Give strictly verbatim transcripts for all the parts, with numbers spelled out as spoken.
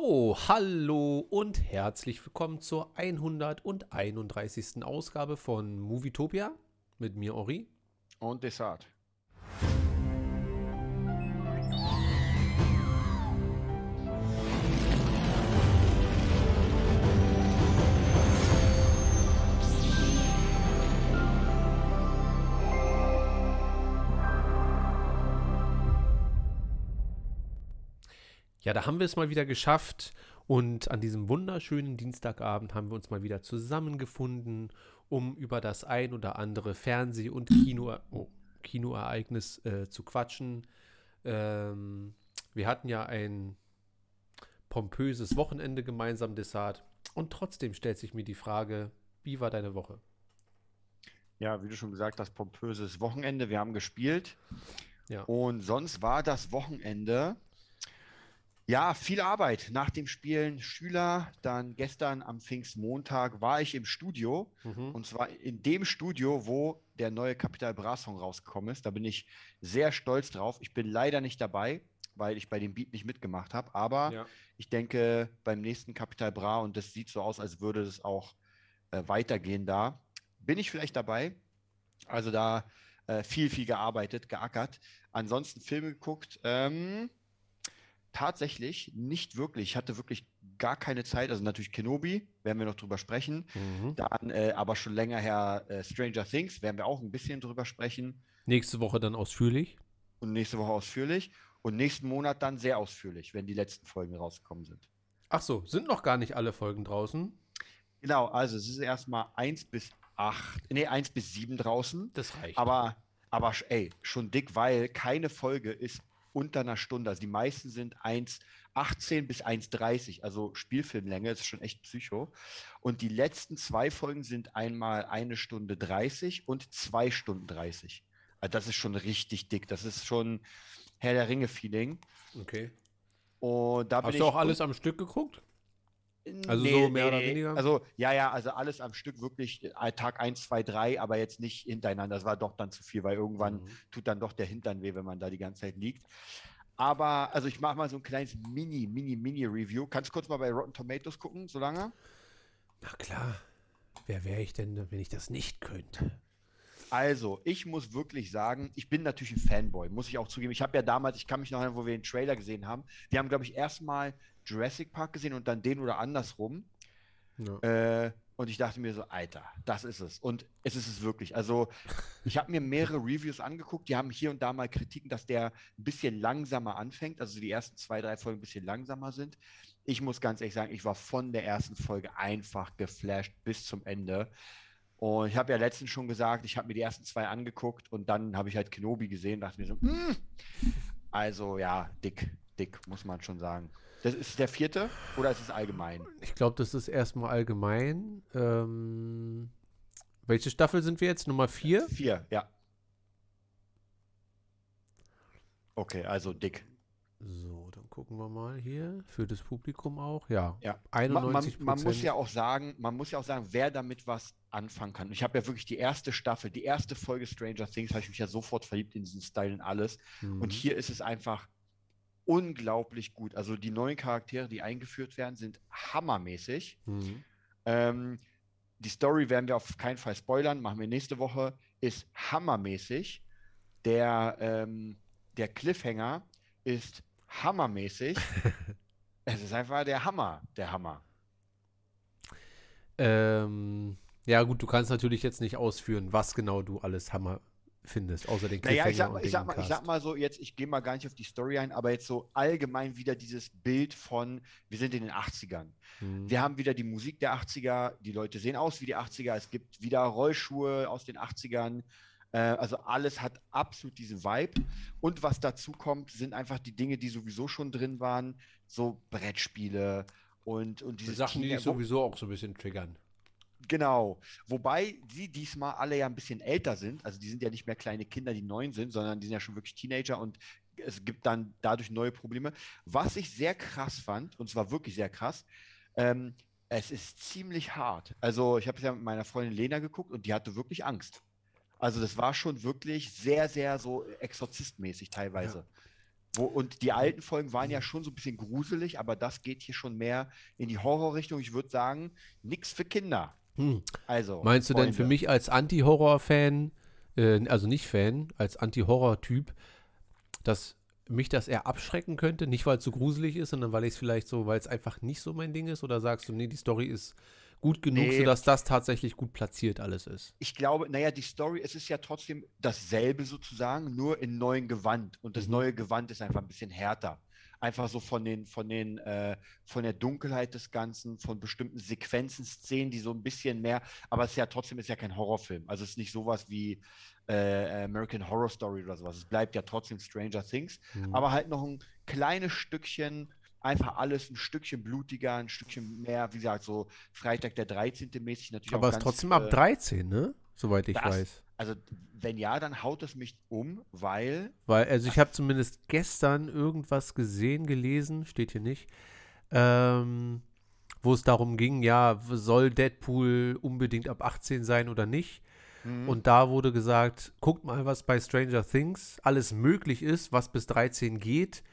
So, hallo und herzlich willkommen zur hunderteinunddreißigsten Ausgabe von Movietopia mit mir, Ori. Und Desart. Ja, da haben wir es mal wieder geschafft und an diesem wunderschönen Dienstagabend haben wir uns mal wieder zusammengefunden, um über das ein oder andere Fernseh- und Kino, oh, Kinoereignis äh, zu quatschen. Ähm, wir hatten ja ein pompöses Wochenende gemeinsam, Desart, und trotzdem stellt sich mir die Frage, wie war deine Woche? Ja, wie du schon gesagt hast, pompöses Wochenende. Wir haben gespielt Ja. und sonst war das Wochenende, ja, viel Arbeit. Nach dem Spielen Schüler, dann gestern am Pfingstmontag war ich im Studio Mhm. und zwar in dem Studio, wo der neue Capital Bra Song rausgekommen ist. Da bin ich sehr stolz drauf. Ich bin leider nicht dabei, weil ich bei dem Beat nicht mitgemacht habe, aber Ja. ich denke beim nächsten Capital Bra, und das sieht so aus, als würde es auch äh, weitergehen da, bin ich vielleicht dabei. Also da äh, viel, viel gearbeitet, geackert. Ansonsten Filme geguckt. Ähm, tatsächlich nicht wirklich. Ich hatte wirklich gar keine Zeit. Also natürlich Kenobi, werden wir noch drüber sprechen. Mhm. Dann äh, aber schon länger her äh, Stranger Things, werden wir auch ein bisschen drüber sprechen. Nächste Woche dann ausführlich. Und nächste Woche ausführlich. Und nächsten Monat dann sehr ausführlich, wenn die letzten Folgen rausgekommen sind. Ach so, sind noch gar nicht alle Folgen draußen. Genau, also es ist erstmal eins bis acht, nee, eins bis sieben draußen. Das reicht. Aber, aber sch- ey, schon dick, weil keine Folge ist unter einer Stunde. Also die meisten sind eins achtzehn bis eins dreißig, also Spielfilmlänge, das ist schon echt Psycho. Und die letzten zwei Folgen sind einmal eine Stunde dreißig und zwei Stunden dreißig. Also das ist schon richtig dick. Das ist schon Herr der Ringe-Feeling. Okay. Und da bin Hast du auch ich, alles und am Stück geguckt? Also so Nee, mehr nee, oder nee. weniger? Also, ja, ja, also alles am Stück wirklich äh, Tag eins, zwei, drei, aber jetzt nicht hintereinander. Das war doch dann zu viel, weil irgendwann Mhm. tut dann doch der Hintern weh, wenn man da die ganze Zeit liegt. Aber, also ich mache mal so ein kleines Mini, Mini, Mini-Review. Kannst du kurz mal bei Rotten Tomatoes gucken, solange? Na klar. Wer wäre ich denn, wenn ich das nicht könnte? Also, ich muss wirklich sagen, ich bin natürlich ein Fanboy, muss ich auch zugeben. Ich habe ja damals, ich kann mich noch erinnern, wo wir den Trailer gesehen haben. Wir haben, glaube ich, erstmal Jurassic Park gesehen und dann den oder andersrum. Ja. Äh, und ich dachte mir so, Alter, das ist es. Und es ist es wirklich. Also, ich habe mir mehrere Reviews angeguckt, die haben hier und da mal Kritiken, dass der ein bisschen langsamer anfängt, also die ersten zwei, drei Folgen ein bisschen langsamer sind. Ich muss ganz ehrlich sagen, ich war von der ersten Folge einfach geflasht bis zum Ende. Und ich habe ja letztens schon gesagt, ich habe mir die ersten zwei angeguckt und dann habe ich halt Kenobi gesehen und dachte mir so, mm. Also ja, dick, dick, muss man schon sagen. Das ist der vierte oder ist es allgemein? Ich glaube, das ist erstmal allgemein. Ähm, welche Staffel sind wir jetzt? Nummer vier? Vier, ja. Okay, also dick. So, dann gucken wir mal hier. Für das Publikum auch. Ja, Ja. Man, man, einundneunzig man muss ja Prozent. auch sagen, man muss ja auch sagen, wer damit was anfangen kann. Ich habe ja wirklich die erste Staffel, die erste Folge Stranger Things, habe ich mich ja sofort verliebt in diesen Style und alles. Und Mhm. hier ist es einfach unglaublich gut. Also die neuen Charaktere, die eingeführt werden, sind hammermäßig. Mhm. Ähm, die Story werden wir auf keinen Fall spoilern, machen wir nächste Woche, ist hammermäßig. Der, ähm, der Cliffhanger ist hammermäßig. Es ist einfach der Hammer, der Hammer. Ähm, ja, gut, du kannst natürlich jetzt nicht ausführen, was genau du alles Hammer findest, außer den Naja, ich Cliffhanger sag mal, und ich sag den mal, ich sag Cast. mal so, jetzt, ich gehe mal gar nicht auf die Story ein, aber jetzt so allgemein wieder dieses Bild von, wir sind in den achtzigern. Mhm. Wir haben wieder die Musik der achtziger, die Leute sehen aus wie die achtziger, es gibt wieder Rollschuhe aus den achtzigern. Äh, also alles hat absolut diesen Vibe. Und was dazu kommt, sind einfach die Dinge, die sowieso schon drin waren, so Brettspiele und, und dieses Sachen, die Teen, dich wo, sowieso auch so ein bisschen triggern. genau. Wobei sie diesmal alle ja ein bisschen älter sind. Also die sind ja nicht mehr kleine Kinder, die neun sind, sondern die sind ja schon wirklich Teenager und es gibt dann dadurch neue Probleme. Was ich sehr krass fand, und zwar wirklich sehr krass, ähm, es ist ziemlich hart. Also ich habe es ja mit meiner Freundin Lena geguckt und die hatte wirklich Angst. Also das war schon wirklich sehr, sehr so exorzistmäßig Ja. teilweise. Wo, und die alten Folgen waren ja schon so ein bisschen gruselig, aber das geht hier schon mehr in die Horrorrichtung. Ich würde sagen, nichts für Kinder. Hm. Also, Meinst du denn für Freunde. mich als Anti-Horror-Fan, äh, also nicht Fan, als Anti-Horror-Typ, dass mich das eher abschrecken könnte? Nicht, weil es so gruselig ist, sondern weil ich es vielleicht so, weil es einfach nicht so mein Ding ist? Oder sagst du, nee, die Story ist gut genug, Nee, sodass das tatsächlich gut platziert alles ist? ich glaube, naja, die Story, es ist ja trotzdem dasselbe sozusagen, nur in neuen Gewand. Und das Mhm. neue Gewand ist einfach ein bisschen härter. Einfach so von den, von den, äh, von der Dunkelheit des Ganzen, von bestimmten Sequenzen, Szenen, die so ein bisschen mehr, aber es ist ja trotzdem ist ja kein Horrorfilm. Also es ist nicht sowas wie äh, American Horror Story oder sowas. Es bleibt ja trotzdem Stranger Things, Mhm. aber halt noch ein kleines Stückchen, einfach alles ein Stückchen blutiger, ein Stückchen mehr, wie gesagt, so Freitag der dreizehnte mäßig natürlich Aber auch es ist ganz trotzdem ab viele. dreizehn, ne? Soweit ich Das, weiß. also wenn ja, dann haut es mich um, weil Weil, also ich das, habe zumindest gestern irgendwas gesehen, gelesen, steht hier nicht, ähm, wo es darum ging, ja, soll Deadpool unbedingt ab achtzehn sein oder nicht? hm, Und da wurde gesagt, guckt mal, was bei Stranger Things alles möglich ist, was bis dreizehn geht.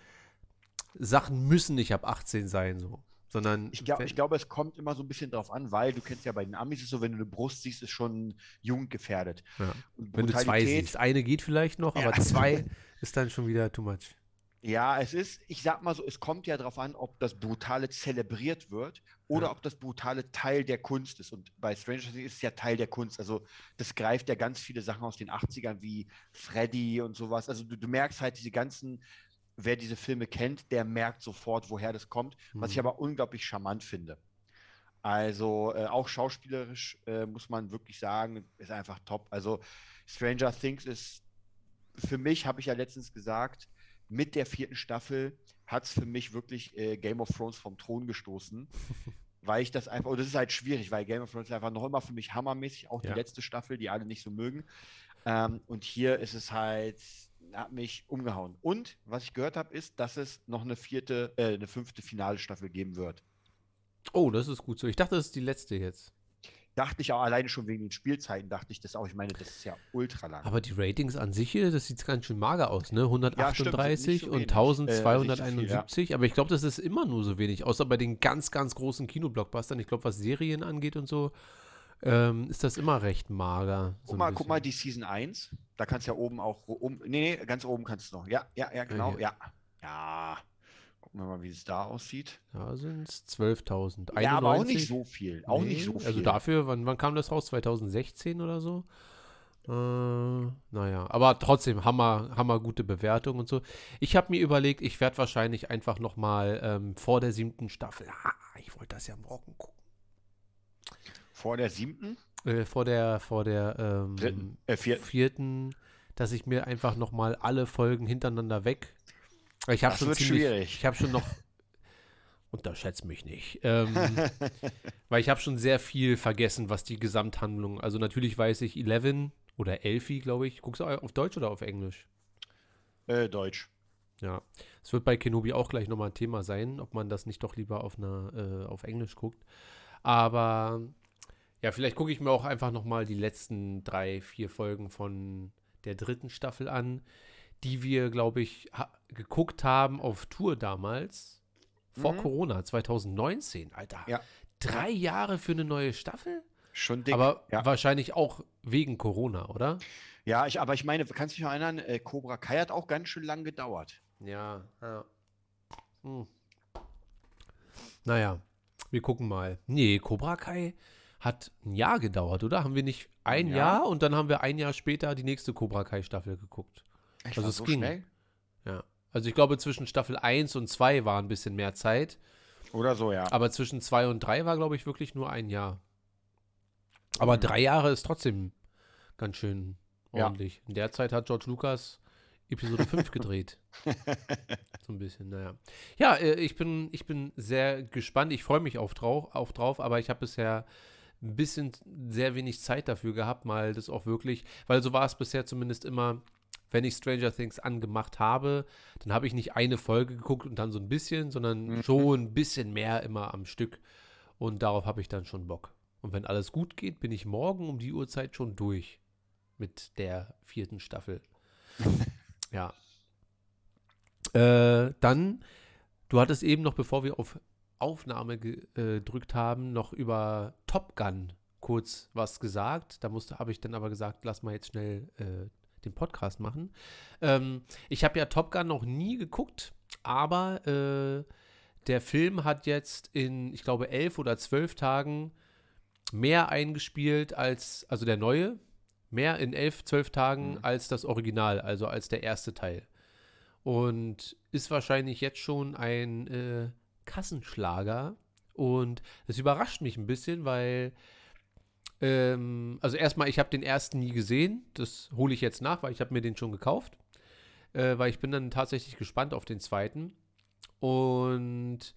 Sachen müssen nicht ab achtzehn sein, so. Sondern, ich, glaub, ich wenn, glaube, es kommt immer so ein bisschen drauf an, weil du kennst ja bei den Amis ist es so, wenn du eine Brust siehst, ist schon jugendgefährdet. ja, Und wenn du zwei Brutalität, siehst. Eine geht vielleicht noch, ja. aber zwei ist dann schon wieder too much. Ja, es ist, ich sag mal so, es kommt ja darauf an, ob das Brutale zelebriert wird Ja. oder ob das Brutale Teil der Kunst ist. Und bei Stranger Things ist es ja Teil der Kunst. Also das greift ja ganz viele Sachen aus den achtzigern wie Freddy und sowas. Also du, du merkst halt diese ganzen, wer diese Filme kennt, der merkt sofort, woher das kommt, was ich Hm. aber unglaublich charmant finde. Also äh, auch schauspielerisch äh, muss man wirklich sagen, ist einfach top. Also Stranger Things ist für mich, habe ich ja letztens gesagt, mit der vierten Staffel hat es für mich wirklich äh, Game of Thrones vom Thron gestoßen, weil ich das einfach, und das ist halt schwierig, weil Game of Thrones ist einfach noch immer für mich hammermäßig, auch die Ja. letzte Staffel, die alle nicht so mögen. Ähm, und hier ist es halt, hat mich umgehauen. Und was ich gehört habe, ist, dass es noch eine vierte, äh, eine fünfte finale Staffel geben wird. Oh, das ist gut so. Ich dachte, das ist die letzte jetzt. Dachte ich auch alleine schon wegen den Spielzeiten, dachte ich das auch. Ich meine, das ist ja ultra lang. Aber die Ratings an sich hier, das sieht ganz schön mager aus, ne? Ja, stimmt, sind nicht hundertachtunddreißig so und wenig. Äh, also nicht so viel, ja. eintausendzweihunderteinundsiebzig. Aber ich glaube, das ist immer nur so wenig. Außer bei den ganz, ganz großen Kinoblockbustern. Ich glaube, was Serien angeht und so, ähm, ist das immer recht mager. So Guck ein mal, guck mal, bisschen. die Season eins. Da kannst du ja oben auch um. Nee, nee, ganz oben kannst du noch. Ja, ja, ja, Ja, genau, hier. ja. Ja. Gucken wir mal, wie es da aussieht. Da sind es zwölftausend. Ja, aber auch nicht einundneunzig? so viel. Auch nicht Nee, so also viel. dafür, wann, wann kam das raus? zweitausendsechzehn oder so? Äh, naja, aber trotzdem hammer, hammer gute Bewertung und so. Ich habe mir überlegt, ich werde wahrscheinlich einfach noch mal ähm, vor der siebten Staffel, ah, ich wollte das ja morgen gucken, Vor der siebten? äh, vor der, vor der Dritten? ähm, Äh, vierten. vierten, dass ich mir einfach noch mal alle Folgen hintereinander weg. Ich habe Das schon wird ziemlich, schwierig. ich habe schon noch, unterschätzt mich nicht, ähm, weil ich habe schon sehr viel vergessen, was die Gesamthandlung, also natürlich weiß ich Eleven oder Elfie, glaube ich. Guckst du auf Deutsch oder auf Englisch? äh, Deutsch. Ja, es wird bei Kenobi auch gleich nochmal ein Thema sein, ob man das nicht doch lieber auf, einer, äh, auf Englisch guckt. Aber ja, vielleicht gucke ich mir auch einfach nochmal die letzten drei, vier Folgen von der dritten Staffel an, die wir, glaube ich, ha geguckt haben auf Tour damals, vor Mhm. Corona, zweitausendneunzehn. Alter, Ja, drei Jahre für eine neue Staffel? schon dick. Aber Ja. wahrscheinlich auch wegen Corona, oder? Ja, ich, aber ich meine, kannst du dich noch erinnern, äh, Cobra Kai hat auch ganz schön lang gedauert. Ja, ja. Hm. Naja, wir gucken mal. Nee, Cobra Kai hat ein Jahr gedauert, oder? Haben wir nicht ein Ja. Jahr und dann haben wir ein Jahr später die nächste Cobra Kai Staffel geguckt. Echt, Also war es so ging. schnell? Ja. Also ich glaube, zwischen Staffel eins und zwei war ein bisschen mehr Zeit, Oder so, ja. aber zwischen zwei und drei war, glaube ich, wirklich nur ein Jahr. Aber Hm. drei Jahre ist trotzdem ganz schön Ja. ordentlich. In der Zeit hat George Lucas Episode fünf gedreht. So ein bisschen, naja. Ja, äh, ich bin, ich bin sehr gespannt. Ich freue mich auf, drau auf drauf, aber ich habe bisher ein bisschen sehr wenig Zeit dafür gehabt, mal das auch wirklich, weil so war es bisher zumindest immer, wenn ich Stranger Things angemacht habe, dann habe ich nicht eine Folge geguckt und dann so ein bisschen, sondern Mhm. schon ein bisschen mehr immer am Stück. Und darauf habe ich dann schon Bock. Und wenn alles gut geht, bin ich morgen um die Uhrzeit schon durch mit der vierten Staffel. Ja. Äh, dann, du hattest eben noch, bevor wir auf Aufnahme ge- äh, gedrückt haben, noch über Top Gun kurz was gesagt. Da musste, habe ich dann aber gesagt, lass mal jetzt schnell äh, den Podcast machen. Ähm, ich habe ja Top Gun noch nie geguckt, aber äh, der Film hat jetzt in, ich glaube, elf oder zwölf Tagen mehr eingespielt als, also der neue, mehr in elf, zwölf Tagen Mhm. als das Original, also als der erste Teil. Und ist wahrscheinlich jetzt schon ein äh, Kassenschlager. Und das überrascht mich ein bisschen, weil, ähm, also erstmal, ich habe den ersten nie gesehen. Das hole ich jetzt nach, weil ich habe mir den schon gekauft. Äh, weil ich bin dann tatsächlich gespannt auf den zweiten. Und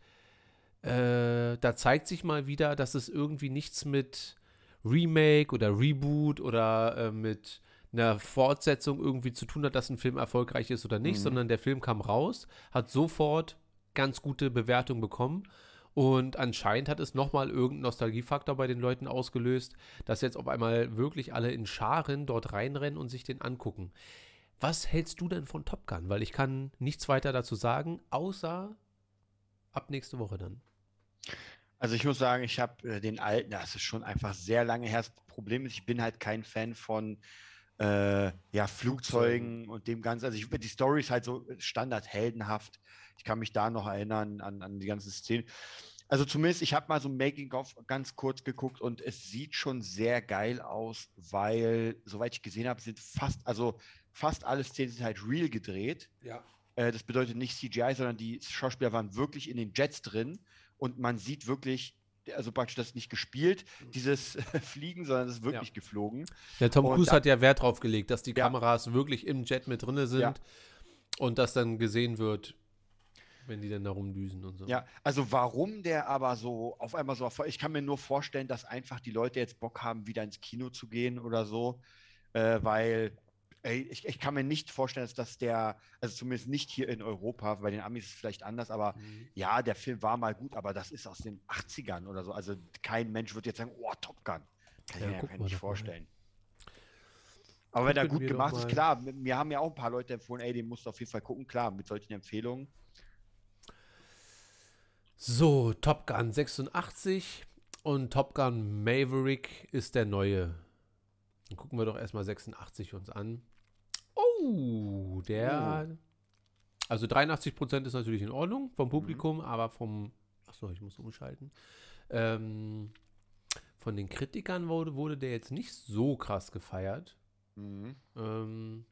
äh, da zeigt sich mal wieder, dass es irgendwie nichts mit Remake oder Reboot oder äh, mit einer Fortsetzung irgendwie zu tun hat, dass ein Film erfolgreich ist oder nicht, Mhm. sondern der Film kam raus, hat sofort ganz gute Bewertung bekommen und anscheinend hat es nochmal irgendeinen Nostalgiefaktor bei den Leuten ausgelöst, dass jetzt auf einmal wirklich alle in Scharen dort reinrennen und sich den angucken. Was hältst du denn von Top Gun? Weil ich kann nichts weiter dazu sagen, außer ab nächste Woche dann. Also ich muss sagen, ich habe äh, den alten, das ist schon einfach sehr lange her. Das Problem ist, ich bin halt kein Fan von äh, ja, Flugzeugen. Flugzeugen und dem Ganzen. Also ich, die Story ist halt so standard heldenhaft. Ich kann mich da noch erinnern an, an die ganzen Szenen. Also zumindest, ich habe mal so ein Making-of ganz kurz geguckt und es sieht schon sehr geil aus, weil, soweit ich gesehen habe, sind fast, also fast alle Szenen sind halt real gedreht. Ja. Äh, das bedeutet nicht C G I, sondern die Schauspieler waren wirklich in den Jets drin und man sieht wirklich, also praktisch das ist nicht gespielt, dieses Fliegen, sondern es ist wirklich Ja. geflogen. Der Tom Und Cruise da, hat ja Wert drauf gelegt, dass die ja, Kameras wirklich im Jet mit drin sind ja, und das dann gesehen wird, wenn die dann da rumdüsen und so. ja. Also warum der aber so auf einmal so erfolgreich, ich kann mir nur vorstellen, dass einfach die Leute jetzt Bock haben, wieder ins Kino zu gehen oder so, äh, weil ey, ich, ich kann mir nicht vorstellen, dass das der, also zumindest nicht hier in Europa, bei den Amis ist es vielleicht anders, aber Mhm. ja, der Film war mal gut, aber das ist aus den achtzigern oder so. Also kein Mensch wird jetzt sagen, oh, Top Gun. Kann ich Ja, mir einfach gucken wir nicht doch mal. vorstellen. Aber wenn er Gucken gut wir doch gemacht ist, mal. klar, mir haben ja auch ein paar Leute empfohlen, ey, den musst du auf jeden Fall gucken, klar, mit solchen Empfehlungen. So, Top Gun sechsundachtzig und Top Gun Maverick ist der neue. Dann gucken wir doch erstmal sechsundachtzig uns an. Oh, der. Also dreiundachtzig Prozent ist natürlich in Ordnung vom Publikum, aber vom. Achso, ich muss umschalten. Ähm, von den Kritikern wurde, wurde der jetzt nicht so krass gefeiert. Mhm. Ähm,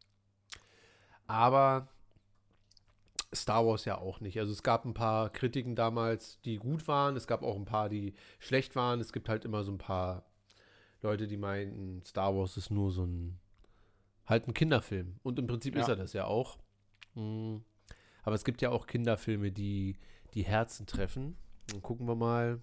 aber Star Wars ja auch nicht. Also es gab ein paar Kritiken damals, die gut waren. Es gab auch ein paar, die schlecht waren. Es gibt halt immer so ein paar Leute, die meinten, Star Wars ist nur so ein halt ein Kinderfilm. Und im Prinzip ist Ja. er das ja auch. Mhm. Aber es gibt ja auch Kinderfilme, die die Herzen treffen. Dann gucken wir mal,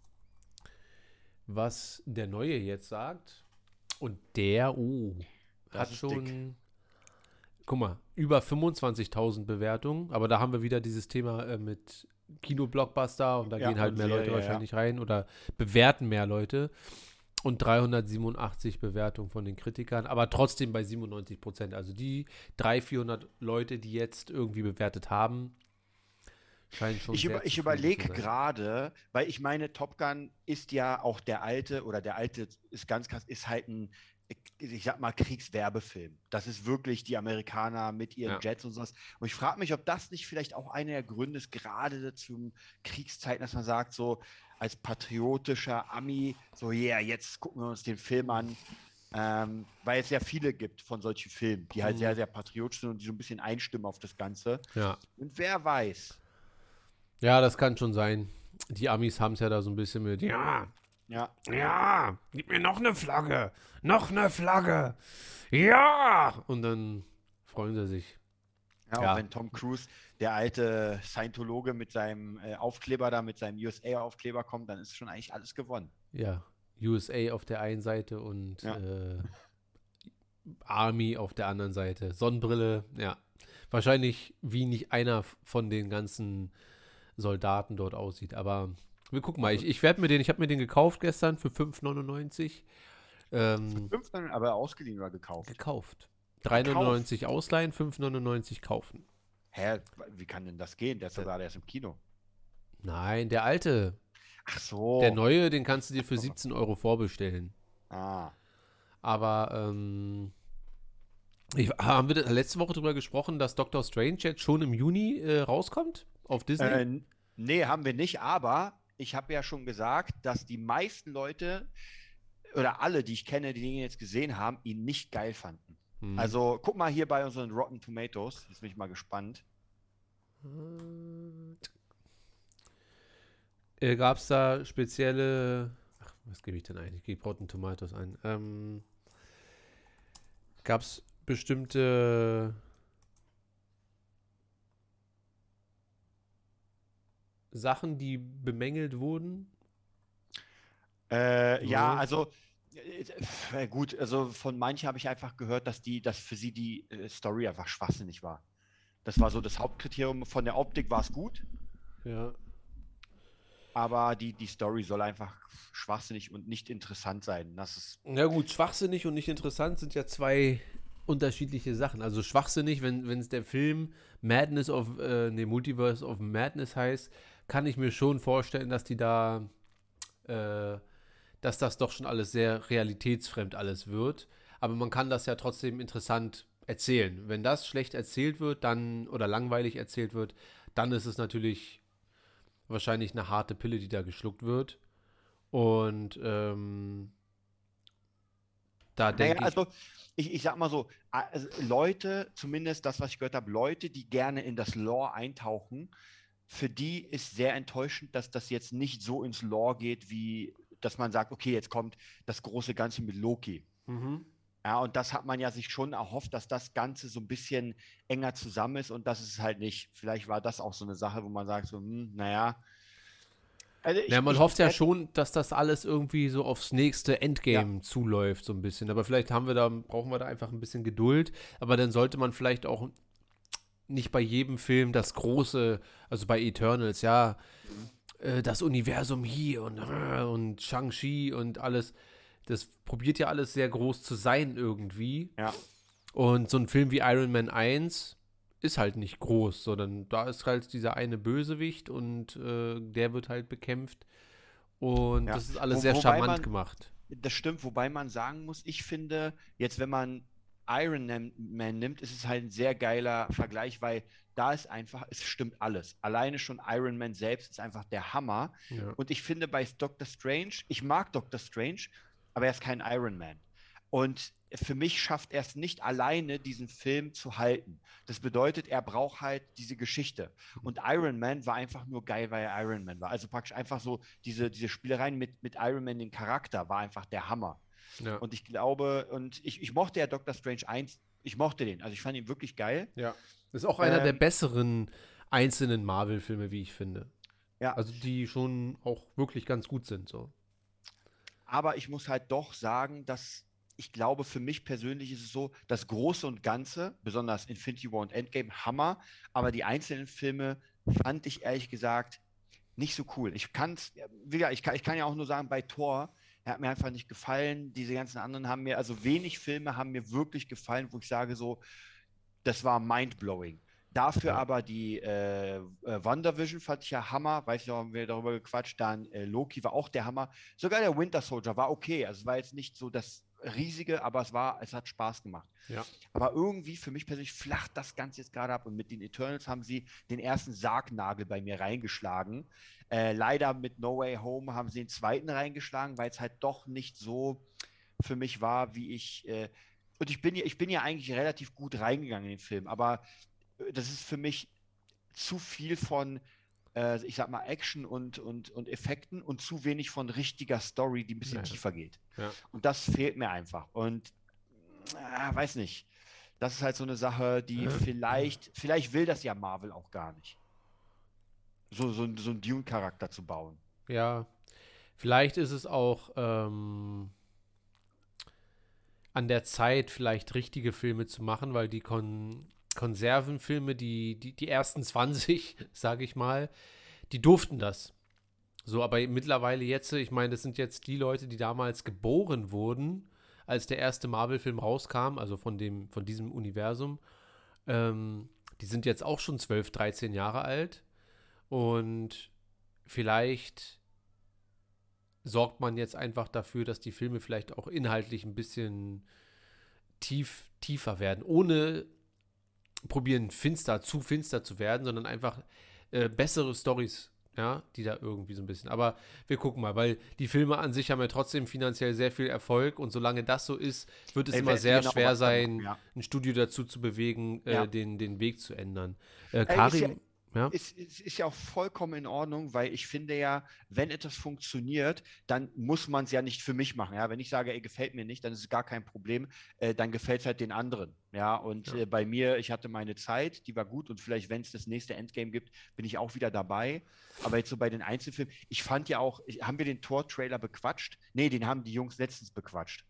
was der Neue jetzt sagt. Und der, oh, Das hat ist schon, dick. guck mal, über fünfundzwanzigtausend Bewertungen. Aber da haben wir wieder dieses Thema äh, mit Kino-Blockbuster und da Ja, gehen halt und mehr Leute Serie, ja. wahrscheinlich rein oder bewerten mehr Leute. Und dreihundertsiebenundachtzig Bewertungen von den Kritikern, aber trotzdem bei siebenundneunzig Prozent. Also die dreihundert, vierhundert Leute, die jetzt irgendwie bewertet haben, scheinen schon Ich, sehr über, ich zufrieden überlege zu sein. gerade, weil ich meine, Top Gun ist ja auch der alte, oder der alte ist ganz krass, ist halt ein, ich sag mal, Kriegswerbefilm. Das ist wirklich die Amerikaner mit ihren Ja. Jets und sowas. Und ich frage mich, ob das nicht vielleicht auch einer der Gründe ist, gerade zum Kriegszeiten, dass man sagt, so als patriotischer Ami, so, yeah, jetzt gucken wir uns den Film an. Ähm, weil es ja viele gibt von solchen Filmen, die halt Mhm. sehr, sehr patriotisch sind und die so ein bisschen einstimmen auf das Ganze. Ja. Und wer weiß, Ja, das kann schon sein. Die Amis haben es ja da so ein bisschen mit, ja, ja, ja, gib mir noch eine Flagge, noch eine Flagge, ja. Und dann freuen sie sich. Ja, Ja. und wenn Tom Cruise, der alte Scientologe mit seinem äh, Aufkleber da, mit seinem U S A-Aufkleber kommt, dann ist schon eigentlich alles gewonnen. Ja, U S A auf der einen Seite und Ja. äh, Army auf der anderen Seite. Sonnenbrille, ja. Wahrscheinlich wie nicht einer von den ganzen Soldaten dort aussieht. Aber wir gucken mal. Ich, ich werde mir den, ich habe mir den gekauft gestern für fünf neunundneunzig. Ähm, Fünf, dann aber ausgeliehen oder gekauft. gekauft. drei neunundneunzig ausleihen, fünf neunundneunzig kaufen. Hä, wie kann denn das gehen? Der ist doch gerade erst im Kino. Nein, der alte. Ach Der so. neue, den kannst du dir für siebzehn Euro vorbestellen. Ah. Aber, ähm, ich, haben wir da letzte Woche drüber gesprochen, dass Doctor Strange jetzt schon im Juni äh, rauskommt? Auf Disney? Äh, n- nee, haben wir nicht, aber ich habe ja schon gesagt, dass die meisten Leute oder alle, die ich kenne, die ihn jetzt gesehen haben, ihn nicht geil fanden. Hm. Also guck mal hier bei unseren Rotten Tomatoes, jetzt bin ich mal gespannt. Äh, Gab es da spezielle. Ach, was gebe ich denn ein? Ich gebe Rotten Tomatoes ein. Ähm, Gab es bestimmte Sachen, die bemängelt wurden? Äh, ja, Nö. also äh, äh, gut, also von manchen habe ich einfach gehört, dass die, dass für sie die äh, Story einfach schwachsinnig war. Das war so das Hauptkriterium. Von der Optik war es gut, Ja. aber die, die Story soll einfach schwachsinnig und nicht interessant sein. Das ist, Ja gut, schwachsinnig und nicht interessant sind ja zwei unterschiedliche Sachen. Also schwachsinnig, wenn wenn es der Film Madness of, äh, nee, Multiverse of Madness heißt, kann ich mir schon vorstellen, dass die da, äh, dass das doch schon alles sehr realitätsfremd alles wird. Aber man kann das ja trotzdem interessant erzählen. Wenn das schlecht erzählt wird, dann, oder langweilig erzählt wird, dann ist es natürlich wahrscheinlich eine harte Pille, die da geschluckt wird. Und ähm, da naja, denke ich, also ich, ich sag mal so, also Leute, zumindest das, was ich gehört habe, Leute, die gerne in das Lore eintauchen, für die ist sehr enttäuschend, dass das jetzt nicht so ins Lore geht, wie dass man sagt, okay, jetzt kommt das große Ganze mit Loki. mhm. Ja, und das hat man ja sich schon erhofft, dass das Ganze so ein bisschen enger zusammen ist und das ist es halt nicht. Vielleicht war das auch so eine Sache, wo man sagt, so, hm, naja. Also Ja, ich, man ich, hofft ich ja werd, schon, dass das alles irgendwie so aufs nächste ja, Endgame zuläuft, so ein bisschen. Aber vielleicht haben wir da, brauchen wir da einfach ein bisschen Geduld. Aber dann sollte man vielleicht auch nicht bei jedem Film das große, also bei Eternals, ja, mhm, äh, das Universum hier und, äh, und Shang-Chi und alles. Das probiert ja alles sehr groß zu sein irgendwie. ja. Und so ein Film wie Iron Man eins ist halt nicht groß, sondern da ist halt dieser eine Bösewicht und äh, der wird halt bekämpft. Und Ja, das ist alles Wo, sehr wobei charmant man, gemacht. das stimmt, wobei man sagen muss, ich finde, jetzt wenn man Iron Man Man nimmt, ist es halt ein sehr geiler Vergleich, weil da ist einfach, es stimmt alles. Alleine schon Iron Man selbst ist einfach der Hammer. Ja. Und ich finde bei Doctor Strange, ich mag Doctor Strange, aber er ist kein Iron Man. Und für mich schafft er es nicht alleine, diesen Film zu halten. Das bedeutet, er braucht halt diese Geschichte. Und Iron Man war einfach nur geil, weil er Iron Man war. Also praktisch einfach so diese, diese Spielereien mit, mit Iron Man, den Charakter, war einfach der Hammer. Ja. Und ich glaube, und ich, ich mochte ja Doctor Strange eins, ich mochte den. Also ich fand ihn wirklich geil. Ja. Das ist auch einer der Ähm, besseren einzelnen Marvel-Filme, wie ich finde. ja, Also die schon auch wirklich ganz gut sind. So. aber ich muss halt doch sagen, dass ich glaube, für mich persönlich ist es so, das Große und Ganze, besonders Infinity War und Endgame, Hammer, aber die einzelnen Filme fand ich ehrlich gesagt nicht so cool. Ich kann es, wie gesagt, ich kann, ich kann ja auch nur sagen, bei Thor, er hat mir einfach nicht gefallen. Diese ganzen anderen haben mir, also wenig Filme haben mir wirklich gefallen, wo ich sage so, das war mindblowing. Dafür Ja. aber die äh, äh, WandaVision fand ich ja Hammer, weiß ich noch, haben wir darüber gequatscht, dann äh, Loki war auch der Hammer. Sogar der Winter Soldier war okay, also es war jetzt nicht so das riesige, aber es war, es hat Spaß gemacht. Ja. Aber irgendwie für mich persönlich flacht das Ganze jetzt gerade ab und mit den Eternals haben sie den ersten Sargnagel bei mir reingeschlagen. Äh, leider mit No Way Home haben sie den zweiten reingeschlagen, weil es halt doch nicht so für mich war, wie ich äh, und ich bin ja, ich bin ja eigentlich relativ gut reingegangen in den Film, aber äh, das ist für mich zu viel von, äh, ich sag mal, Action und, und, und Effekten und zu wenig von richtiger Story, die ein bisschen Ja. tiefer geht. Ja. Und das fehlt mir einfach. Und äh, weiß nicht. Das ist halt so eine Sache, die vielleicht, vielleicht will das ja Marvel auch gar nicht. So, so, so einen Dune-Charakter zu bauen. Ja. Vielleicht ist es auch ähm, an der Zeit, vielleicht richtige Filme zu machen, weil die Kon Konservenfilme, die, die, die ersten zwanzig, sage ich mal, die durften das. So, aber mittlerweile jetzt, ich meine, das sind jetzt die Leute, die damals geboren wurden, als der erste Marvel-Film rauskam, also von dem, von diesem Universum. Ähm, die sind jetzt auch schon zwölf, dreizehn Jahre alt und vielleicht sorgt man jetzt einfach dafür, dass die Filme vielleicht auch inhaltlich ein bisschen tief, tiefer werden, ohne probieren, finster, zu finster zu werden, sondern einfach äh, bessere Storys, ja, die da irgendwie so ein bisschen. Aber wir gucken mal, weil die Filme an sich haben ja trotzdem finanziell sehr viel Erfolg und solange das so ist, wird es Ey, immer weißt du sehr genau, schwer was da machen, sein, ja. ein Studio dazu zu bewegen, äh, Ja. den, den Weg zu ändern. Äh, Ey, ist ja, Karim, ja, ist, ist, ist ja auch vollkommen in Ordnung, weil ich finde ja, wenn etwas funktioniert, dann muss man es ja nicht für mich machen. Ja? Wenn ich sage, ey, gefällt mir nicht, dann ist es gar kein Problem, äh, dann gefällt es halt den anderen. Ja, und Ja. äh, bei mir, ich hatte meine Zeit, die war gut und vielleicht, wenn es das nächste Endgame gibt, bin ich auch wieder dabei. Aber jetzt so bei den Einzelfilmen, ich fand ja auch, ich, haben wir den Tor-Trailer bequatscht? Nee, den haben die Jungs letztens bequatscht.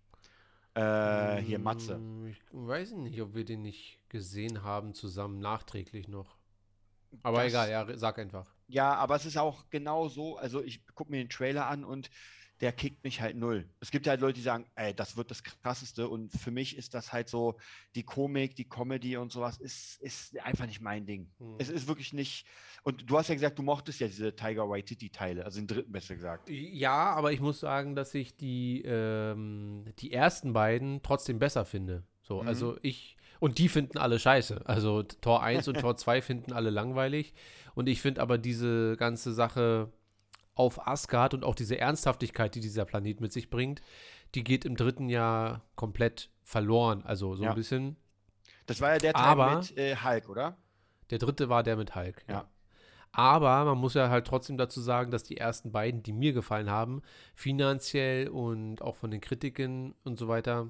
Äh, hier, Matze. Mm, ich weiß nicht, ob wir den nicht gesehen haben, zusammen nachträglich noch. Aber Das, egal, ja, sag einfach. Ja, aber es ist auch genau so, also ich gucke mir den Trailer an und der kickt mich halt null. Es gibt halt Leute, die sagen, ey, das wird das Krasseste und für mich ist das halt so, die Komik, die Comedy und sowas ist, ist einfach nicht mein Ding. Hm. Es ist wirklich nicht, und du hast ja gesagt, du mochtest ja diese Tiger Waititi-Teile, also den dritten besser gesagt. Ja, aber ich muss sagen, dass ich die, ähm, die ersten beiden trotzdem besser finde. So, Mhm. also ich, und die finden alle scheiße. Also Tor eins und Tor zwei finden alle langweilig. Und ich finde aber diese ganze Sache auf Asgard und auch diese Ernsthaftigkeit, die dieser Planet mit sich bringt, die geht im dritten Jahr komplett verloren. Also so Ja. ein bisschen. Das war ja der Teil Aber- mit äh, Hulk, oder? Der dritte war der mit Hulk, ja. Ja. Aber man muss ja halt trotzdem dazu sagen, dass die ersten beiden, die mir gefallen haben, finanziell und auch von den Kritiken und so weiter,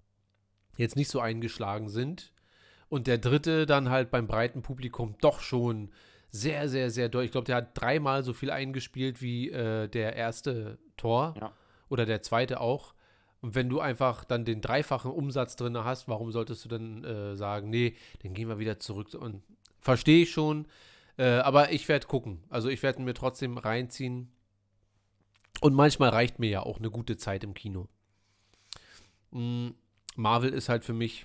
jetzt nicht so eingeschlagen sind. Und der dritte dann halt beim breiten Publikum doch schon sehr, sehr, sehr deutlich. Ich glaube, der hat dreimal so viel eingespielt wie äh, der erste Tor. Ja. Oder der zweite auch. Und wenn du einfach dann den dreifachen Umsatz drin hast, warum solltest du dann äh, sagen, nee, dann gehen wir wieder zurück. Und verstehe ich schon. Äh, aber ich werde gucken. Also ich werde mir trotzdem reinziehen. Und manchmal reicht mir ja auch eine gute Zeit im Kino. Mm, Marvel ist halt für mich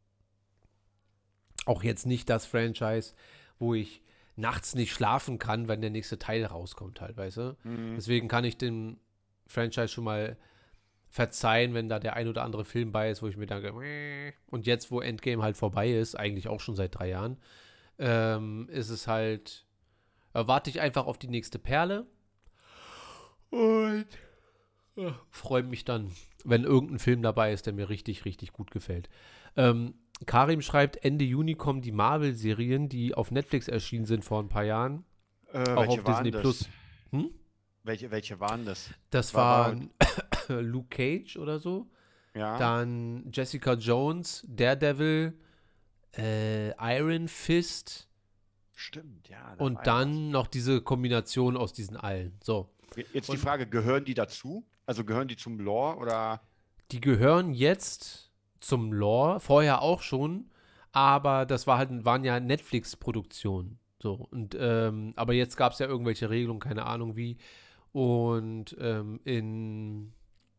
auch jetzt nicht das Franchise, wo ich nachts nicht schlafen kann, wenn der nächste Teil rauskommt halt, weißt du? Mhm. Deswegen kann ich dem Franchise schon mal verzeihen, wenn da der ein oder andere Film bei ist, wo ich mir denke, "Meh." Und jetzt, wo Endgame halt vorbei ist, eigentlich auch schon seit drei Jahren, ähm, ist es halt, erwarte ich einfach auf die nächste Perle und ja, freue mich dann, wenn irgendein Film dabei ist, der mir richtig, richtig gut gefällt. Ähm, Karim schreibt, Ende Juni kommen die Marvel-Serien, die auf Netflix erschienen sind vor ein paar Jahren, Äh, auch welche auf waren Disney das? Plus. Hm? Welche, welche waren das? Das War- waren Luke Cage oder so, Ja. dann Jessica Jones, Daredevil, äh, Iron Fist Stimmt, ja. da war und ja dann noch diese Kombination aus diesen allen. So, was. Jetzt die und- Frage, gehören die dazu? Also gehören die zum Lore oder? die gehören jetzt zum Lore, vorher auch schon, aber das war halt, waren ja Netflix-Produktionen. So, und, ähm, aber jetzt gab es ja irgendwelche Regelungen, keine Ahnung wie. Und ähm, in,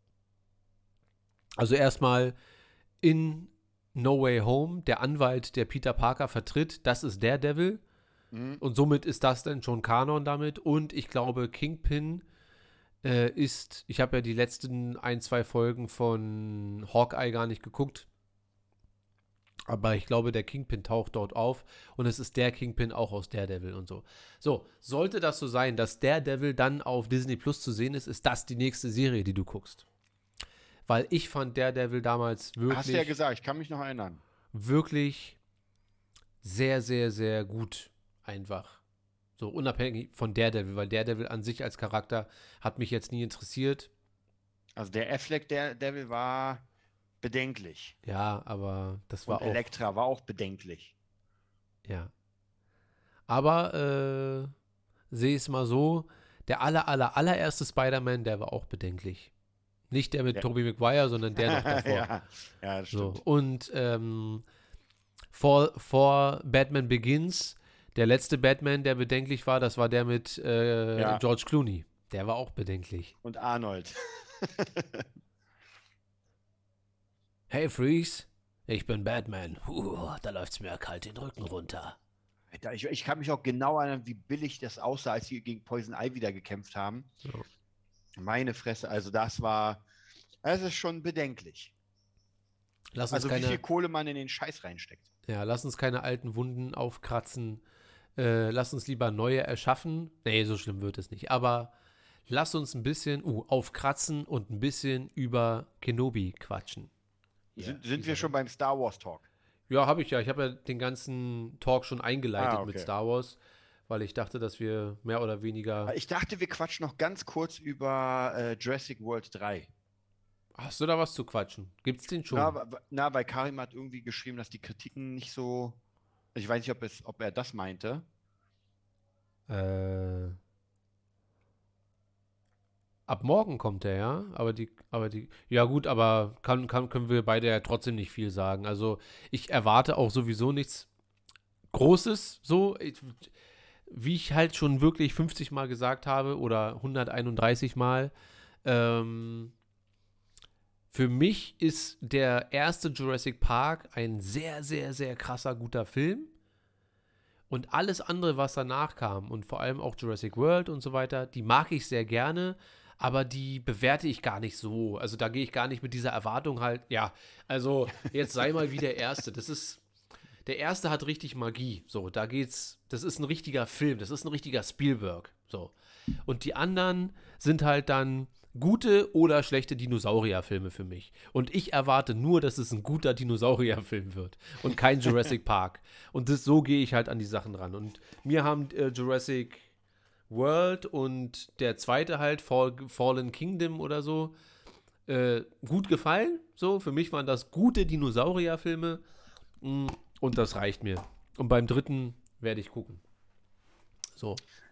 also erstmal in No Way Home, der Anwalt, der Peter Parker vertritt, das ist Daredevil. Hm? Und somit ist das dann schon Kanon damit. Und ich glaube, Kingpin äh, ist, ich habe ja die letzten ein, zwei Folgen von Hawkeye gar nicht geguckt. Aber ich glaube, der Kingpin taucht dort auf und es ist der Kingpin auch aus Daredevil und so. So, sollte das so sein, dass Daredevil dann auf Disney Plus zu sehen ist, ist das die nächste Serie, die du guckst. Weil ich fand Daredevil damals wirklich, Hast du ja gesagt, ich kann mich noch erinnern. wirklich sehr, sehr, sehr gut einfach. So unabhängig von Daredevil, weil Daredevil an sich als Charakter hat mich jetzt nie interessiert. Also der Affleck, der Devil war bedenklich. Ja, aber das war Und auch, Elektra war auch bedenklich. ja. Aber äh, sehe es mal so, der aller, aller, allererste Spider-Man, der war auch bedenklich. Nicht der mit Ja. Tobey Maguire, sondern der noch davor. ja, ja, das So. stimmt. Und ähm, vor, vor Batman Begins, der letzte Batman, der bedenklich war, das war der mit äh, Ja. George Clooney. Der war auch bedenklich. Und Arnold. Hey Freeze, ich bin Batman. Huh, da läuft's mir kalt den Rücken runter. Alter, ich, ich kann mich auch genau erinnern, wie billig das aussah, als sie gegen Poison Ivy da gekämpft haben. Ja. Meine Fresse, also das war, das ist schon bedenklich. Lass uns Also wie viel keine, Kohle man in den Scheiß reinsteckt. ja, lass uns keine alten Wunden aufkratzen. Äh, lass uns lieber neue erschaffen. Nee, so schlimm wird es nicht. Aber lass uns ein bisschen uh, aufkratzen und ein bisschen über Kenobi quatschen. Sind, Yeah, sind wir schon beim Star Wars Talk? Ja, habe ich ja. Ich habe ja den ganzen Talk schon eingeleitet Ah, mit okay. Star Wars, weil ich dachte, dass wir mehr oder weniger. Ich dachte, wir quatschen noch ganz kurz über äh, Jurassic World drei. Hast du da was zu quatschen? Gibt's den Na, schon? wa- wa- na, weil Karim hat irgendwie geschrieben, dass die Kritiken nicht so. Ich weiß nicht, ob, es, ob er das meinte. Äh, ab morgen kommt der, ja. Aber die, aber die. Ja, gut, aber kann, kann, können wir beide ja trotzdem nicht viel sagen. Also, ich erwarte auch sowieso nichts Großes, so. Ich, wie ich halt schon wirklich fünfzig Mal gesagt habe oder hunderteinunddreißig Mal. Ähm. Für mich ist der erste Jurassic Park ein sehr, sehr, sehr krasser, guter Film. Und alles andere, was danach kam, und vor allem auch Jurassic World und so weiter, die mag ich sehr gerne, aber die bewerte ich gar nicht so. Also da gehe ich gar nicht mit dieser Erwartung halt, ja, also jetzt sei mal wie der Erste. Das ist, der Erste hat richtig Magie. So, da geht's, das ist ein richtiger Film, das ist ein richtiger Spielberg. So. Und die anderen sind halt dann gute oder schlechte Dinosaurierfilme für mich. Und ich erwarte nur, dass es ein guter Dinosaurierfilm wird und kein Jurassic Park. Und das, so gehe ich halt an die Sachen ran. Und mir haben äh, Jurassic World und der zweite halt, Fall, Fallen Kingdom oder so, äh, gut gefallen. So, für mich waren das gute Dinosaurierfilme. Mm, Und das reicht mir. Und beim dritten werde ich gucken. So.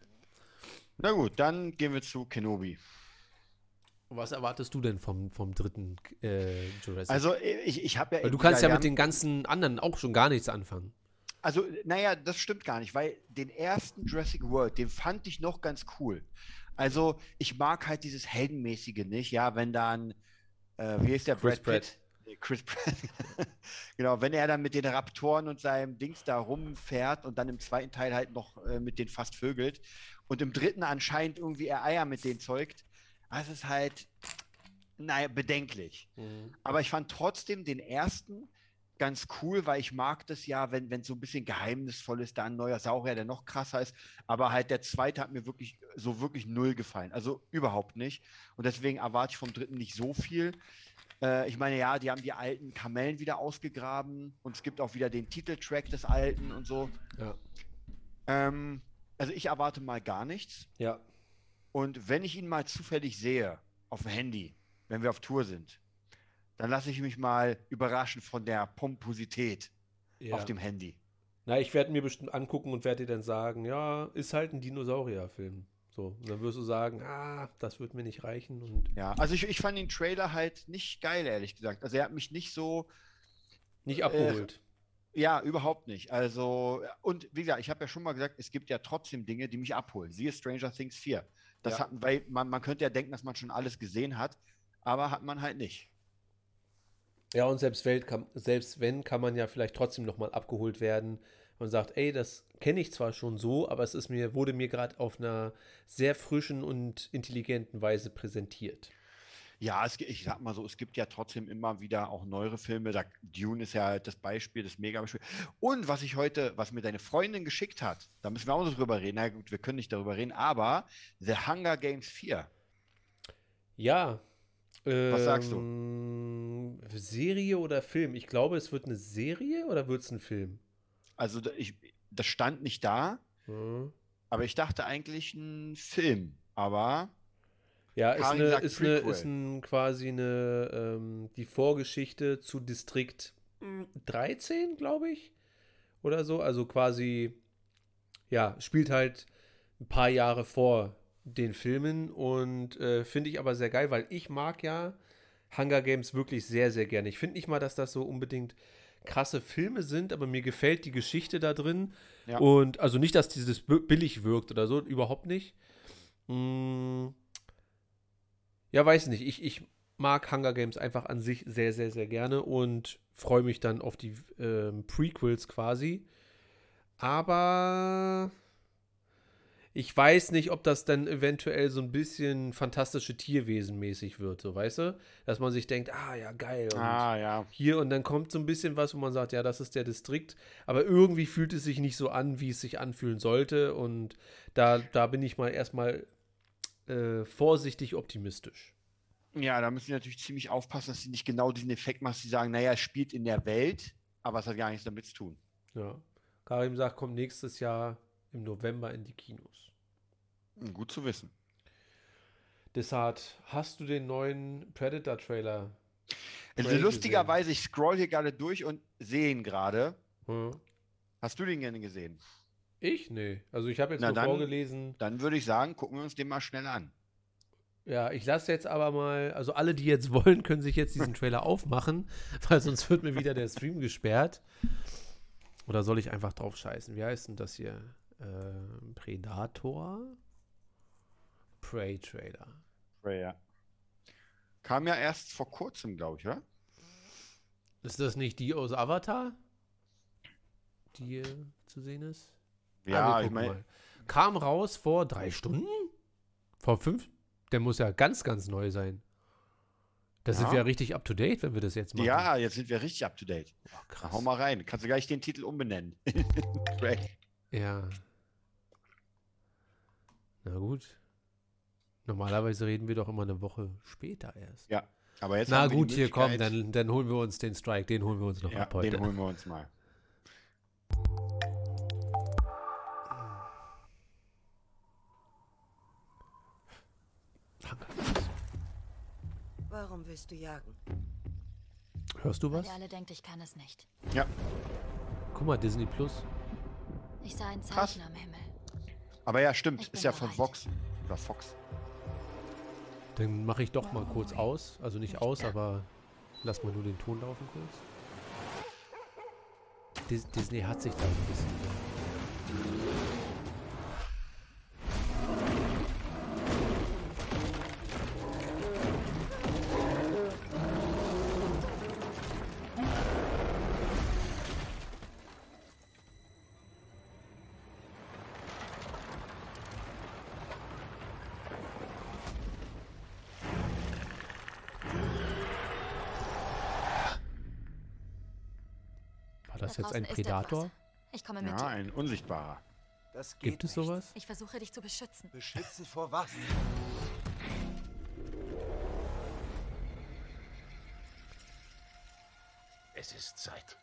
Na gut, dann gehen wir zu Kenobi. Was erwartest du denn vom, vom dritten äh, Jurassic? Also ich, ich habe ja Weil du eben kannst ja gesagt, wir mit den haben, ganzen anderen auch schon gar nichts anfangen. also naja, das stimmt gar nicht, weil den ersten Jurassic World, den fand ich noch ganz cool. Also ich mag halt dieses Heldenmäßige nicht, ja, wenn dann, äh, wie ist der, Chris Brad Pratt. Pitt? Nee, Chris Pratt. Genau, wenn er dann mit den Raptoren und seinem Dings da rumfährt und dann im zweiten Teil halt noch äh, mit denen fast vögelt und im dritten anscheinend irgendwie er Eier mit denen zeugt, das ist halt, naja, bedenklich. Mhm. Aber ich fand trotzdem den ersten ganz cool, weil ich mag das ja, wenn wenn es so ein bisschen geheimnisvoll ist, da ein neuer Saurier, der noch krasser ist. Aber halt der zweite hat mir wirklich so wirklich null gefallen. Also überhaupt nicht. Und deswegen erwarte ich vom dritten nicht so viel. Äh, ich meine, ja, die haben die alten Kamellen wieder ausgegraben und es gibt auch wieder den Titeltrack des alten und so. Ja. Ähm, also ich erwarte mal gar nichts. Ja. Und wenn ich ihn mal zufällig sehe, auf dem Handy, wenn wir auf Tour sind, dann lasse ich mich mal überraschen von der Pomposität Ja. auf dem Handy. Na, ich werde mir bestimmt angucken und werde dir dann sagen, ja, ist halt ein Dinosaurierfilm. So, und dann wirst du sagen, ah, das wird mir nicht reichen. Und Ja, also ich, ich fand den Trailer halt nicht geil, ehrlich gesagt. Also er hat mich nicht so, nicht äh, abgeholt. ja, überhaupt nicht. Also, und wie gesagt, ich habe ja schon mal gesagt, es gibt ja trotzdem Dinge, die mich abholen. Siehe Stranger Things vier. Das Ja. hat, weil man, man könnte ja denken, dass man schon alles gesehen hat, aber hat man halt nicht. Ja, und selbst, Welt kann, selbst wenn, kann man ja vielleicht trotzdem nochmal abgeholt werden. Man sagt, ey, das kenne ich zwar schon so, aber es ist mir, wurde mir gerade auf einer sehr frischen und intelligenten Weise präsentiert. Ja, es, ich sag mal so, es gibt ja trotzdem immer wieder auch neuere Filme. Da, Dune ist ja das Beispiel, das Mega-Beispiel. Und was ich heute, was mir deine Freundin geschickt hat, da müssen wir auch noch drüber reden. Na gut, wir können nicht darüber reden, aber The Hunger Games vier. Ja. Was sagst du? Ähm, Serie oder Film? Ich glaube, es wird eine Serie oder wird es ein Film? Also da- ich, das stand nicht da, Hm. aber ich dachte eigentlich ein Film. Aber Ja, ist Karin eine, sagt ist eine, ist Prequel. ein quasi eine, ähm, die Vorgeschichte zu Distrikt hm, dreizehn, glaube ich, oder so. Also quasi, ja, spielt halt ein paar Jahre vor den Filmen und äh, finde ich aber sehr geil, weil ich mag ja Hunger Games wirklich sehr, sehr gerne. Ich finde nicht mal, dass das so unbedingt krasse Filme sind, aber mir gefällt die Geschichte da drin. Ja. Und also nicht, dass dieses b- billig wirkt oder so, überhaupt nicht. Mm, ja, weiß nicht. Ich, ich mag Hunger Games einfach an sich sehr, sehr, sehr gerne und freue mich dann auf die ähm, Prequels quasi. Aber ich weiß nicht, ob das dann eventuell so ein bisschen fantastische Tierwesen mäßig wird, so, weißt du? Dass man sich denkt, ah ja, geil. Und Ah, ja. hier und dann kommt so ein bisschen was, wo man sagt, ja, das ist der Distrikt. Aber irgendwie fühlt es sich nicht so an, wie es sich anfühlen sollte. Und da, da bin ich mal erstmal äh, vorsichtig optimistisch. Ja, da müssen sie natürlich ziemlich aufpassen, dass sie nicht genau diesen Effekt machen, dass sie sagen, naja, es spielt in der Welt, aber es hat gar nichts damit zu tun. Ja. Karim sagt, kommt nächstes Jahr im November in die Kinos. Hm, gut zu wissen. Deshalb, hast du den neuen Predator-Trailer? Also Prey lustigerweise, ich scroll hier gerade durch und sehe ihn gerade. gesehen? Hm. Hast du den gerne gesehen? Ich? Nee. Also ich habe jetzt Na nur dann- vorgelesen. Dann würde ich sagen, gucken wir uns den mal schnell an. Ja, ich lasse jetzt aber mal, also alle, die jetzt wollen, können sich jetzt diesen Trailer aufmachen, weil sonst wird mir wieder der Stream gesperrt. Oder soll ich einfach drauf scheißen? Wie heißt denn das hier? Äh, Predator? Prey Trailer. Ja. Kam ja erst vor kurzem, glaube ich, oder? Ist das nicht die aus Avatar? Die hier zu sehen ist? Ah, Ja, wir ich gucken meine, mal. Kam raus vor drei Stunden? Vor fünf? Der muss ja ganz, ganz neu sein. Da sind Ja. wir ja richtig up to date, wenn wir das jetzt machen. ja, jetzt sind wir richtig up to date. Oh, Na, krass. hau mal rein. Kannst du gleich den Titel umbenennen. Prey. Ja. Na gut. Normalerweise reden wir doch immer eine Woche später erst. Ja, aber jetzt Na haben wir gut, die hier komm, Möglichkeit- dann, dann holen wir uns den Strike, den holen wir uns noch ja, ab heute. den holen wir uns mal. Warum willst du jagen? Hörst du Weil was? ihr alle denkt, ich kann es nicht. Ja, Guck mal, Disney Plus. Ich sah ein Krass. Zeichen am Himmel. aber ja, stimmt. Ich bin Ist ja von bereit. Vox. Oder Fox. Dann mache ich doch mal kurz aus. Also nicht aus, aber lass mal nur den Ton laufen kurz. Dis Disney hat sich da ein bisschen. War das Da jetzt ein draußen ist Predator? etwas. Ich komme mit Ja, dir. ein Unsichtbarer. Das geht Gibt es nicht. sowas? Ich versuche dich zu beschützen. Beschützen vor was? Es ist Zeit.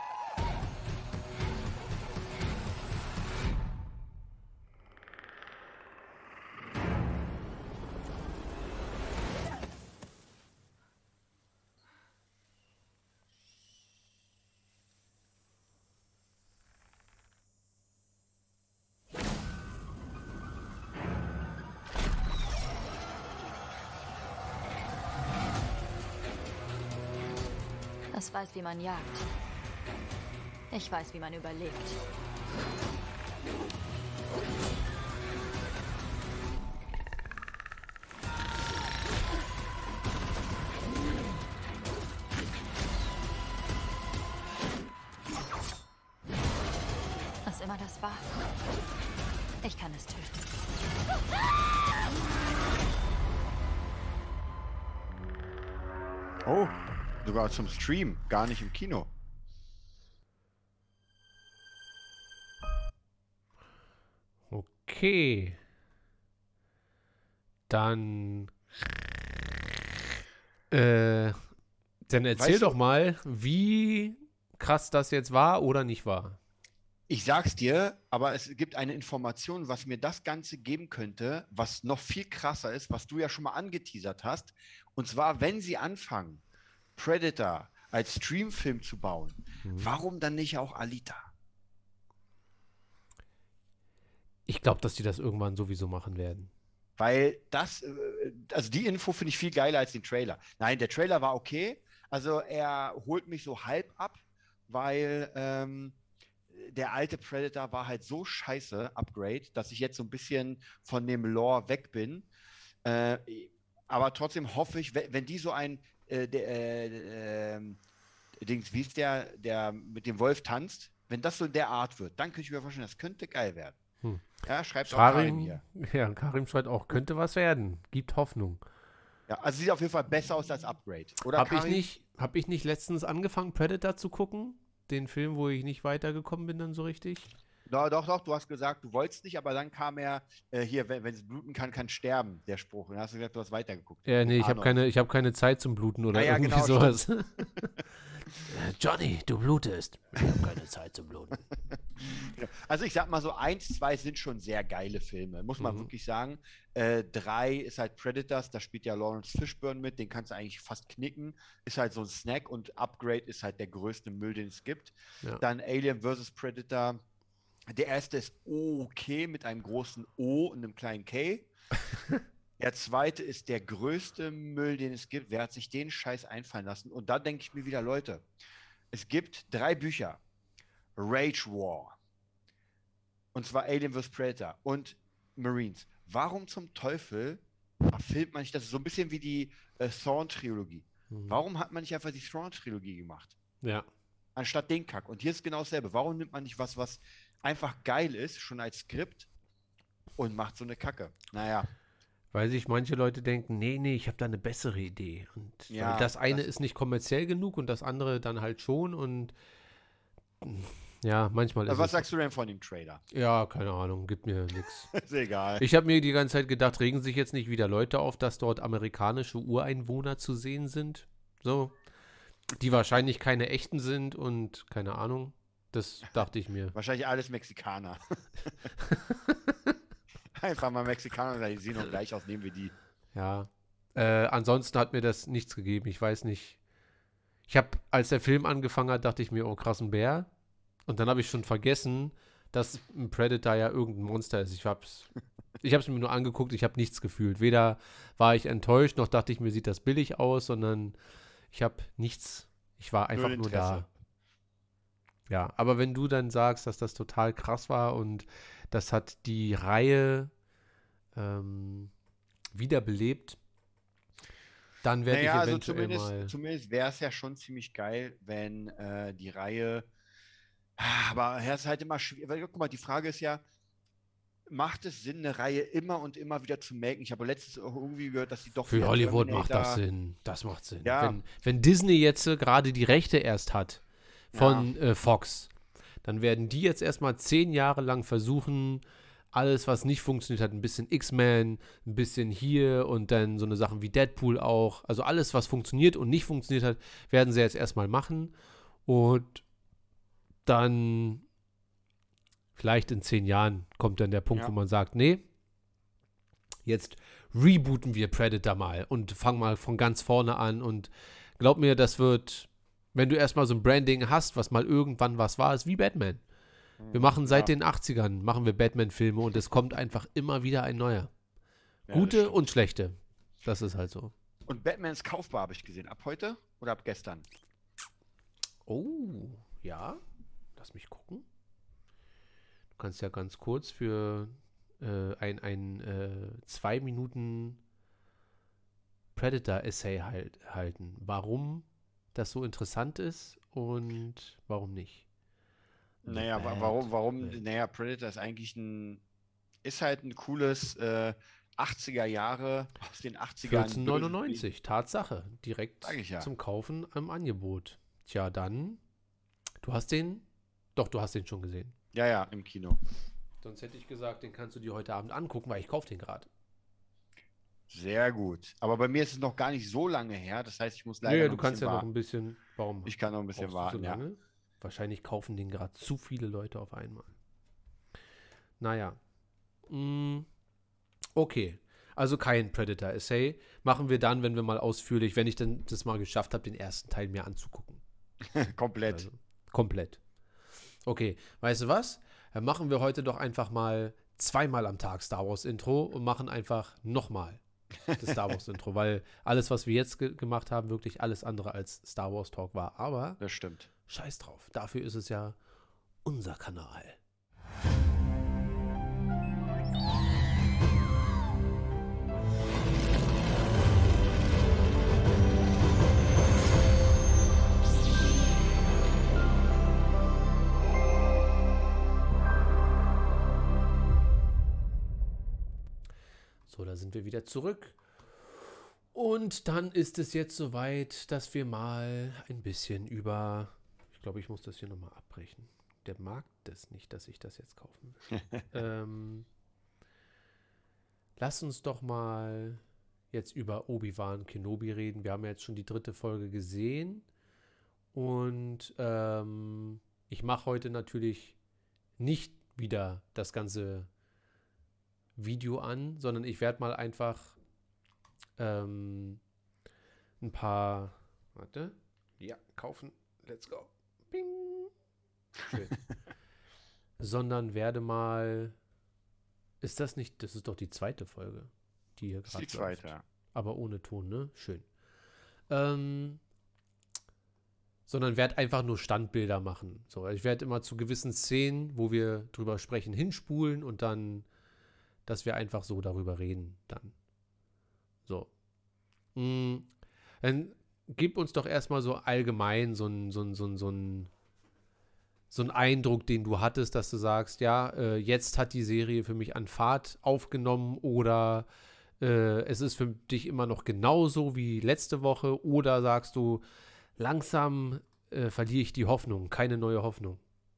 Es weiß, wie man jagt. Ich weiß, wie man überlebt. Was immer das war. Ich kann es töten. Oh, sogar zum Stream, gar nicht im Kino. Okay. Dann. Äh, dann erzähl Weißt du- doch mal, wie krass das jetzt war oder nicht war. Ich sag's dir, aber es gibt eine Information, was mir das Ganze geben könnte, was noch viel krasser ist, was du ja schon mal angeteasert hast. Und zwar, wenn sie anfangen, Predator als Streamfilm zu bauen, warum dann nicht auch Alita? Ich glaube, dass die das irgendwann sowieso machen werden. Weil das, äh, also die Info finde ich viel geiler als den Trailer. Nein, der Trailer war okay. Also er holt mich so halb ab, weil ähm, der alte Predator war halt so scheiße, Upgrade, dass ich jetzt so ein bisschen von dem Lore weg bin. Äh, aber trotzdem hoffe ich, wenn, wenn die so ein äh, der, äh, ähm, Dings, wie ist der, der mit dem Wolf tanzt, wenn das so in der Art wird, dann könnte ich mir vorstellen, das könnte geil werden. Hm. Ja, schreibt auch Karim Karim, hier. ja, Karim schreibt auch, könnte was werden. Gibt Hoffnung. Ja, also sieht auf jeden Fall besser aus als Upgrade. Oder Hab ich, Karim? nicht, hab ich nicht letztens angefangen, Predator zu gucken? Den Film, wo ich nicht weitergekommen bin dann so richtig? Doch, doch, doch, du hast gesagt, du wolltest nicht, aber dann kam er, äh, hier, wenn es bluten kann, kann sterben, der Spruch. Und dann hast du gesagt, du hast weitergeguckt. Ja, nee, ich habe Arnold. keine, ich hab keine Zeit zum Bluten oder Ah ja, irgendwie genau, sowas. Johnny, du blutest. Ich habe keine Zeit zum Bluten. Ja. Also ich sag mal so, eins, zwei sind schon sehr geile Filme, muss man Mhm. wirklich sagen. Äh, drei ist halt Predators, da spielt ja Lawrence Fishburne mit, den kannst du eigentlich fast knicken. Ist halt so ein Snack und Upgrade ist halt der größte Müll, den es gibt. Ja. Dann Alien versus. Predator. Der erste ist okay mit einem großen O und einem kleinen K. Der zweite ist der größte Müll, den es gibt. Wer hat sich den Scheiß einfallen lassen? Und da denke ich mir wieder, Leute, es gibt drei Bücher. Rage War. Und zwar Alien versus. Predator und Marines. Warum zum Teufel filmt man nicht das? So ein bisschen wie die äh, Thrawn-Trilogie. Mhm. Warum hat man nicht einfach die Thrawn-Trilogie gemacht? Ja. Anstatt den Kack. Und hier ist genau dasselbe. Warum nimmt man nicht was, was einfach geil ist, schon als Skript und macht so eine Kacke? Naja. Weil sich manche Leute denken, nee, nee, ich habe da eine bessere Idee. Und Ja, weil das eine das- ist nicht kommerziell genug und das andere dann halt schon und ja, manchmal ist Was es. sagst du denn von dem Trailer? Ja, keine Ahnung, gibt mir nichts. Ist egal. Ich habe mir die ganze Zeit gedacht, regen sich jetzt nicht wieder Leute auf, dass dort amerikanische Ureinwohner zu sehen sind? So. Die wahrscheinlich keine echten sind und keine Ahnung. Das dachte ich mir. Wahrscheinlich alles Mexikaner. Einfach mal Mexikaner, die sehen doch gleich aus, nehmen wir die. Ja. Äh, ansonsten hat mir das nichts gegeben. Ich weiß nicht. Ich habe, als der Film angefangen hat, dachte ich mir, oh, krass, ein Bär. Und dann habe ich schon vergessen, dass ein Predator ja irgendein Monster ist. Ich hab's, ich hab's mir nur angeguckt, ich habe nichts gefühlt. Weder war ich enttäuscht, noch dachte ich mir, sieht das billig aus, sondern ich habe nichts. Ich war einfach Null nur Interesse. da. Ja, aber wenn du dann sagst, dass das total krass war und das hat die Reihe ähm, wiederbelebt, dann werde Naja, ich also eventuell mal. zumindest, zumindest wäre es ja schon ziemlich geil, wenn äh, die Reihe. Aber es ist halt immer schwierig. Weil, guck mal, die Frage ist ja, macht es Sinn, eine Reihe immer und immer wieder zu melken? Ich habe letztens auch irgendwie gehört, dass sie doch Für wieder Hollywood macht Terminator- das Sinn. Das macht Sinn. Ja. Wenn, wenn Disney jetzt äh, gerade die Rechte erst hat von äh, Fox, dann werden die jetzt erstmal zehn Jahre lang versuchen, alles, was nicht funktioniert hat, ein bisschen X-Men, ein bisschen hier und dann so eine Sachen wie Deadpool auch. Also alles, was funktioniert und nicht funktioniert hat, werden sie jetzt erstmal machen. Und dann vielleicht in zehn Jahren kommt dann der Punkt, Ja. wo man sagt, nee, jetzt rebooten wir Predator mal und fangen mal von ganz vorne an und glaub mir, das wird, wenn du erstmal so ein Branding hast, was mal irgendwann was war, ist wie Batman. Wir machen seit Ja. den achtzigern, machen wir Batman-Filme und es kommt einfach immer wieder ein neuer. Ja, das Gute stimmt. und schlechte. Das ist halt so. Und Batman ist kaufbar, habe ich gesehen. Ab heute oder ab gestern? Oh, ja. Lass mich gucken. Du kannst ja ganz kurz für äh, ein, ein äh, zwei Minuten Predator-Essay halt, halten. Warum das so interessant ist und warum nicht. Naja, wa- Bad. warum, warum, Bad. naja, Predator ist eigentlich ein, ist halt ein cooles äh, achtziger Jahre, aus den achtzigern. vierzehnhundertneunundneunzig, Tatsache. Direkt Sag ich ja. zum Kaufen im Angebot. Tja, dann, du hast den, doch, du hast den schon gesehen. Ja, ja, im Kino. Sonst hätte ich gesagt, den kannst du dir heute Abend angucken, weil ich kaufe den gerade. Sehr gut. Aber bei mir ist es noch gar nicht so lange her. Das heißt, ich muss leider Naja, noch du ein kannst ja bisschen noch warten. ein bisschen, warum Ich kann noch ein bisschen brauchst du warten, so ja. lange? Wahrscheinlich kaufen den gerade zu viele Leute auf einmal. Naja. Mm, okay. Also kein Predator-Essay. Machen wir dann, wenn wir mal ausführlich, wenn ich dann das mal geschafft habe, den ersten Teil mir anzugucken. Komplett. Also, komplett. Okay, weißt du was? Dann machen wir heute doch einfach mal zweimal am Tag Star Wars Intro und machen einfach nochmal das Star Wars Intro, weil alles, was wir jetzt ge gemacht haben, wirklich alles andere als Star Wars Talk war. Aber Das stimmt. scheiß drauf, dafür ist es ja unser Kanal. So, da sind wir wieder zurück. Und dann ist es jetzt soweit, dass wir mal ein bisschen über... Ich glaube, ich muss das hier nochmal abbrechen. Der mag das nicht, dass ich das jetzt kaufen will. ähm, lass uns doch mal jetzt über Obi-Wan Kenobi reden. Wir haben ja jetzt schon die dritte Folge gesehen. Und ähm, ich mache heute natürlich nicht wieder das ganze Video an, sondern ich werde mal einfach ähm, ein paar, warte, ja, kaufen, let's go, ping, schön, sondern werde mal, ist das nicht, das ist doch die zweite Folge, die hier gerade Die zweite, ja. Aber ohne Ton, ne? Schön. Ähm, sondern werde einfach nur Standbilder machen. So, ich werde immer zu gewissen Szenen, wo wir drüber sprechen, hinspulen und dann, dass wir einfach so darüber reden dann. So. Mhm. Dann gib uns doch erstmal so allgemein so ein, so ein, so ein, so ein, so ein Eindruck, den du hattest, dass du sagst, ja, äh, jetzt hat die Serie für mich an Fahrt aufgenommen oder äh, es ist für dich immer noch genauso wie letzte Woche oder sagst du, langsam äh, verliere ich die Hoffnung, keine neue Hoffnung.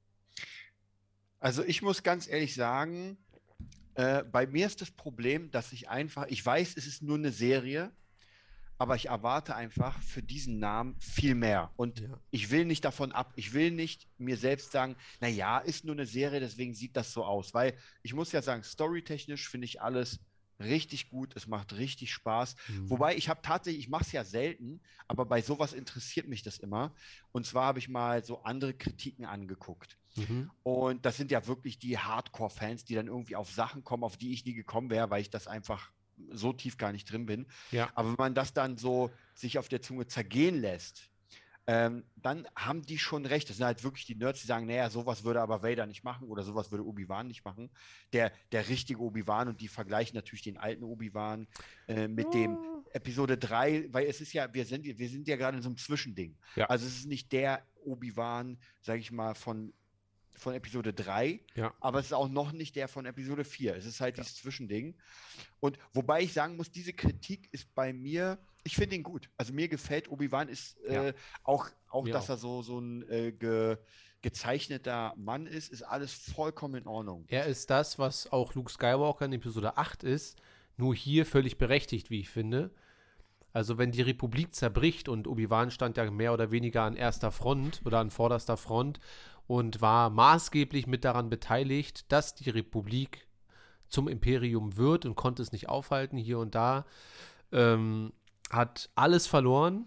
Also ich muss ganz ehrlich sagen, äh, bei mir ist das Problem, dass ich einfach, ich weiß, es ist nur eine Serie, aber ich erwarte einfach für diesen Namen viel mehr. Und Ja. ich will nicht davon ab, ich will nicht mir selbst sagen, naja, ist nur eine Serie, deswegen sieht das so aus. Weil ich muss ja sagen, storytechnisch finde ich alles richtig gut, es macht richtig Spaß. Mhm. Wobei ich habe tatsächlich, ich mache es ja selten, aber bei sowas interessiert mich das immer. Und zwar habe ich mal so andere Kritiken angeguckt. Mhm. Und das sind ja wirklich die Hardcore-Fans, die dann irgendwie auf Sachen kommen, auf die ich nie gekommen wäre, weil ich das einfach so tief gar nicht drin bin. Ja. Aber wenn man das dann so sich auf der Zunge zergehen lässt, ähm, dann haben die schon recht. Das sind halt wirklich die Nerds, die sagen, naja, sowas würde aber Vader nicht machen oder sowas würde Obi-Wan nicht machen. Der, der richtige Obi-Wan, und die vergleichen natürlich den alten Obi-Wan äh, mit dem Episode drei, weil es ist ja, wir sind, wir sind ja gerade in so einem Zwischending. Ja. Also es ist nicht der Obi-Wan, sage ich mal, von von Episode drei, Ja. aber es ist auch noch nicht der von Episode vier. Es ist halt Ja. dieses Zwischending. Und wobei ich sagen muss, diese Kritik ist bei mir, ich finde ihn gut. Also mir gefällt, Obi-Wan ist äh, Ja. auch, auch Mir dass auch. er so, so ein äh, ge, gezeichneter Mann ist, ist alles vollkommen in Ordnung. Er ist das, was auch Luke Skywalker in Episode acht ist, nur hier völlig berechtigt, wie ich finde. Also wenn die Republik zerbricht und Obi-Wan stand ja mehr oder weniger an erster Front oder an vorderster Front und war maßgeblich mit daran beteiligt, dass die Republik zum Imperium wird und konnte es nicht aufhalten hier und da, ähm, hat alles verloren.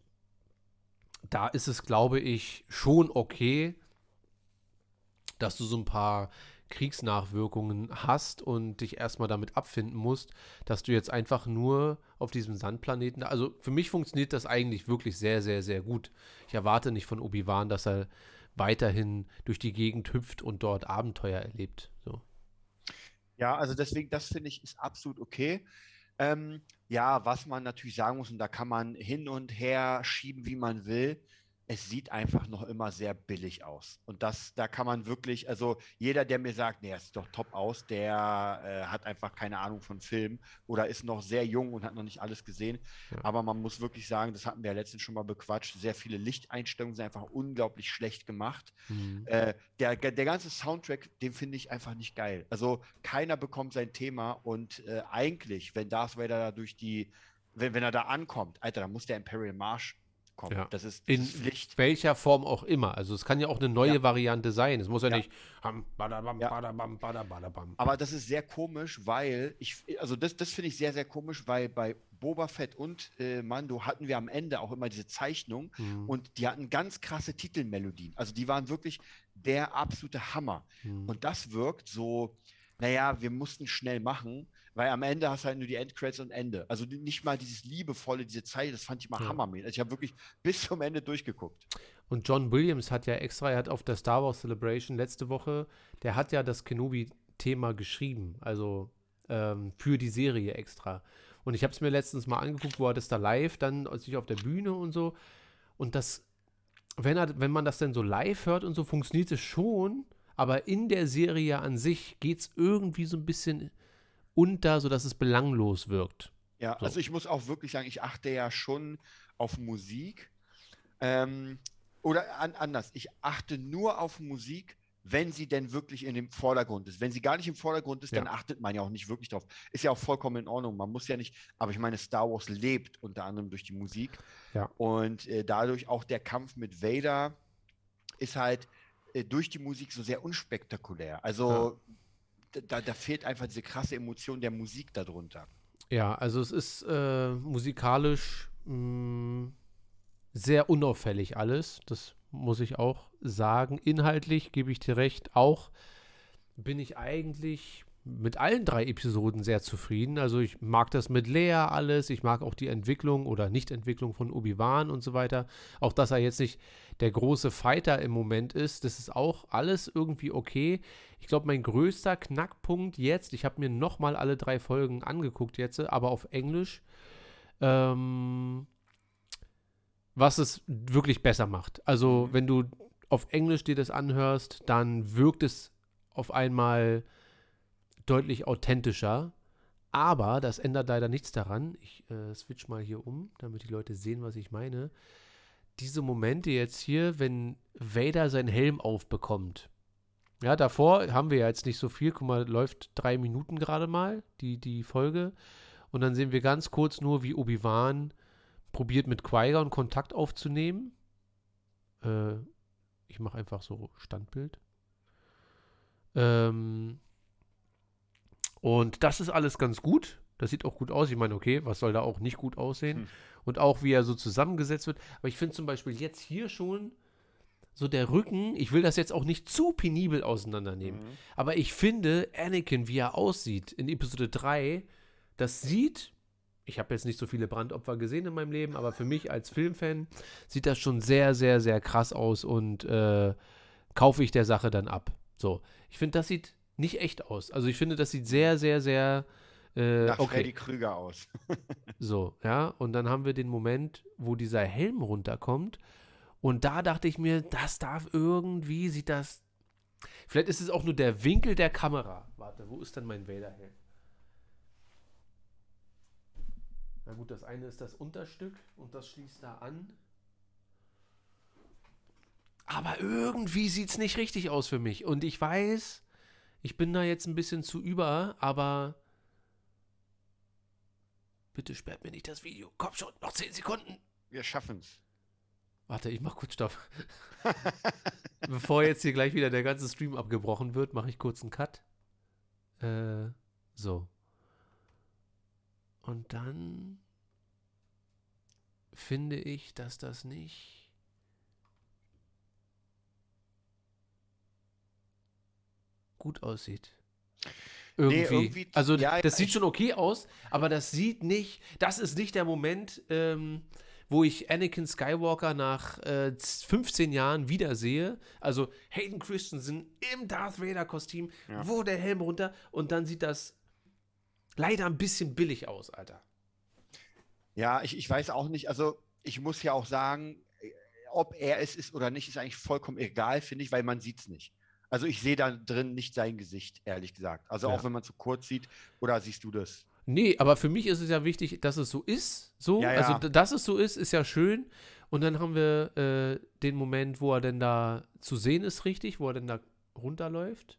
Da ist es, glaube ich, schon okay, dass du so ein paar Kriegsnachwirkungen hast und dich erstmal damit abfinden musst, dass du jetzt einfach nur auf diesem Sandplaneten, also für mich funktioniert das eigentlich wirklich sehr, sehr, sehr gut. Ich erwarte nicht von Obi-Wan, dass er weiterhin durch die Gegend hüpft und dort Abenteuer erlebt. So. Ja, also deswegen, das finde ich, ist absolut okay. Ähm, ja, was man natürlich sagen muss, und da kann man hin und her schieben, wie man will, es sieht einfach noch immer sehr billig aus. Und das, da kann man wirklich, also jeder, der mir sagt, nee, es sieht doch top aus, der äh, hat einfach keine Ahnung von Film oder ist noch sehr jung und hat noch nicht alles gesehen. Ja. Aber man muss wirklich sagen, das hatten wir ja letztens schon mal bequatscht, sehr viele Lichteinstellungen sind einfach unglaublich schlecht gemacht. Mhm. Äh, der, der ganze Soundtrack, den finde ich einfach nicht geil. Also keiner bekommt sein Thema und äh, eigentlich, wenn Darth Vader da durch die, wenn, wenn er da ankommt, Alter, dann muss der Imperial March kommen. Ja. Das ist, das In ist Pflicht. welcher Form auch immer. Also es kann ja auch eine neue Ja. Variante sein. Es muss ja, Ja. nicht ham, badabam, Ja. badabam, badabam. Aber das ist sehr komisch, weil ich, also das, das finde ich sehr, sehr komisch, weil bei Boba Fett und äh, Mando hatten wir am Ende auch immer diese Zeichnung Mhm. und die hatten ganz krasse Titelmelodien. Also die waren wirklich der absolute Hammer. Mhm. Und das wirkt so, naja, wir mussten schnell machen, weil am Ende hast du halt nur die Endcredits und Ende. Also die- nicht mal dieses liebevolle, diese Zeit, das fand ich mal Ja. hammermäßig. Also ich habe wirklich bis zum Ende durchgeguckt. Und John Williams hat ja extra, er hat auf der Star Wars Celebration letzte Woche, der hat ja das Kenobi-Thema geschrieben, also ähm, für die Serie extra. Und ich habe es mir letztens mal angeguckt, wo er das da live dann sich auf der Bühne und so. Und das, wenn, er, wenn man das dann so live hört und so, funktioniert es schon, aber in der Serie an sich geht es irgendwie so ein bisschen unter, sodass es belanglos wirkt. Ja, So. also ich muss auch wirklich sagen, ich achte ja schon auf Musik. Ähm, oder an, anders, ich achte nur auf Musik, wenn sie denn wirklich in dem Vordergrund ist. Wenn sie gar nicht im Vordergrund ist, dann Ja. achtet man ja auch nicht wirklich drauf. Ist ja auch vollkommen in Ordnung. Man muss ja nicht, aber ich meine, Star Wars lebt unter anderem durch die Musik. Ja. Und äh, dadurch auch der Kampf mit Vader ist halt äh, durch die Musik so sehr unspektakulär. Also da, da fehlt einfach diese krasse Emotion der Musik darunter. Ja, also es ist äh, musikalisch mh, sehr unauffällig alles. Das muss ich auch sagen. Inhaltlich gebe ich dir recht. Auch bin ich eigentlich mit allen drei Episoden sehr zufrieden. Also ich mag das mit Leia alles. Ich mag auch die Entwicklung oder Nichtentwicklung von Obi-Wan und so weiter. Auch, dass er jetzt nicht der große Fighter im Moment ist. Das ist auch alles irgendwie okay. Ich glaube, mein größter Knackpunkt jetzt, ich habe mir nochmal alle drei Folgen angeguckt jetzt, aber auf Englisch, ähm, was es wirklich besser macht. Also, wenn du auf Englisch dir das anhörst, dann wirkt es auf einmal deutlich authentischer. Aber das ändert leider nichts daran. Ich äh, switch mal hier um, damit die Leute sehen, was ich meine. Diese Momente jetzt hier, wenn Vader seinen Helm aufbekommt. Ja, davor haben wir ja jetzt nicht so viel. Guck mal, läuft drei Minuten gerade mal, die, die Folge. Und dann sehen wir ganz kurz nur, wie Obi-Wan probiert mit Qui-Gon Kontakt aufzunehmen. Äh, ich mache einfach so Standbild. Ähm, und das ist alles ganz gut. Das sieht auch gut aus. Ich meine, okay, was soll da auch nicht gut aussehen? Hm. Und auch, wie er so zusammengesetzt wird. Aber ich finde zum Beispiel jetzt hier schon so der Rücken, ich will das jetzt auch nicht zu penibel auseinandernehmen, Mhm. aber ich finde, Anakin, wie er aussieht in Episode drei, das sieht, ich habe jetzt nicht so viele Brandopfer gesehen in meinem Leben, aber für mich als Filmfan sieht das schon sehr, sehr, sehr krass aus und äh, kaufe ich der Sache dann ab. So, ich finde, das sieht nicht echt aus. Also ich finde, das sieht sehr, sehr, sehr äh, Nach okay. Freddy Krüger aus. So, ja, und dann haben wir den Moment, wo dieser Helm runterkommt und da dachte ich mir, das darf irgendwie, sieht das, vielleicht ist es auch nur der Winkel der Kamera. Warte, wo ist denn mein Vader-Helm? Na gut, das eine ist das Unterstück und das schließt da an. Aber irgendwie sieht es nicht richtig aus für mich und ich weiß, ich bin da jetzt ein bisschen zu über, aber bitte sperrt mir nicht das Video. Komm schon, noch zehn Sekunden. Wir schaffen's. Warte, ich mach kurz Stopp. Bevor jetzt hier gleich wieder der ganze Stream abgebrochen wird, mache ich kurz einen Cut. Äh, so. Und dann finde ich, dass das nicht gut aussieht. Irgendwie. Nee, irgendwie- also ja, das ja, sieht ich- schon okay aus, aber das sieht nicht, das ist nicht der Moment, ähm, wo ich Anakin Skywalker nach äh, fünfzehn Jahren wiedersehe. Also Hayden Christensen im Darth Vader-Kostüm, Ja. wo der Helm runter und dann sieht das leider ein bisschen billig aus, Alter. Ja, ich, ich weiß auch nicht, also ich muss ja auch sagen, äh, ob er es ist oder nicht, ist eigentlich vollkommen egal, finde ich, weil man sieht es nicht. Also ich sehe da drin nicht sein Gesicht, ehrlich gesagt. Also Ja. auch wenn man es so kurz sieht, oder siehst du das? Nee, aber für mich ist es ja wichtig, dass es so ist. So. Ja, ja. Also, d- dass es so ist, ist ja schön. Und dann haben wir äh, den Moment, wo er denn da zu sehen ist, richtig, wo er denn da runterläuft.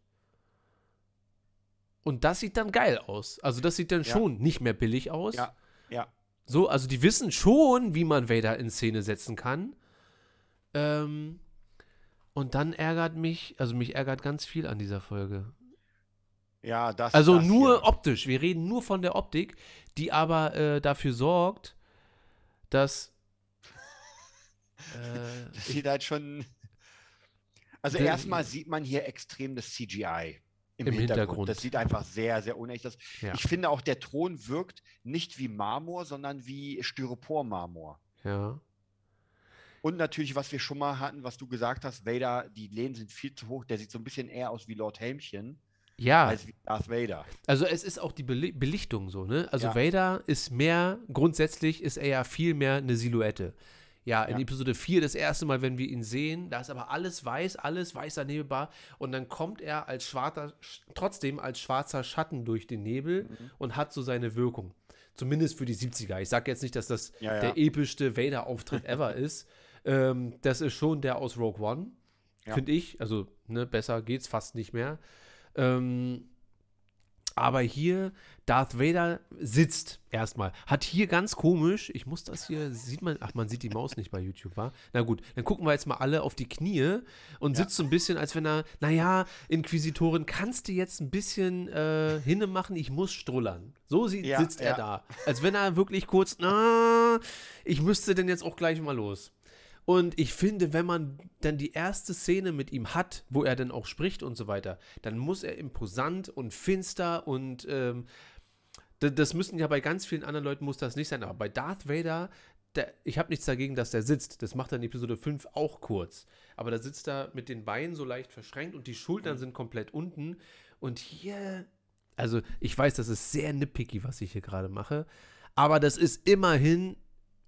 Und das sieht dann geil aus. Also, das sieht dann Ja. schon nicht mehr billig aus. Ja, ja. So, also die wissen schon, wie man Vader in Szene setzen kann. Ähm, und dann ärgert mich, also mich ärgert ganz viel an dieser Folge. Ja, das Also das nur hier. optisch. Wir reden nur von der Optik, die aber äh, dafür sorgt, dass äh, Das ich, sieht halt schon. Also Der- erstmal sieht man hier extrem das C G I im, Im Hintergrund. Hintergrund. Das sieht einfach sehr, sehr unecht aus. Ja. Ich finde auch, der Thron wirkt nicht wie Marmor, sondern wie Styropor-Marmor. ja, Und natürlich, was wir schon mal hatten, was du gesagt hast, Vader, die Lehnen sind viel zu hoch. Der sieht so ein bisschen eher aus wie Lord Helmchen ja. als wie Darth Vader. Also es ist auch die Beli Belichtung so, ne? Also Ja. Vader ist mehr, grundsätzlich ist er ja viel mehr eine Silhouette. Ja, in Ja. Episode vier das erste Mal, wenn wir ihn sehen, da ist aber alles weiß, alles weißer Nebelbar und dann kommt er als schwarzer, sch- trotzdem als schwarzer Schatten durch den Nebel Mhm. und hat so seine Wirkung. Zumindest für die siebziger. Ich sage jetzt nicht, dass das Ja, ja. der epischste Vader-Auftritt ever ist. Ähm, das ist schon der aus Rogue One, Ja. finde ich. Also, ne, besser geht's fast nicht mehr. Ähm, aber hier, Darth Vader sitzt erstmal. Hat hier ganz komisch, ich muss das hier, sieht man, ach, man sieht die Maus nicht bei YouTube, wa? Na gut, dann gucken wir jetzt mal alle auf die Knie und Ja. sitzt so ein bisschen, als wenn er, naja, Inquisitorin, kannst du jetzt ein bisschen äh, hinne machen, ich muss strullern. So sieht, Ja, sitzt er ja. da. Als wenn er wirklich kurz, na, ich müsste denn jetzt auch gleich mal los. Und ich finde, wenn man dann die erste Szene mit ihm hat, wo er dann auch spricht und so weiter, dann muss er imposant und finster und ähm, d- das müssen ja bei ganz vielen anderen Leuten muss das nicht sein, aber bei Darth Vader, der, ich habe nichts dagegen, dass der sitzt. Das macht er in Episode fünf auch kurz. Aber da sitzt er mit den Beinen so leicht verschränkt und die Schultern sind komplett unten. Und hier, also ich weiß, das ist sehr nitpicky, was ich hier gerade mache, aber das ist immerhin,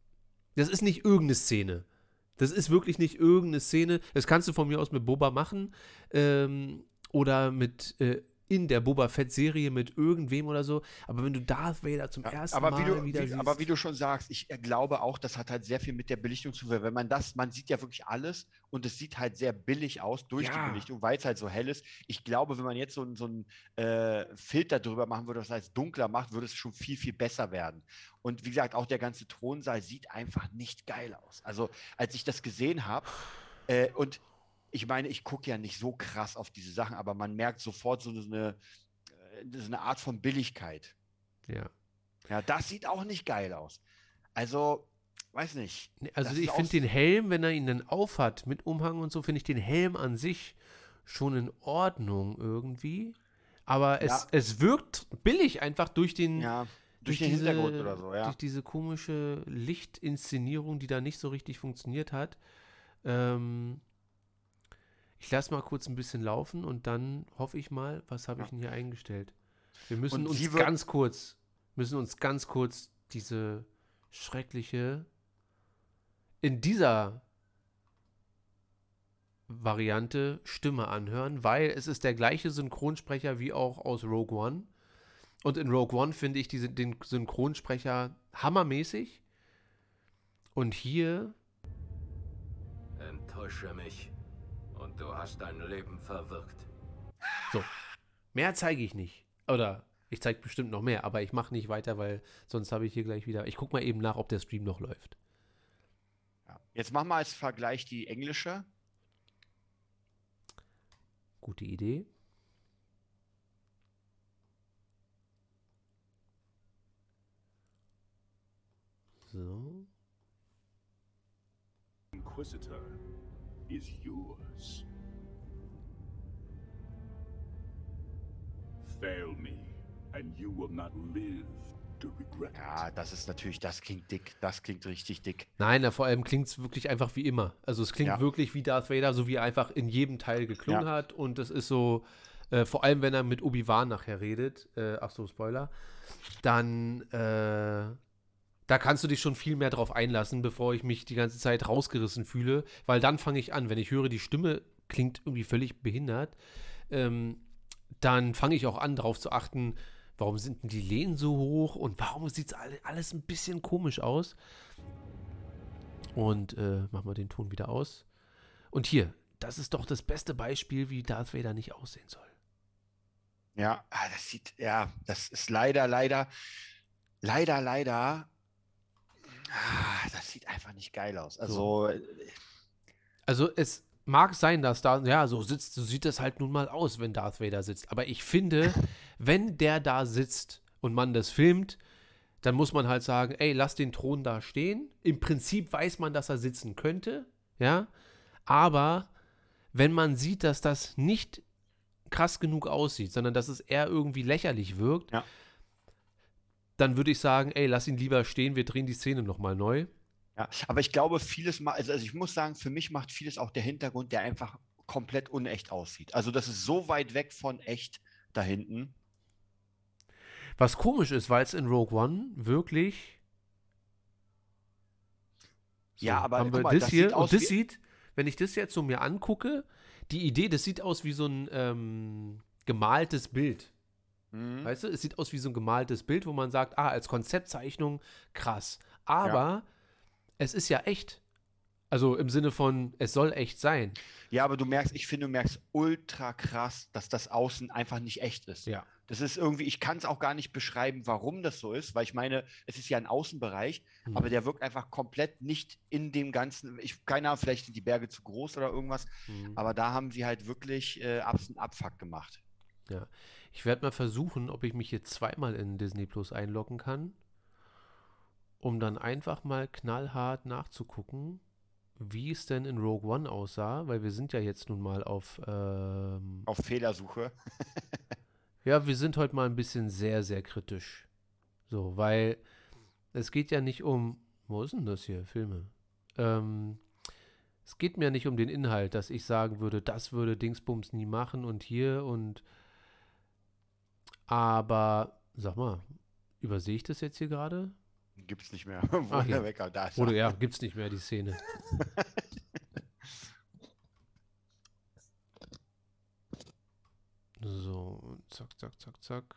das ist nicht irgendeine Szene. Das ist wirklich nicht irgendeine Szene. Das kannst du von mir aus mit Boba machen ähm, oder mit äh, in der Boba Fett-Serie mit irgendwem oder so. Aber wenn du Darth Vader zum Ja, ersten aber Mal wie du, wieder wie, siehst. aber wie du schon sagst, ich äh, glaube auch, das hat halt sehr viel mit der Belichtung zu tun. Wenn man das, man sieht ja wirklich alles und es sieht halt sehr billig aus durch Ja. die Belichtung, weil es halt so hell ist. Ich glaube, wenn man jetzt so, ein- so einen äh, Filter drüber machen würde, das heißt dunkler macht, würde es schon viel, viel besser werden. Und wie gesagt, auch der ganze Thronsaal sieht einfach nicht geil aus. Also als ich das gesehen habe äh, und ich meine, ich gucke ja nicht so krass auf diese Sachen, aber man merkt sofort so eine, äh, so eine Art von Billigkeit. ja. Ja, das sieht auch nicht geil aus. Also, weiß nicht. Nee, Also Das ich ist finde aus- den Helm, wenn er ihn dann aufhat mit Umhang und so, finde ich den Helm an sich schon in Ordnung irgendwie. Aber es, Ja. es wirkt billig einfach durch den, Ja, durch, durch den diese, Hintergrund oder so, ja. durch diese komische Lichtinszenierung, die da nicht so richtig funktioniert hat. Ähm, ich lasse mal kurz ein bisschen laufen und dann hoffe ich mal, was habe ich Ja. denn hier eingestellt? Wir müssen Und uns sie wird- ganz kurz, müssen uns ganz kurz diese schreckliche, in dieser Variante Stimme anhören, weil es ist der gleiche Synchronsprecher wie auch aus Rogue One. Und in Rogue One finde ich diese, den Synchronsprecher hammermäßig. Und hier, Enttäusche mich und du hast dein Leben verwirkt. so, mehr zeige ich nicht. Oder ich zeige bestimmt noch mehr, aber ich mache nicht weiter, weil sonst habe ich hier gleich wieder. Ich gucke mal eben nach, ob der Stream noch läuft. Ja. Jetzt machen wir als Vergleich die englische. Gute Idee. So. Inquisitor is yours. Fail me, and you will not live to regret Ja, it. das ist natürlich, das klingt dick. Das klingt richtig dick. Nein, na, vor allem klingt es wirklich einfach wie immer. Also es klingt Ja. wirklich wie Darth Vader, so wie er einfach in jedem Teil geklungen Ja. hat. Und das ist so, äh, vor allem wenn er mit Obi-Wan nachher redet, äh, ach so, Spoiler, dann, äh, da kannst du dich schon viel mehr drauf einlassen, bevor ich mich die ganze Zeit rausgerissen fühle. Weil dann fange ich an, wenn ich höre, die Stimme klingt irgendwie völlig behindert, ähm, dann fange ich auch an, darauf zu achten, warum sind denn die Lehnen so hoch und warum sieht es alles ein bisschen komisch aus. Und äh, machen wir den Ton wieder aus. Und hier, das ist doch das beste Beispiel, wie Darth Vader nicht aussehen soll. Ja, ah, das sieht, ja, das ist leider, leider, leider, leider, ah, das sieht einfach nicht geil aus. Also, äh, Also es mag sein, dass da, ja, so sitzt, so sieht das halt nun mal aus, wenn Darth Vader sitzt. Aber ich finde, wenn der da sitzt und man das filmt, dann muss man halt sagen, ey, lass den Thron da stehen. Im Prinzip weiß man, dass er sitzen könnte, ja. Aber wenn man sieht, dass das nicht krass genug aussieht, sondern dass es eher irgendwie lächerlich wirkt, Ja. dann würde ich sagen, ey, lass ihn lieber stehen, wir drehen die Szene nochmal neu. ja, aber ich glaube, vieles, ma- also, also ich muss sagen, für mich macht vieles auch der Hintergrund, der einfach komplett unecht aussieht. Also, das ist so weit weg von echt da hinten. Was komisch ist, weil es in Rogue One wirklich So, Ja, aber haben wir guck mal, das, das hier sieht aus und das wie- sieht, wenn ich das jetzt so mir angucke, die Idee, das sieht aus wie so ein ähm, gemaltes Bild. Mhm. Weißt du, es sieht aus wie so ein gemaltes Bild, wo man sagt, ah, als Konzeptzeichnung krass. Aber es ist ja echt. Also im Sinne von, es soll echt sein. Ja, aber du merkst, ich finde, du merkst ultra krass, dass das Außen einfach nicht echt ist. Ja. Das ist irgendwie, ich kann es auch gar nicht beschreiben, warum das so ist, weil ich meine, es ist ja ein Außenbereich, Mhm. aber der wirkt einfach komplett nicht in dem Ganzen. Ich, keine Ahnung, vielleicht sind die Berge zu groß oder irgendwas, Mhm. aber da haben sie halt wirklich äh, absoluten Abfuck gemacht. Ja. Ich werde mal versuchen, ob ich mich hier zweimal in Disney Plus einloggen kann, um dann einfach mal knallhart nachzugucken, wie es denn in Rogue One aussah, weil wir sind ja jetzt nun mal auf, ähm, Auf Fehlersuche. ja, wir sind heute mal ein bisschen sehr, sehr kritisch. So, weil es geht ja nicht um, wo ist denn das hier, Filme? Ähm, es geht mir nicht um den Inhalt, dass ich sagen würde, das würde Dingsbums nie machen und hier und aber, sag mal, übersehe ich das jetzt hier gerade? Gibt's nicht mehr. Wo Ach ist der ja. Wecker? Da ist Oder er. ja, gibt's nicht mehr die Szene. So, zack, zack, zack, zack.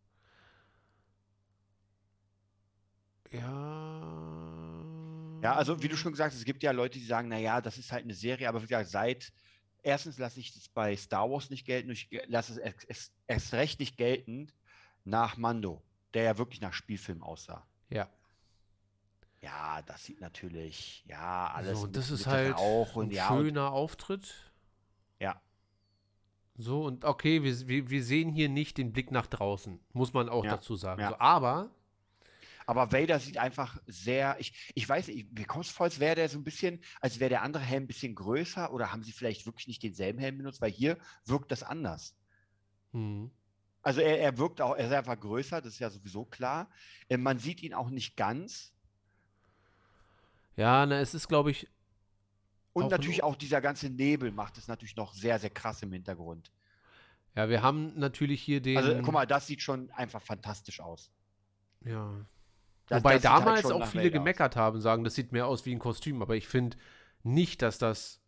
Ja. Ja, also wie du schon gesagt hast, es gibt ja Leute, die sagen, naja, das ist halt eine Serie, aber wie gesagt, seit, erstens lasse ich das bei Star Wars nicht gelten, ich ge- lasse es erst, erst, erst recht nicht gelten nach Mando, der ja wirklich nach Spielfilm aussah. Ja. Ja, das sieht natürlich, ja, alles So, und das mit- ist mit halt Rauch und ein ja, und, schöner Auftritt. ja, So, und okay, wir, wir, wir sehen hier nicht den Blick nach draußen, muss man auch Ja, dazu sagen. ja. So, aber, aber Vader sieht einfach sehr, ich, ich weiß nicht, mir kommt es vor, als wäre der so ein bisschen, als wäre der andere Helm ein bisschen größer oder haben sie vielleicht wirklich nicht denselben Helm benutzt, weil hier wirkt das anders. hm, Also er, er wirkt auch, er ist einfach größer, das ist ja sowieso klar. Äh, Man sieht ihn auch nicht ganz. ja, na, es ist, glaube ich, Und Auch natürlich in- auch dieser ganze Nebel macht es natürlich noch sehr, sehr krass im Hintergrund. ja, wir haben natürlich hier den, Also guck mal, das sieht schon einfach fantastisch aus. ja. Das, Wobei das sieht halt damals schon auch nach viele Vader aus. gemeckert haben, sagen, das sieht mehr aus wie ein Kostüm, aber ich finde nicht, dass das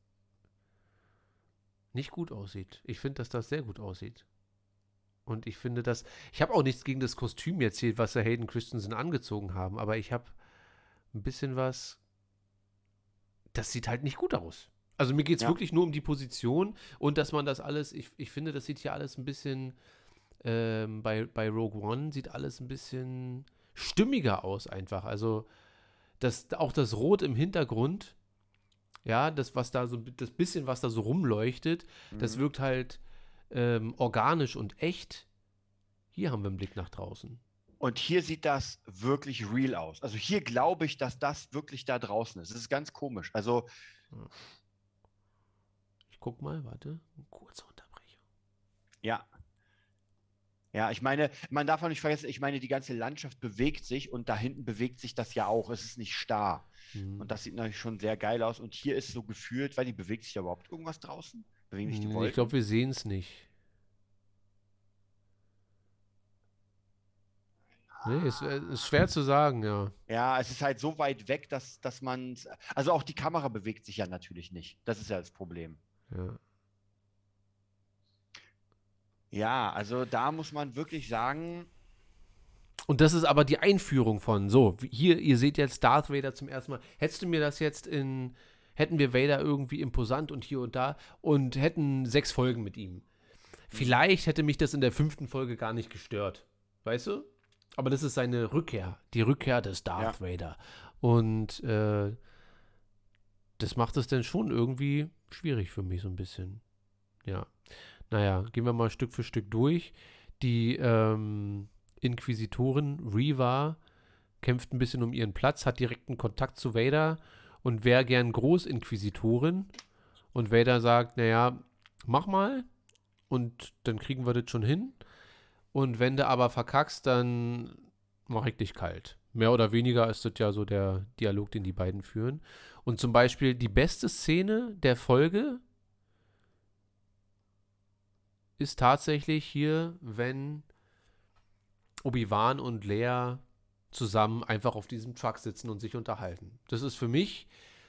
nicht gut aussieht. Ich finde, dass das sehr gut aussieht. Und ich finde, dass, ich habe auch nichts gegen das Kostüm jetzt hier, was der Hayden Christensen angezogen haben, aber ich habe ein bisschen was, das sieht halt nicht gut aus. Also mir geht es Ja. wirklich nur um die Position und dass man das alles, ich, ich finde, das sieht hier alles ein bisschen, ähm, bei, bei Rogue One sieht alles ein bisschen stimmiger aus einfach. Also das, auch das Rot im Hintergrund, ja, das, was da so, das bisschen, was da so rumleuchtet, das Mhm. wirkt halt ähm, organisch und echt. Hier haben wir einen Blick nach draußen. Und hier sieht das wirklich real aus. Also hier glaube ich, dass das wirklich da draußen ist. Das ist ganz komisch. Also Ich guck mal, warte, eine kurze Unterbrechung. ja. Ja, ich meine, man darf auch nicht vergessen, ich meine, die ganze Landschaft bewegt sich und da hinten bewegt sich das ja auch. Es ist nicht starr. Hm. Und das sieht natürlich schon sehr geil aus. Und hier ist so gefühlt, weil die bewegt sich da überhaupt irgendwas draußen? Bewegen sich die Nee, Wolken? ich glaube, wir sehen es nicht. Nee, es äh, ist schwer zu sagen, ja. Ja, es ist halt so weit weg, dass, dass man. Also auch die Kamera bewegt sich ja natürlich nicht. Das ist ja das Problem. ja. Ja, also da muss man wirklich sagen, Und das ist aber die Einführung von, so, wie- hier, ihr seht jetzt Darth Vader zum ersten Mal. Hättest du mir das jetzt in, hätten wir Vader irgendwie imposant und hier und da und hätten sechs Folgen mit ihm. Vielleicht hätte mich das in der fünften Folge gar nicht gestört. Weißt du? Aber das ist seine Rückkehr, die Rückkehr des Darth Vader. Und äh, das macht es dann schon irgendwie schwierig für mich so ein bisschen. Ja. Naja, gehen wir mal Stück für Stück durch. Die ähm, Inquisitorin Reva kämpft ein bisschen um ihren Platz, hat direkten Kontakt zu Vader und wäre gern Großinquisitorin. Und Vader sagt, naja, mach mal und dann kriegen wir das schon hin. Und wenn du aber verkackst, dann mach ich dich kalt. Mehr oder weniger ist das ja so der Dialog, den die beiden führen. Und zum Beispiel die beste Szene der Folge ist tatsächlich hier, wenn Obi-Wan und Leia zusammen einfach auf diesem Truck sitzen und sich unterhalten. Das ist für mich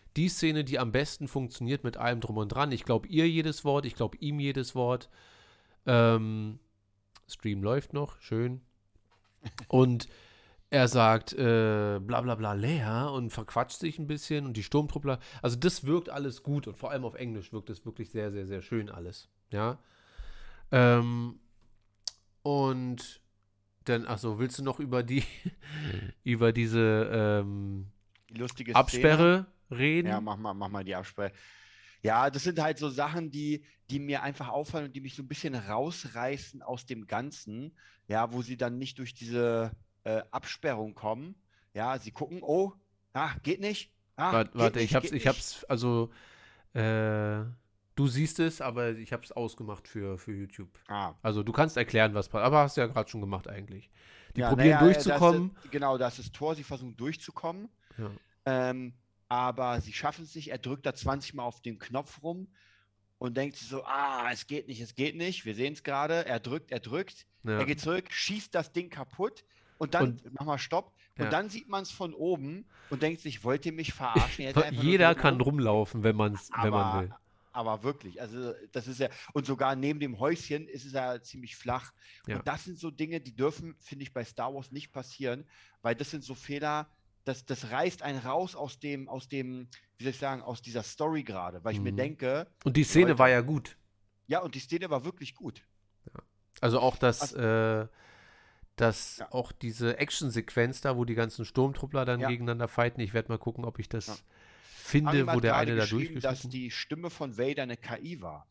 die Szene, die am besten funktioniert mit allem drum und dran. Ich glaube ihr jedes Wort, ich glaube ihm jedes Wort. Ähm, Stream läuft noch, schön. Und er sagt, äh, bla bla bla, Leia und verquatscht sich ein bisschen und die Sturmtruppler. Also das wirkt alles gut und vor allem auf Englisch wirkt es wirklich sehr, sehr, sehr schön alles. Ja. Ähm, und dann, achso, willst du noch über die, über diese ähm, Die lustige Absperre Szene. reden? Ja, mach mal, mach mal die Absperre. Ja, das sind halt so Sachen, die, die mir einfach auffallen und die mich so ein bisschen rausreißen aus dem Ganzen. Ja, wo sie dann nicht durch diese äh, Absperrung kommen. Ja, sie gucken, oh, ah, geht nicht. Ah, Warte, geht warte nicht, ich hab's, geht ich nicht. hab's, also, äh, du siehst es, aber ich hab's ausgemacht für, für YouTube. Ah, Also du kannst erklären, was passiert, aber hast du ja gerade schon gemacht eigentlich. Die ja, probieren naja, durchzukommen. Das ist, genau, das ist Tor, sie versuchen durchzukommen. Ja. Ähm, aber sie schaffen es nicht. Er drückt da zwanzig Mal auf den Knopf rum und denkt sich so, ah, es geht nicht, es geht nicht. Wir sehen es gerade. Er drückt, er drückt. Ja. Er geht zurück, schießt das Ding kaputt und dann, Und- mach mal Stopp. Und Ja. dann sieht man es von oben und denkt sich, wollt ihr mich verarschen? Ihr hättet einfach nur Jeder drücken kann oben- rumlaufen, wenn, man's, wenn man aber, will. aber wirklich, also das ist ja, und sogar neben dem Häuschen ist es ja ziemlich flach. Ja. Und das sind so Dinge, die dürfen, finde ich, bei Star Wars nicht passieren, weil das sind so Fehler, das, das reißt einen raus aus dem, aus dem, wie soll ich sagen, aus dieser Story gerade, weil ich mir Mhm. denke, Und die Szene Leute. war ja gut. ja, und die Szene war wirklich gut. Also auch das, äh, das Ja. auch diese Actionsequenz da, wo die ganzen Sturmtruppler dann Ja. gegeneinander fighten. Ich werde mal gucken, ob ich das Ja. finde, Arim wo hat der gerade eine da geschrieben, dass durchgeschnitten. die Stimme von Vader eine K I war.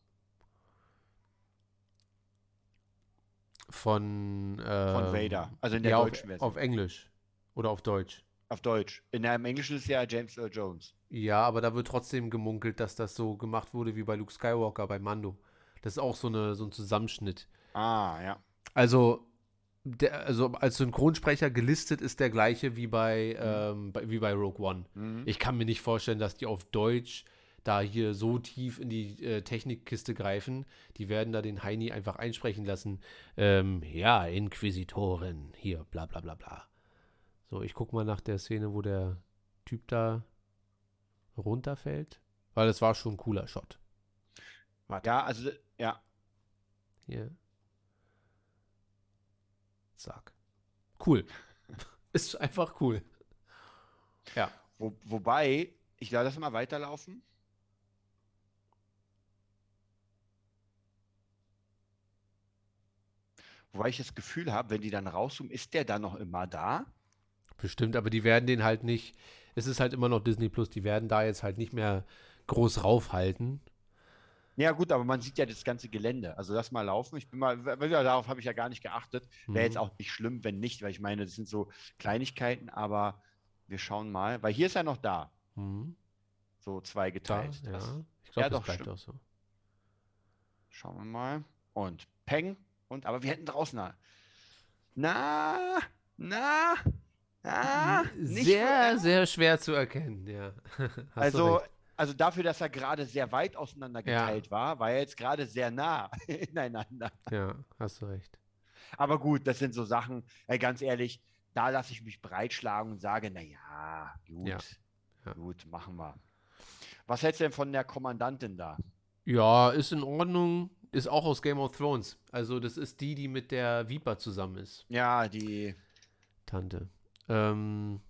Von, Von ähm, Vader, also in der ja, deutschen auf, Version. auf Englisch oder auf Deutsch. Auf Deutsch. In der, im Englischen ist ja James Earl Jones. Ja, aber da wird trotzdem gemunkelt, dass das so gemacht wurde wie bei Luke Skywalker bei Mando. Das ist auch so, eine, so ein Zusammenschnitt. Ah, ja. Also, der, also als Synchronsprecher gelistet ist der gleiche wie bei, ähm, bei, wie bei Rogue One. Mhm. Ich kann mir nicht vorstellen, dass die auf Deutsch da hier so tief in die äh, Technikkiste greifen. Die werden da den Heini einfach einsprechen lassen. Ähm, ja, Inquisitorin, hier, bla bla bla bla. So, ich guck mal nach der Szene, wo der Typ da runterfällt. Weil es war schon ein cooler Shot. Warte, Ja, also, ja. hier. Zack. Cool. Ist einfach cool. Ja. Wo, wobei, ich lasse das mal weiterlaufen. Wobei ich das Gefühl habe, wenn die dann rauszoomen, ist der dann noch immer da? Bestimmt, aber die werden den halt nicht, es ist halt immer noch Disney Plus, die werden da jetzt halt nicht mehr groß raufhalten. Ja, gut, aber man sieht ja das ganze Gelände. Also lass mal laufen. Ich bin mal, weil- darauf habe ich ja gar nicht geachtet. Wäre jetzt Mhm. auch nicht schlimm, wenn nicht, weil ich meine, das sind so Kleinigkeiten, aber wir schauen mal. Weil hier ist er noch da, Mhm. so Da, zweigeteilt. ja. Das, Ich glaube, ja, das doch, bleibt stimmt. auch so. Schauen wir mal. Und Peng. Und, aber wir hätten draußen. Na, na, na, na nicht Sehr, für- sehr schwer zu erkennen, ja. Hast du Also, recht. also dafür, dass er gerade sehr weit auseinander Ja. geteilt war, war er jetzt gerade sehr nah ineinander. Ja, hast du recht. Aber gut, das sind so Sachen, ey, ganz ehrlich, da lasse ich mich breitschlagen und sage, naja, gut, Ja. Ja. gut, machen wir. Was hältst du denn von der Kommandantin da? Ja, ist in Ordnung. Ist auch aus Game of Thrones. Also, das ist die, die mit der Viper zusammen ist. Ja, die, Tante. Ähm.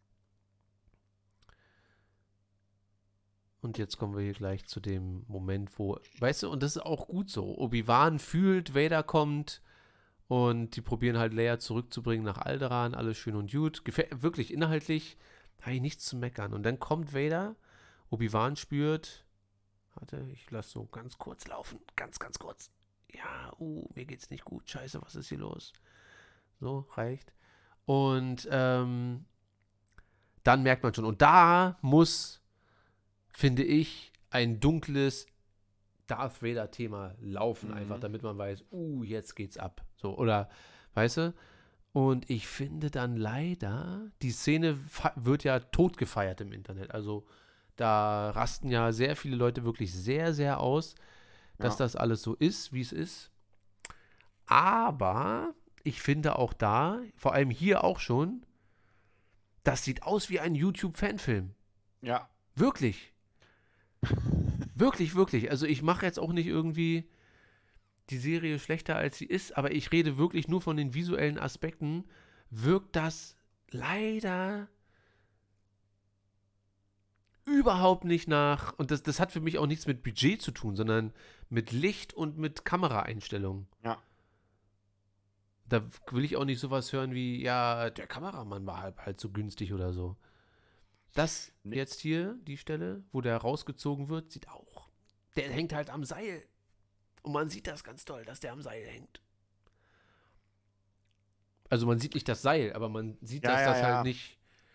Und jetzt kommen wir hier gleich zu dem Moment, wo, weißt du, und das ist auch gut so. Obi-Wan fühlt, Vader kommt und die probieren halt Leia zurückzubringen nach Alderaan, alles schön und gut. Gefä- wirklich inhaltlich habe ich nichts zu meckern. Und dann kommt Vader, Obi-Wan spürt, warte, ich lasse so ganz kurz laufen, ganz, ganz kurz. Ja, uh, mir geht's nicht gut, scheiße, was ist hier los? So, reicht. Und ähm, dann merkt man schon, und da muss, finde ich, ein dunkles Darth Vader-Thema laufen, Mhm. einfach, damit man weiß, uh, jetzt geht's ab. So, oder, weißt du? Und ich finde dann leider, die Szene fa- wird ja tot gefeiert im Internet. Also da rasten ja sehr viele Leute wirklich sehr, sehr aus, dass Ja. das alles so ist, wie es ist. Aber ich finde auch da, vor allem hier auch schon, das sieht aus wie ein YouTube-Fanfilm. ja, Wirklich. Wirklich, wirklich. Also ich mache jetzt auch nicht irgendwie die Serie schlechter, als sie ist, aber ich rede wirklich nur von den visuellen Aspekten. Wirkt das leider überhaupt nicht nach, und das, das hat für mich auch nichts mit Budget zu tun, sondern mit Licht und mit Kameraeinstellungen. Ja. Da will ich auch nicht sowas hören wie, ja, der Kameramann war halt, halt so günstig oder so. Das Nee. jetzt hier, die Stelle, wo der rausgezogen wird, sieht auch, der hängt halt am Seil. Und man sieht das ganz toll, dass der am Seil hängt. Also man sieht nicht das Seil, aber man sieht, Ja, dass ja, das ja. halt nicht.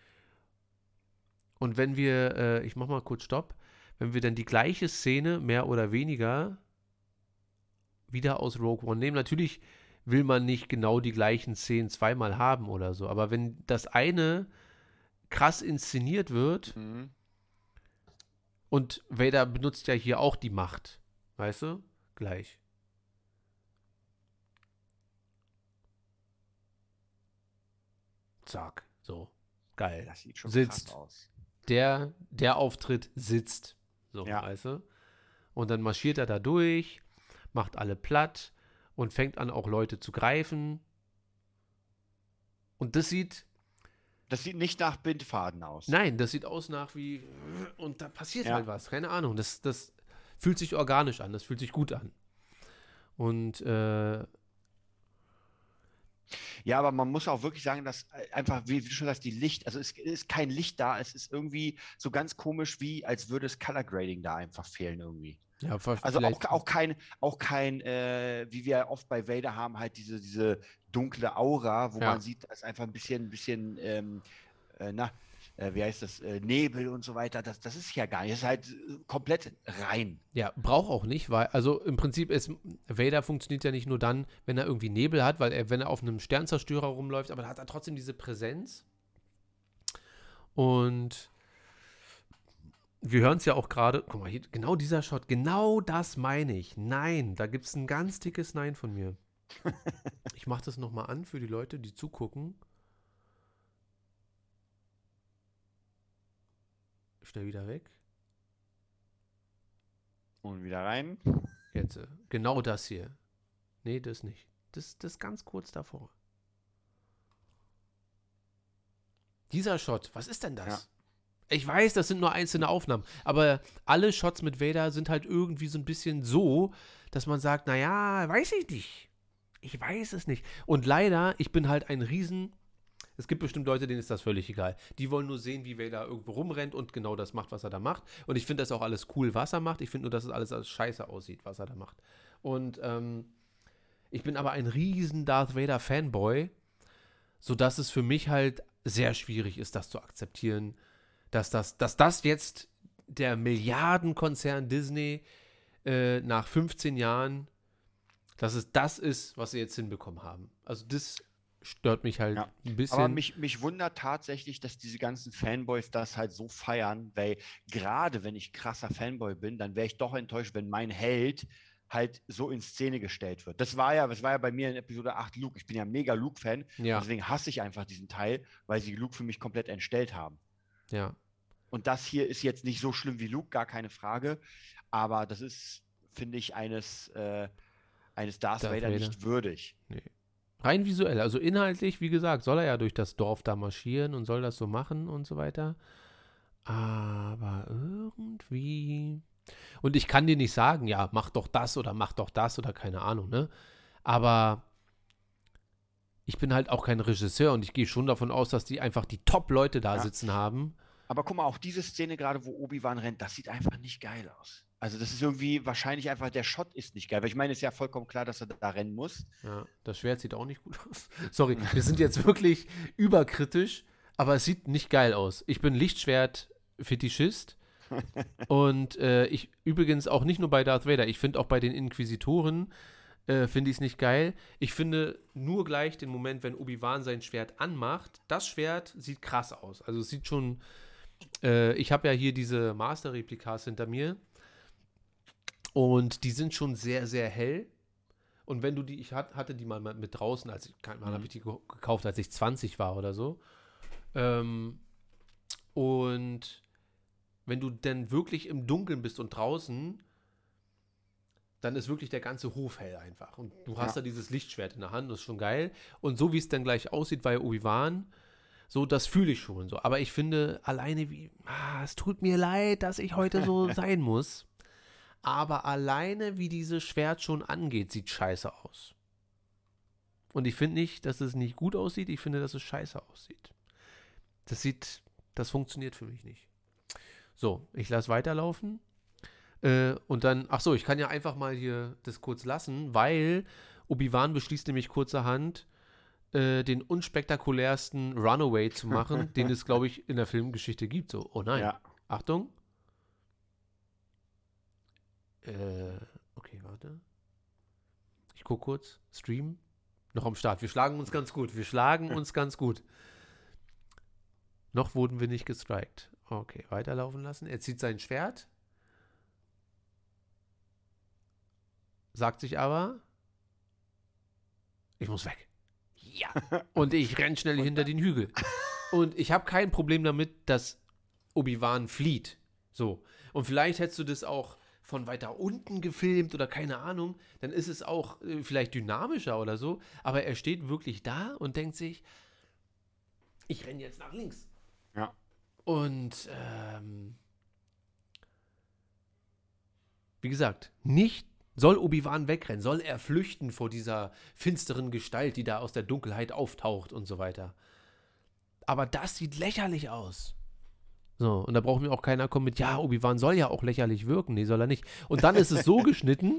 Und wenn wir, äh, ich mach mal kurz Stopp, wenn wir dann die gleiche Szene, mehr oder weniger, wieder aus Rogue One nehmen, natürlich will man nicht genau die gleichen Szenen zweimal haben oder so, aber wenn das eine krass inszeniert wird, Mhm. und Vader benutzt ja hier auch die Macht, weißt du? Gleich. Zack, so, geil. Das sieht schon Sitzt. krass aus. Der, der Auftritt sitzt. So, Ja. weißt du? Und dann marschiert er da durch, macht alle platt und fängt an, auch Leute zu greifen. Und das sieht, Das sieht nicht nach Bindfaden aus. nein, das sieht aus nach wie, und da passiert Ja. halt was, keine Ahnung. Das, das fühlt sich organisch an, das fühlt sich gut an. Und, äh, Ja, aber man muss auch wirklich sagen, dass äh, einfach, wie, wie du schon sagst, die Licht, also es ist kein Licht da, es ist irgendwie so ganz komisch, wie als würde es Color Grading da einfach fehlen irgendwie. ja, ver- Also vielleicht, auch, auch kein, auch kein äh, wie wir oft bei Vader haben, halt diese, diese dunkle Aura, wo Ja. man sieht, da ist einfach ein bisschen, ein bisschen, ähm, äh, na, äh, wie heißt das, äh, Nebel und so weiter. Das, das ist ja gar nicht, das ist halt äh, komplett rein. ja, braucht auch nicht, weil, also im Prinzip ist, Vader funktioniert ja nicht nur dann, wenn er irgendwie Nebel hat, weil er, wenn er auf einem Sternzerstörer rumläuft, aber da hat er trotzdem diese Präsenz. Und wir hören es ja auch gerade, guck mal, hier, genau dieser Shot, genau das meine ich. Nein, da gibt es ein ganz dickes Nein von mir. Ich mache das nochmal an für die Leute, die zugucken. Schnell wieder weg. Und wieder rein. Jetzt, äh, genau das hier. Nee, das nicht. Das, das ganz kurz davor. Dieser Shot, was ist denn das? Ja. Ich weiß, das sind nur einzelne Aufnahmen, aber alle Shots mit Vader sind halt irgendwie so ein bisschen so, dass man sagt, naja, weiß ich nicht. Ich weiß es nicht. Und leider, ich bin halt ein Riesen... Es gibt bestimmt Leute, denen ist das völlig egal. Die wollen nur sehen, wie Vader irgendwo rumrennt und genau das macht, was er da macht. Und ich finde das auch alles cool, was er macht. Ich finde nur, dass es alles als scheiße aussieht, was er da macht. Und ähm, ich bin aber ein riesen Darth Vader Fanboy, sodass es für mich halt sehr schwierig ist, das zu akzeptieren, dass das, dass das jetzt der Milliardenkonzern Disney äh, nach fünfzehn Jahren, dass es das ist, was sie jetzt hinbekommen haben. Also das stört mich halt Ja. ein bisschen. Aber mich, mich wundert tatsächlich, dass diese ganzen Fanboys das halt so feiern, weil gerade wenn ich krasser Fanboy bin, dann wäre ich doch enttäuscht, wenn mein Held halt so in Szene gestellt wird. Das war ja, das war ja bei mir in Episode acht Luke. Ich bin ja mega Luke-Fan. Ja. Deswegen hasse ich einfach diesen Teil, weil sie Luke für mich komplett entstellt haben. Ja. Und das hier ist jetzt nicht so schlimm wie Luke, gar keine Frage. Aber das ist, finde ich, eines, äh, eines Darth, Darth Vader, Vader. nicht würdig. Rein visuell, also inhaltlich, wie gesagt, soll er ja durch das Dorf da marschieren und soll das so machen und so weiter. Aber irgendwie. Und ich kann dir nicht sagen, ja, mach doch das oder mach doch das oder keine Ahnung, ne? Aber ich bin halt auch kein Regisseur und ich gehe schon davon aus, dass die einfach die Top-Leute da Ja. sitzen haben. Aber guck mal, auch diese Szene gerade, wo Obi-Wan rennt, das sieht einfach nicht geil aus. Also das ist irgendwie wahrscheinlich einfach, der Shot ist nicht geil. Weil ich meine, es ist ja vollkommen klar, dass er da rennen muss. Ja, das Schwert sieht auch nicht gut aus. Sorry, wir sind jetzt wirklich überkritisch, aber es sieht nicht geil aus. Ich bin Lichtschwert-Fetischist und äh, ich übrigens auch nicht nur bei Darth Vader, ich finde auch bei den Inquisitoren äh, finde ich es nicht geil. Ich finde nur gleich den Moment, wenn Obi-Wan sein Schwert anmacht, das Schwert sieht krass aus. Also es sieht schon, äh, ich habe ja hier diese Master-Replikas hinter mir und die sind schon sehr, sehr hell. Und wenn du die, ich hat, hatte die mal mit draußen, als ich, keine Ahnung, Mhm. habe ich die ge- gekauft, als ich zwanzig war oder so. Ähm, und wenn du denn wirklich im Dunkeln bist und draußen, dann ist wirklich der ganze Hof hell einfach. Und du hast Ja. da dieses Lichtschwert in der Hand, das ist schon geil. Und so wie es dann gleich aussieht bei Obi-Wan, so, das fühle ich schon so. Aber ich finde alleine wie, ah, es tut mir leid, dass ich heute so sein muss. Aber alleine wie dieses Schwert schon angeht, sieht scheiße aus. Und ich finde nicht, dass es nicht gut aussieht, ich finde, dass es scheiße aussieht. Das sieht, das funktioniert für mich nicht. So, ich lasse weiterlaufen. Äh, und dann, ach so, ich kann ja einfach mal hier das kurz lassen, weil Obi-Wan beschließt nämlich kurzerhand, äh, den unspektakulärsten Runaway zu machen, den es, glaube ich, in der Filmgeschichte gibt. So, oh nein. Ja. Achtung. Äh, okay, warte. Ich gucke kurz. Stream. Noch am Start. Wir schlagen uns ganz gut. Wir schlagen uns ganz gut. Noch wurden wir nicht gestrikt. Okay, weiterlaufen lassen. Er zieht sein Schwert. Sagt sich aber, ich muss weg. Ja. Und ich renn schnell hinter den Hügel. Und ich habe kein Problem damit, dass Obi-Wan flieht. So. Und vielleicht hättest du das auch von weiter unten gefilmt oder keine Ahnung. Dann ist es auch äh, vielleicht dynamischer oder so. Aber er steht wirklich da und denkt sich, ich renne jetzt nach links. Ja. Und ähm, wie gesagt, nicht soll Obi-Wan wegrennen, soll er flüchten vor dieser finsteren Gestalt, die da aus der Dunkelheit auftaucht und so weiter. Aber das sieht lächerlich aus. So, und da braucht mir auch keiner kommen mit, ja, Obi-Wan soll ja auch lächerlich wirken. Nee, soll er nicht. Und dann ist es so geschnitten,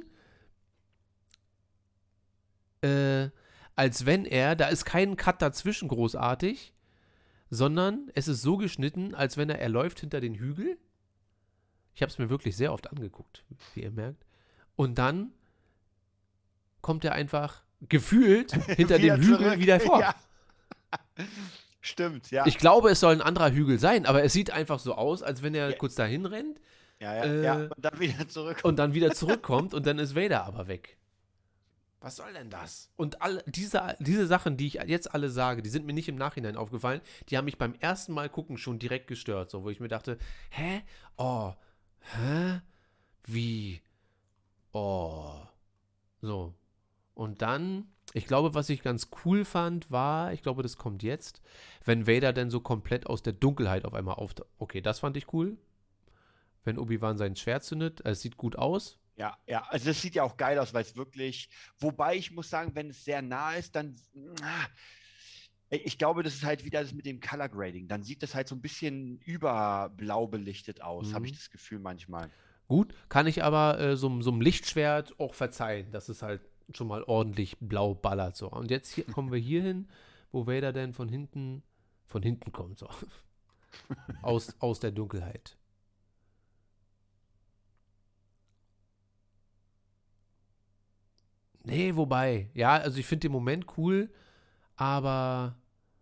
äh, als wenn er, da ist kein Cut dazwischen großartig, sondern es ist so geschnitten, als wenn er, er läuft hinter den Hügel. Ich habe es mir wirklich sehr oft angeguckt, wie ihr merkt. Und dann kommt er einfach gefühlt hinter Wieder dem Hügel zurück. wieder vor. Ja. Stimmt, ja. Ich glaube, es soll ein anderer Hügel sein, aber es sieht einfach so aus, als wenn er Ja. kurz dahin rennt ja, ja, äh, ja. Und dann wieder zurück. und dann wieder zurückkommt und dann ist Vader aber weg. Was soll denn das? Und all diese, diese Sachen, die ich jetzt alle sage, die sind mir nicht im Nachhinein aufgefallen, die haben mich beim ersten Mal gucken schon direkt gestört, so, wo ich mir dachte, hä? Oh, hä? Wie? Oh. So. Und dann, ich glaube, was ich ganz cool fand, war, ich glaube, das kommt jetzt, wenn Vader dann so komplett aus der Dunkelheit auf einmal auftaucht. Okay, das fand ich cool. Wenn Obi-Wan sein Schwert zündet, es sieht gut aus. Ja, ja, also das sieht ja auch geil aus, weil es wirklich, wobei ich muss sagen, wenn es sehr nah ist, dann, ah, ich glaube, das ist halt wieder das mit dem Color Grading. Dann sieht das halt so ein bisschen überblau belichtet aus, Mhm. habe ich das Gefühl manchmal. Gut, kann ich aber äh, so, so einem Lichtschwert auch verzeihen, dass es halt schon mal ordentlich blau ballert. So. Und jetzt hier, kommen wir hier hin, wo Vader dann von hinten, von hinten kommt, so. aus, aus der Dunkelheit. Nee, wobei, ja, also ich finde den Moment cool, aber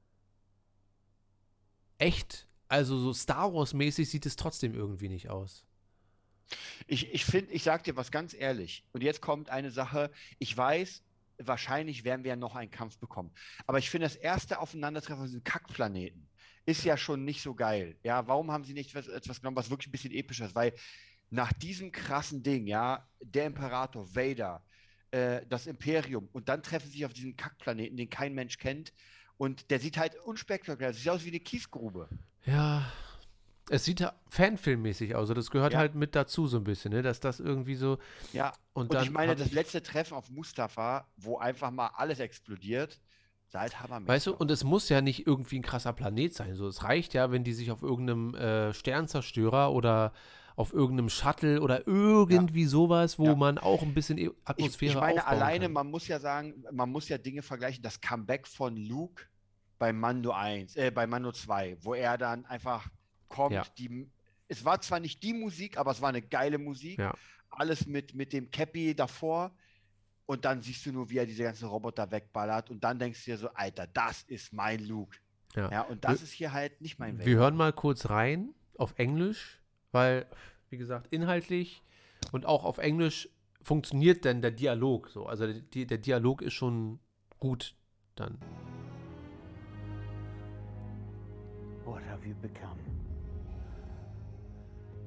echt, also so Star Wars-mäßig sieht es trotzdem irgendwie nicht aus. Ich, ich finde, ich sag dir was ganz ehrlich. Und jetzt kommt eine Sache. Ich weiß, wahrscheinlich werden wir ja noch einen Kampf bekommen. Aber ich finde, das erste Aufeinandertreffen auf diesem Kackplaneten ist ja schon nicht so geil. Ja, warum haben sie nicht etwas, etwas genommen, was wirklich ein bisschen epischer ist? Weil nach diesem krassen Ding, ja, der Imperator, Vader, äh, das Imperium, und dann treffen sie sich auf diesem Kackplaneten, den kein Mensch kennt. Und der sieht halt unspektakulär aus. Sieht aus wie eine Kiesgrube. Ja, es sieht ja fanfilmmäßig aus. Also das gehört Ja. halt mit dazu so ein bisschen, ne? Dass das irgendwie so. Ja, Und, und dann ich meine, hab das ich, letzte Treffen auf Mustafar, wo einfach mal alles explodiert, sah halt hammermäßig Weißt du, aus. und es muss ja nicht irgendwie ein krasser Planet sein. So, es reicht ja, wenn die sich auf irgendeinem äh, Sternzerstörer oder auf irgendeinem Shuttle oder irgendwie sowas, wo Ja. man auch ein bisschen E- Ich, Atmosphäre ich meine, aufbauen alleine, kann. man muss ja sagen, man muss ja Dinge vergleichen. Das Comeback von Luke bei Mando eins, äh, bei Mando zwei, wo er dann einfach kommt. Ja. Die, es war zwar nicht die Musik, aber es war eine geile Musik. Ja. Alles mit, mit dem Cappy davor. Und dann siehst du nur, wie er diese ganzen Roboter wegballert. Und dann denkst du dir so, Alter, das ist mein Luke. Ja. Ja, und das Wir- ist hier halt nicht mein Weg. Wir hören mal kurz rein auf Englisch, weil, wie gesagt, inhaltlich und auch auf Englisch funktioniert dann der Dialog so. Also der, der Dialog ist schon gut dann. What have you become?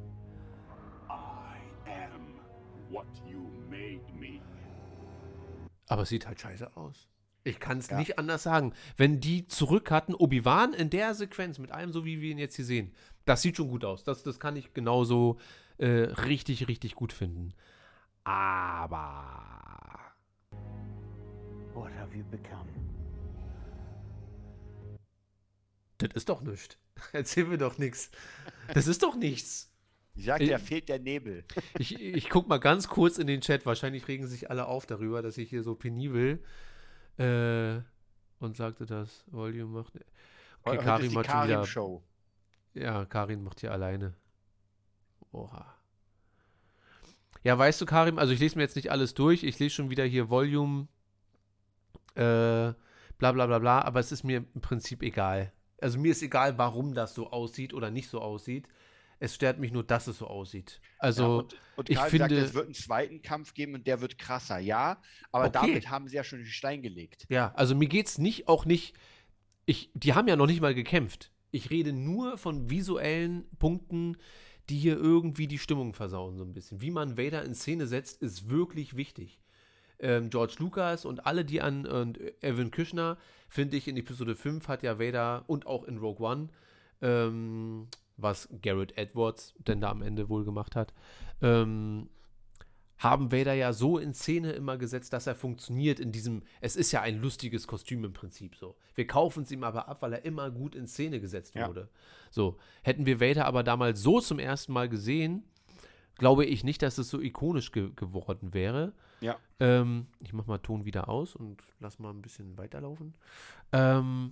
what you made me. Aber es sieht halt scheiße aus. Ich kann es Ja. nicht anders sagen. Wenn die zurück hatten, Obi-Wan in der Sequenz, mit allem so, wie wir ihn jetzt hier sehen, das sieht schon gut aus. Das, das kann ich genauso äh, richtig, richtig gut finden. Aber What have you become? das ist doch nichts. Erzähl mir doch nichts. Das ist doch nichts. Ich sagte, Äh, da fehlt der Nebel. Ich, ich guck mal ganz kurz in den Chat. Wahrscheinlich regen sich alle auf darüber, dass ich hier so penibel äh, und sagte das. Volume macht. Okay, Heute Karin ist die macht schon wieder. Karim-Show. Ja, Karin macht hier alleine. Oha. Ja, weißt du, Karim, also ich lese mir jetzt nicht alles durch. Ich lese schon wieder hier Volume, äh, bla bla bla bla, aber es ist mir im Prinzip egal. Also mir ist egal, warum das so aussieht oder nicht so aussieht. Es stört mich nur, dass es so aussieht. Also, ja, und, und ich Karim sagt, finde- es wird einen zweiten Kampf geben und der wird krasser. Ja, aber Okay. damit haben sie ja schon den Stein gelegt. ja, also mir geht's nicht, auch nicht, ich, die haben ja noch nicht mal gekämpft. Ich rede nur von visuellen Punkten, die hier irgendwie die Stimmung versauen so ein bisschen. Wie man Vader in Szene setzt, ist wirklich wichtig. Ähm, George Lucas und alle, die an, und Evan Kushner, finde ich, in Episode fünf hat ja Vader und auch in Rogue One, ähm, was Garrett Edwards denn da am Ende wohl gemacht hat, ähm, haben Vader ja so in Szene immer gesetzt, dass er funktioniert in diesem, es ist ja ein lustiges Kostüm im Prinzip so. Wir kaufen es ihm aber ab, weil er immer gut in Szene gesetzt Ja. wurde. So, hätten wir Vader aber damals so zum ersten Mal gesehen, glaube ich nicht, dass es so ikonisch ge geworden wäre. Ja. Ähm, ich mach mal Ton wieder aus und lass mal ein bisschen weiterlaufen. Ähm,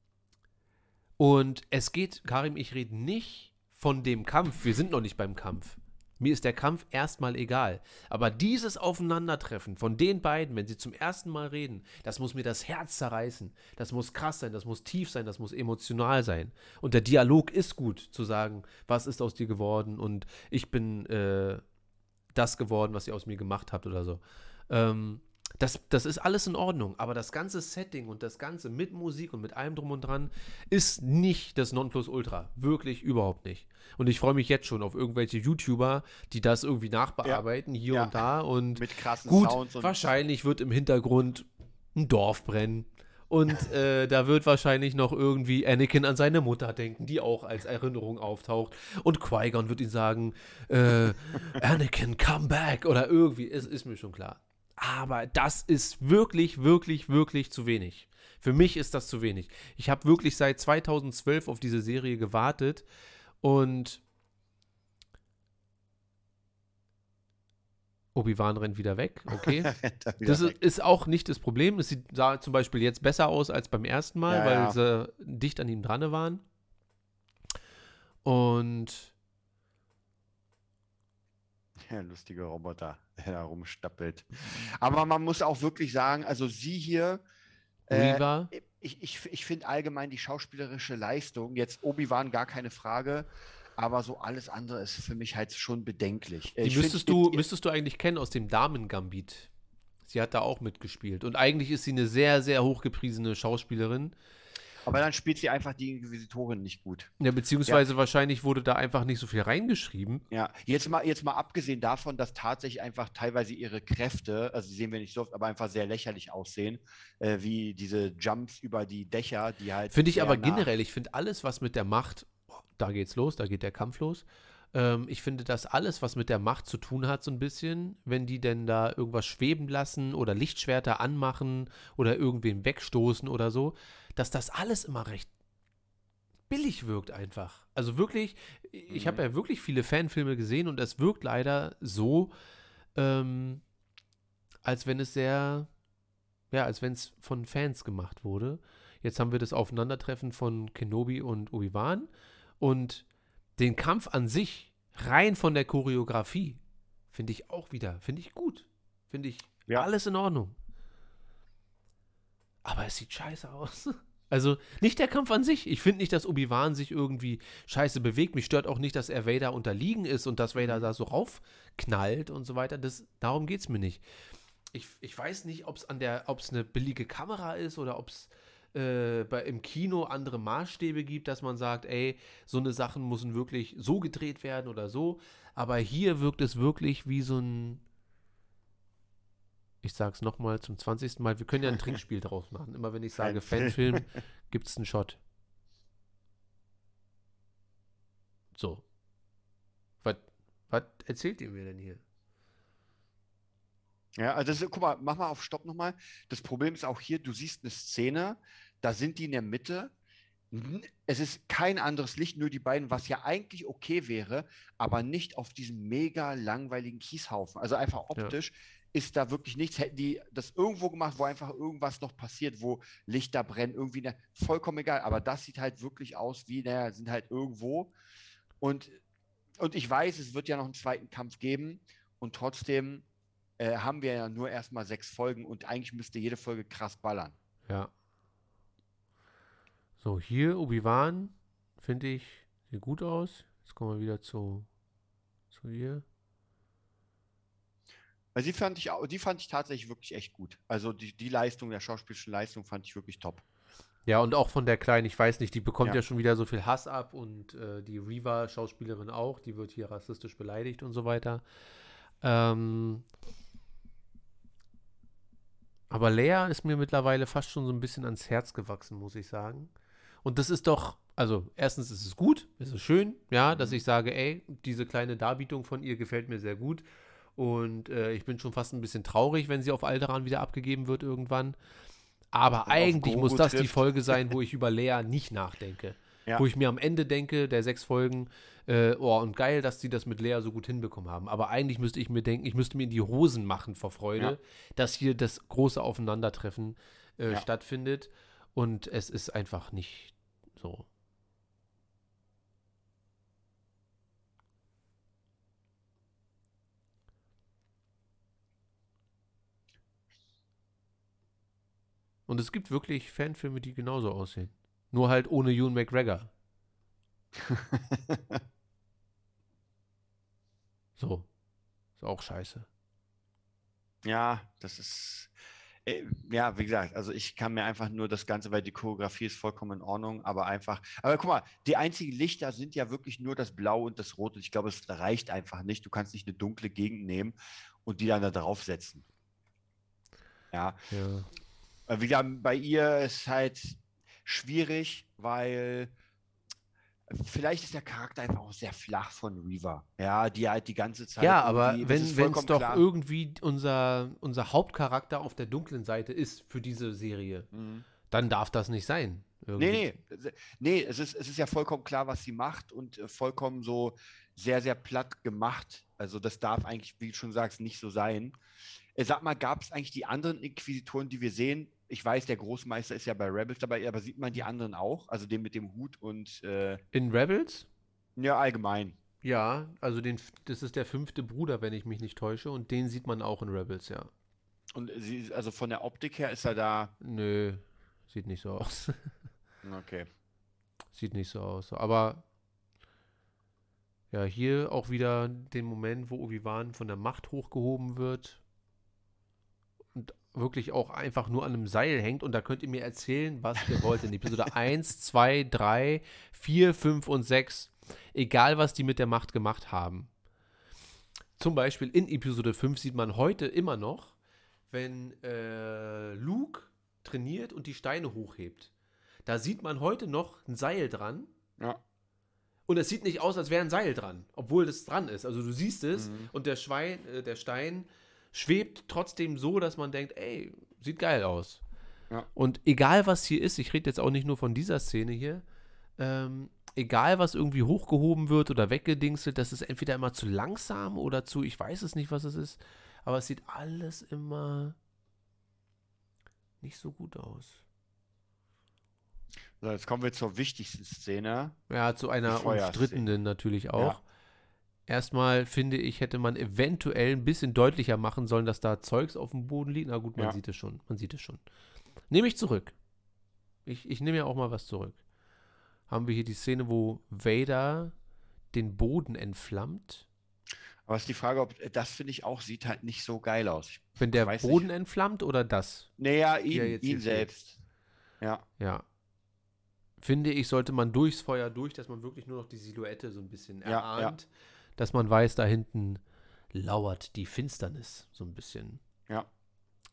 und es geht, Karim, ich rede nicht von dem Kampf. Wir sind noch nicht beim Kampf. Mir ist der Kampf erstmal egal. Aber dieses Aufeinandertreffen von den beiden, wenn sie zum ersten Mal reden, das muss mir das Herz zerreißen. Das muss krass sein, das muss tief sein, das muss emotional sein. Und der Dialog ist gut, zu sagen, was ist aus dir geworden und ich bin äh, das geworden, was ihr aus mir gemacht habt oder so. Ähm, das, das ist alles in Ordnung, aber das ganze Setting und das Ganze mit Musik und mit allem drum und dran ist nicht das Nonplusultra. Wirklich überhaupt nicht. Und ich freue mich jetzt schon auf irgendwelche YouTuber, die das irgendwie nachbearbeiten, hier Ja. und da. Und Mit krassen gut, Sounds und wahrscheinlich wird im Hintergrund ein Dorf brennen. Und äh, da wird wahrscheinlich noch irgendwie Anakin an seine Mutter denken, die auch als Erinnerung auftaucht. Und Qui-Gon wird ihm sagen, äh, Anakin, come back. Oder irgendwie, es ist mir schon klar. Aber das ist wirklich, wirklich, wirklich zu wenig. Für mich ist das zu wenig. Ich habe wirklich seit zweitausendzwölf auf diese Serie gewartet und Obi-Wan rennt wieder weg, okay. rennt er wieder Das ist, weg. ist auch nicht das Problem. Es sieht, sah zum Beispiel jetzt besser aus als beim ersten Mal, Ja, weil ja. sie dicht an ihm dran waren. Und Ja, lustiger Roboter, der da rumstappelt. Aber man muss auch wirklich sagen, also sie hier, äh, Reva, ich, ich, ich finde allgemein die schauspielerische Leistung, jetzt Obi-Wan gar keine Frage, aber so alles andere ist für mich halt schon bedenklich. die Ich find, müsstest du, ihr- müsstest du eigentlich kennen aus dem Damen-Gambit. Sie hat da auch mitgespielt. Und eigentlich ist sie eine sehr, sehr hochgepriesene Schauspielerin. aber dann spielt sie einfach die Inquisitorin nicht gut. Ja, beziehungsweise wahrscheinlich wurde da einfach nicht so viel reingeschrieben. Ja, jetzt mal, jetzt mal abgesehen davon, dass tatsächlich einfach teilweise ihre Kräfte, also die sehen wir nicht so oft, aber einfach sehr lächerlich aussehen, äh, wie diese Jumps über die Dächer, die halt. Finde ich sehr aber nah- generell, ich finde alles, was mit der Macht, da geht's los, da geht der Kampf los. Ähm, ich finde, dass alles, was mit der Macht zu tun hat, so ein bisschen, wenn die denn da irgendwas schweben lassen oder Lichtschwerter anmachen oder irgendwen wegstoßen oder so, dass das alles immer recht billig wirkt einfach. Also wirklich, ich Mhm. habe ja wirklich viele Fanfilme gesehen und es wirkt leider so, ähm, als wenn es sehr, ja, als wenn es von Fans gemacht wurde. Jetzt haben wir das Aufeinandertreffen von Kenobi und Obi-Wan und den Kampf an sich, rein von der Choreografie, finde ich auch wieder, finde ich gut. Finde ich Ja. alles in Ordnung. Aber es sieht scheiße aus. Also nicht der Kampf an sich. Ich finde nicht, dass Obi-Wan sich irgendwie scheiße bewegt. Mich stört auch nicht, dass er Vader unterliegen ist und dass Vader da so raufknallt und so weiter. Das, darum geht es mir nicht. Ich, ich weiß nicht, ob es an der, ob es eine billige Kamera ist oder ob es äh, bei, im Kino andere Maßstäbe gibt, dass man sagt, ey, so eine Sachen müssen wirklich so gedreht werden oder so. Aber hier wirkt es wirklich wie so ein, ich sag's nochmal zum zwanzigsten Mal, wir können ja ein Trinkspiel draus machen. Immer wenn ich sage Fanfilm. Fanfilm, gibt's einen Shot. So. Was, was erzählt ihr mir denn hier? Ja, also das ist, guck mal, mach mal auf Stopp nochmal. Das Problem ist auch hier, du siehst eine Szene, da sind die in der Mitte. N- Es ist kein anderes Licht, nur die beiden, was ja eigentlich okay wäre, aber nicht auf diesem mega langweiligen Kieshaufen. Also einfach optisch ist da wirklich nichts. Hätten die das irgendwo gemacht, wo einfach irgendwas noch passiert, wo Lichter brennen, irgendwie, ne, vollkommen egal. Aber das sieht halt wirklich aus wie, naja, sind halt irgendwo. Und, und ich weiß, es wird ja noch einen zweiten Kampf geben und trotzdem äh, haben wir ja nur erstmal sechs Folgen und eigentlich müsste jede Folge krass ballern. Ja. So, hier Obi-Wan, finde ich, sieht gut aus. Jetzt kommen wir wieder zu, zu hier. Weil die fand ich, au- die fand ich tatsächlich wirklich echt gut. Also die, die Leistung, der schauspielerischen Leistung fand ich wirklich top. Ja, und auch von der Kleinen, ich weiß nicht, die bekommt Ja. ja, schon wieder so viel Hass ab und äh, die Reva-Schauspielerin auch, die wird hier rassistisch beleidigt und so weiter. Ähm, aber Leia ist mir mittlerweile fast schon so ein bisschen ans Herz gewachsen, muss ich sagen. Und das ist doch, also erstens ist es gut, es ist schön, ja, dass ich sage, ey, diese kleine Darbietung von ihr gefällt mir sehr gut. Und äh, ich bin schon fast ein bisschen traurig, wenn sie auf Alderaan wieder abgegeben wird irgendwann. Aber auf eigentlich muss Grogu das die trifft. Folge sein, wo ich über Leia nicht nachdenke. Ja. Wo ich mir am Ende denke, der sechs Folgen, äh, oh, und geil, dass sie das mit Leia so gut hinbekommen haben. Aber eigentlich müsste ich mir denken, ich müsste mir in die Hosen machen vor Freude, Ja. dass hier das große Aufeinandertreffen äh, Ja. stattfindet. Und es ist einfach nicht so. Und es gibt wirklich Fanfilme, die genauso aussehen. Nur halt ohne Ewan McGregor. So. Ist auch scheiße. Ja, das ist, äh, ja, wie gesagt, also ich kann mir einfach nur das Ganze, weil die Choreografie ist vollkommen in Ordnung, aber einfach, aber guck mal, die einzigen Lichter sind ja wirklich nur das Blau und das Rot und ich glaube, es reicht einfach nicht. Du kannst nicht eine dunkle Gegend nehmen und die dann da draufsetzen. Ja, Ja. äh, wie gesagt, bei ihr ist halt schwierig, weil vielleicht ist der Charakter einfach auch sehr flach von Reva. Ja, die halt die ganze Zeit. Ja, aber irgendwie- das wenn ist es vollkommen doch klar. irgendwie unser, unser Hauptcharakter auf der dunklen Seite ist für diese Serie, Mhm. dann darf das nicht sein. Irgendwie. Nee, nee, nee, es ist, es ist ja vollkommen klar, was sie macht und äh, vollkommen so sehr, sehr platt gemacht. Also das darf eigentlich, wie du schon sagst, nicht so sein. Äh, Sag mal, gab es eigentlich die anderen Inquisitoren, die wir sehen? Ich weiß, der Großmeister ist ja bei Rebels dabei, aber sieht man die anderen auch? Also den mit dem Hut und äh, In Rebels? ja, allgemein. Ja, also den, das ist der fünfte Bruder, wenn ich mich nicht täusche, und den sieht man auch in Rebels, ja. Und sie, also von der Optik her ist er da. Nö, sieht nicht so aus. Okay. Sieht nicht so aus. Aber ja, hier auch wieder den Moment, wo Obi-Wan von der Macht hochgehoben wird und wirklich auch einfach nur an einem Seil hängt. Und da könnt ihr mir erzählen, was ihr wollt. In Episode eins, zwei, drei, vier, fünf und sechs. Egal, was die mit der Macht gemacht haben. Zum Beispiel in Episode fünf sieht man heute immer noch, wenn äh, Luke trainiert und die Steine hochhebt. Da sieht man heute noch ein Seil dran. Ja. Und es sieht nicht aus, als wäre ein Seil dran, obwohl das dran ist. Also du siehst es Mhm. und der, Schwein, äh, der Stein schwebt trotzdem so, dass man denkt, ey, sieht geil aus. Ja. Und egal, was hier ist, ich rede jetzt auch nicht nur von dieser Szene hier, ähm, egal, was irgendwie hochgehoben wird oder weggedingselt, das ist entweder immer zu langsam oder zu, ich weiß es nicht, was es ist, aber es sieht alles immer nicht so gut aus. So, jetzt kommen wir zur wichtigsten Szene. Ja, zu einer Die Feuerszene. umstrittenen natürlich auch. Ja. Erstmal finde ich, hätte man eventuell ein bisschen deutlicher machen sollen, dass da Zeugs auf dem Boden liegt. Na gut, man Ja. sieht es schon. Man sieht es schon. Nehme ich zurück. Ich, ich nehme ja auch mal was zurück. Haben wir hier die Szene, wo Vader den Boden entflammt. Aber es ist die Frage, ob das finde ich auch, sieht halt nicht so geil aus. Ich Wenn der weiß Boden nicht. entflammt oder das? Naja, Wie er ihn, jetzt hier ihn steht. selbst. Ja. Ja. Finde ich, sollte man durchs Feuer durch, dass man wirklich nur noch die Silhouette so ein bisschen Ja, erahnt. Dass man weiß, da hinten lauert die Finsternis so ein bisschen. Ja.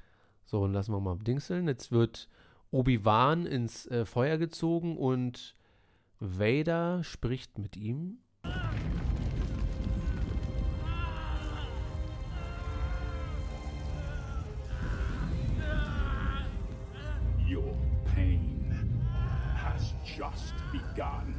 So, und lassen wir mal dingseln. Jetzt wird Obi-Wan ins äh, Feuer gezogen und Vader spricht mit ihm. Your pain has just begun.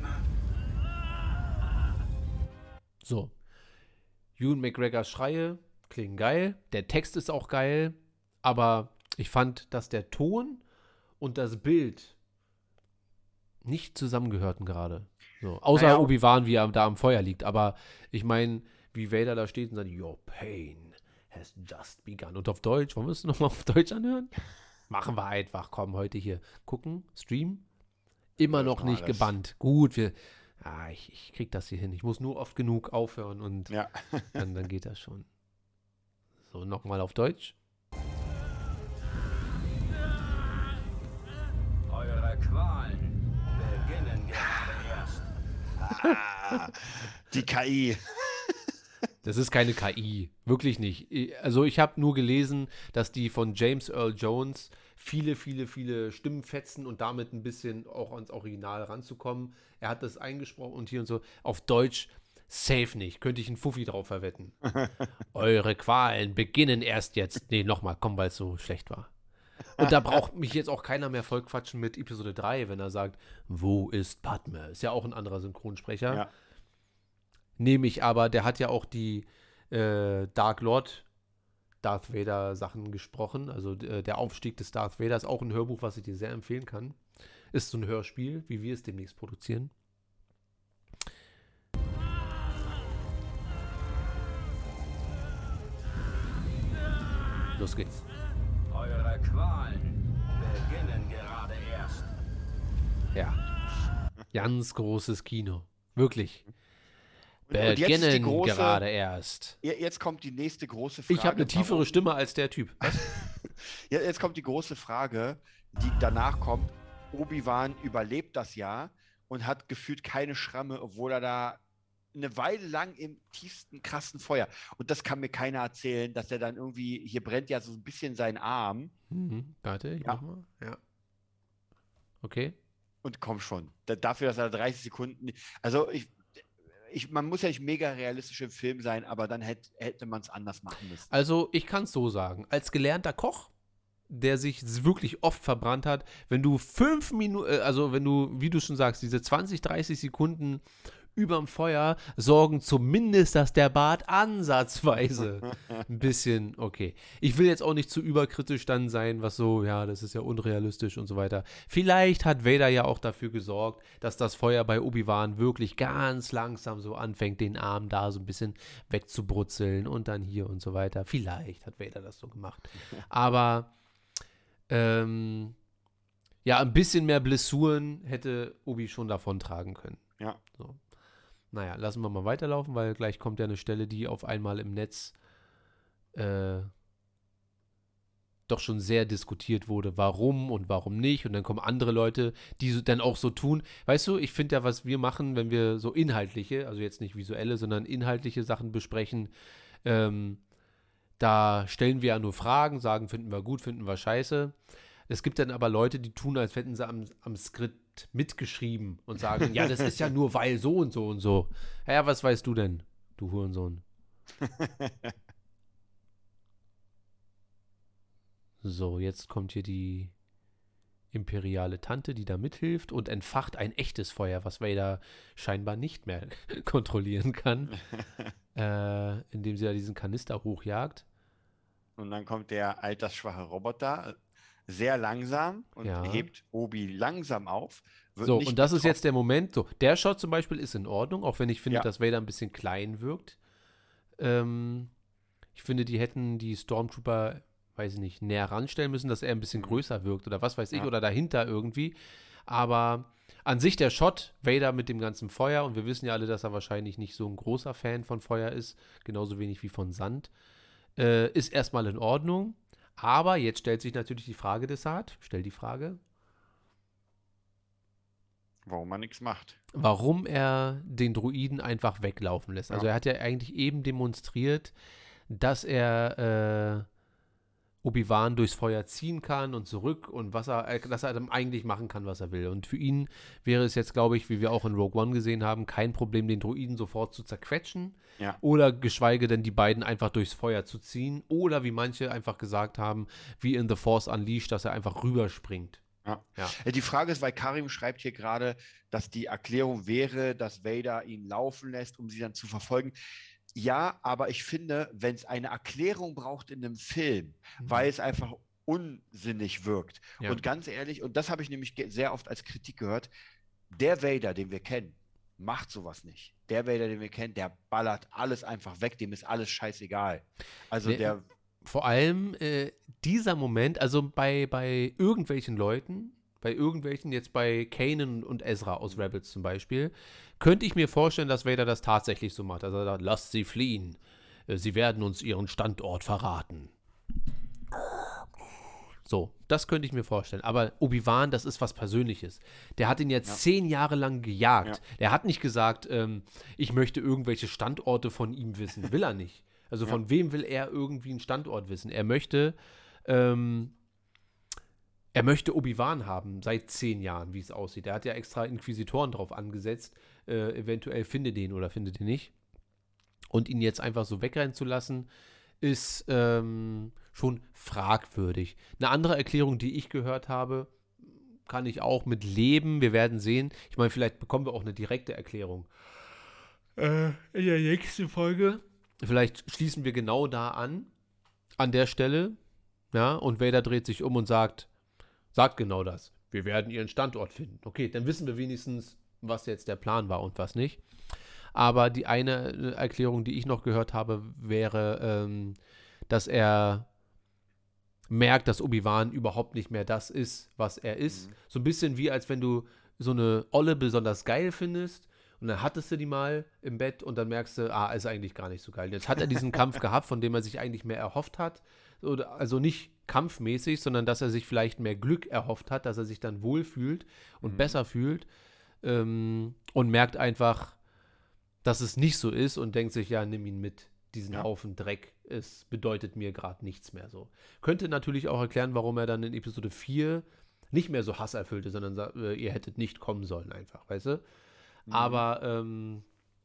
So. Ewan McGregors Schreie klingen geil. Der Text ist auch geil. Aber ich fand, dass der Ton und das Bild nicht zusammengehörten gerade. So. Außer Naja, Obi-Wan, wie er da am Feuer liegt. Aber ich meine, wie Vader da steht und sagt, Your pain has just begun. Und auf Deutsch, wollen wir es nochmal auf Deutsch anhören? Machen wir einfach. Komm, heute hier gucken, Stream. Immer noch mal nicht alles. gebannt. Gut, wir, ah, ich, ich krieg das hier hin. Ich muss nur oft genug aufhören und Ja. dann, dann geht das schon. So, nochmal auf Deutsch. Eure Qualen beginnen gerade erst. Ah, die K I. Das ist keine K I. Wirklich nicht. Also ich habe nur gelesen, dass die von James Earl Jones viele, viele, viele Stimmen fetzen und damit ein bisschen auch ans Original ranzukommen. Er hat das eingesprochen und hier und so. Auf Deutsch safe nicht. Könnte ich einen Fuffi drauf verwetten. Eure Qualen beginnen erst jetzt. Nee, nochmal, komm, weil es so schlecht war. Und da braucht mich jetzt auch keiner mehr vollquatschen mit Episode drei, wenn er sagt, wo ist Padme? Ist ja auch ein anderer Synchronsprecher. Ja. Nehme ich aber, der hat ja auch die äh, Dark Lord Darth Vader Sachen gesprochen. Also äh, der Aufstieg des Darth Vader ist auch ein Hörbuch, was ich dir sehr empfehlen kann. Ist so ein Hörspiel, wie wir es demnächst produzieren. Los geht's. Eure Qualen beginnen gerade erst. Ja. Ganz großes Kino. Wirklich. Und, und jetzt ist die Beginnen große, gerade erst. je- Jetzt kommt die nächste große Frage. Ich habe eine tiefere warum- Stimme als der Typ. Was? Ja, jetzt kommt die große Frage, die danach kommt. Obi-Wan überlebt das Jahr und hat gefühlt keine Schramme, obwohl er da eine Weile lang im tiefsten krassen Feuer. Und das kann mir keiner erzählen, dass er dann irgendwie, hier brennt ja so ein bisschen sein Arm. Mhm. Warte, ich Ja. mach mal. Ja. Okay. Und komm schon, da, dafür, dass er dreißig Sekunden, also ich, ich, man muss ja nicht mega realistisch im Film sein, aber dann hätte, hätte man es anders machen müssen. Also, ich kann es so sagen. Als gelernter Koch, der sich wirklich oft verbrannt hat, wenn du fünf Minuten, also wenn du, wie du schon sagst, diese zwanzig, dreißig Sekunden überm Feuer sorgen zumindest, dass der Bart ansatzweise ein bisschen, okay. Ich will jetzt auch nicht zu überkritisch dann sein, was so, ja, das ist ja unrealistisch und so weiter. Vielleicht hat Vader ja auch dafür gesorgt, dass das Feuer bei Obi-Wan wirklich ganz langsam so anfängt, den Arm da so ein bisschen wegzubrutzeln und dann hier und so weiter. Vielleicht hat Vader das so gemacht. Aber ähm, ja, ein bisschen mehr Blessuren hätte Obi schon davon tragen können. Ja. So. Naja, lassen wir mal weiterlaufen, weil gleich kommt ja eine Stelle, die auf einmal im Netz äh, doch schon sehr diskutiert wurde, warum und warum nicht. Und dann kommen andere Leute, die so, dann auch so tun. Weißt du, ich finde ja, was wir machen, wenn wir so inhaltliche, also jetzt nicht visuelle, sondern inhaltliche Sachen besprechen, ähm, da stellen wir ja nur Fragen, sagen, finden wir gut, finden wir scheiße. Es gibt dann aber Leute, die tun, als hätten sie am, am Skript mitgeschrieben und sagen, ja, das ist ja nur weil so und so und so. Ja, was weißt du denn, du Hurensohn? So, jetzt kommt hier die imperiale Tante, die da mithilft und entfacht ein echtes Feuer, was Vader scheinbar nicht mehr kontrollieren kann, äh, indem sie da diesen Kanister hochjagt. Und dann kommt der altersschwache Roboter, sehr langsam und Ja. hebt Obi langsam auf. Wird So, nicht und das ist getroffen. jetzt der Moment. So, der Shot zum Beispiel ist in Ordnung, auch wenn ich finde, Ja. dass Vader ein bisschen klein wirkt. Ähm, ich finde, die hätten die Stormtrooper, weiß ich nicht, näher ranstellen müssen, dass er ein bisschen größer wirkt oder was weiß ich, Ja. oder dahinter irgendwie. Aber an sich der Shot, Vader mit dem ganzen Feuer, und wir wissen ja alle, dass er wahrscheinlich nicht so ein großer Fan von Feuer ist, genauso wenig wie von Sand, äh, ist erstmal in Ordnung. Aber jetzt stellt sich natürlich die Frage, Desart, stell die Frage, Warum man nichts macht. warum er den Druiden einfach weglaufen lässt. Also Ja. er hat ja eigentlich eben demonstriert, dass er äh, Obi-Wan durchs Feuer ziehen kann und zurück und was er, äh, dass er dann eigentlich machen kann, was er will. Und für ihn wäre es jetzt, glaube ich, wie wir auch in Rogue One gesehen haben, kein Problem, den Droiden sofort zu zerquetschen Ja. oder geschweige denn die beiden einfach durchs Feuer zu ziehen oder wie manche einfach gesagt haben, wie in The Force Unleashed, dass er einfach rüberspringt. Ja. Ja. Äh, Die Frage ist, weil Karim schreibt hier gerade, dass die Erklärung wäre, dass Vader ihn laufen lässt, um sie dann zu verfolgen. Ja, aber ich finde, wenn es eine Erklärung braucht in einem Film, Mhm. weil es einfach unsinnig wirkt. Ja. Und ganz ehrlich, und das habe ich nämlich ge- sehr oft als Kritik gehört, der Vader, den wir kennen, macht sowas nicht. Der Vader, den wir kennen, der ballert alles einfach weg, dem ist alles scheißegal. Also Nee, der, Vor allem äh, dieser Moment, also bei, bei irgendwelchen Leuten, bei irgendwelchen, jetzt bei Kanan und Ezra aus Rebels zum Beispiel, könnte ich mir vorstellen, dass Vader das tatsächlich so macht. Also er sagt, lasst sie fliehen. Äh, Sie werden uns ihren Standort verraten. So, das könnte ich mir vorstellen. Aber Obi-Wan, das ist was Persönliches. Der hat ihn jetzt Ja. zehn Jahre lang gejagt. Ja. Der hat nicht gesagt, ähm, ich möchte irgendwelche Standorte von ihm wissen. Will er nicht. Also Ja. von wem will er irgendwie einen Standort wissen? Er möchte, ähm, er möchte Obi-Wan haben, seit zehn Jahren, wie es aussieht. Er hat ja extra Inquisitoren drauf angesetzt. Äh, eventuell finde den oder finde den nicht. Und ihn jetzt einfach so wegrennen zu lassen, ist ähm, schon fragwürdig. Eine andere Erklärung, die ich gehört habe, kann ich auch mit leben. Wir werden sehen. Ich meine, vielleicht bekommen wir auch eine direkte Erklärung. Äh, in der nächsten Folge. Vielleicht schließen wir genau da an, an der Stelle. Ja, und Vader dreht sich um und sagt, sagt genau das. Wir werden ihren Standort finden. Okay, dann wissen wir wenigstens, was jetzt der Plan war und was nicht. Aber die eine Erklärung, die ich noch gehört habe, wäre, ähm, dass er merkt, dass Obi-Wan überhaupt nicht mehr das ist, was er ist. Mhm. So ein bisschen wie, als wenn du so eine Olle besonders geil findest und dann hattest du die mal im Bett und dann merkst du, ah, ist eigentlich gar nicht so geil. Jetzt hat er diesen Kampf gehabt, von dem er sich eigentlich mehr erhofft hat. Oder, also nicht kampfmäßig, sondern dass er sich vielleicht mehr Glück erhofft hat, dass er sich dann wohlfühlt und Mhm. besser fühlt ähm, und merkt einfach, dass es nicht so ist und denkt sich, ja, nimm ihn mit, diesen Ja. Haufen Dreck. Es bedeutet mir gerade nichts mehr so. Könnte natürlich auch erklären, warum er dann in Episode vier nicht mehr so hasserfüllt ist, sondern sa- äh, ihr hättet nicht kommen sollen einfach, weißt du? Mhm. Aber ähm,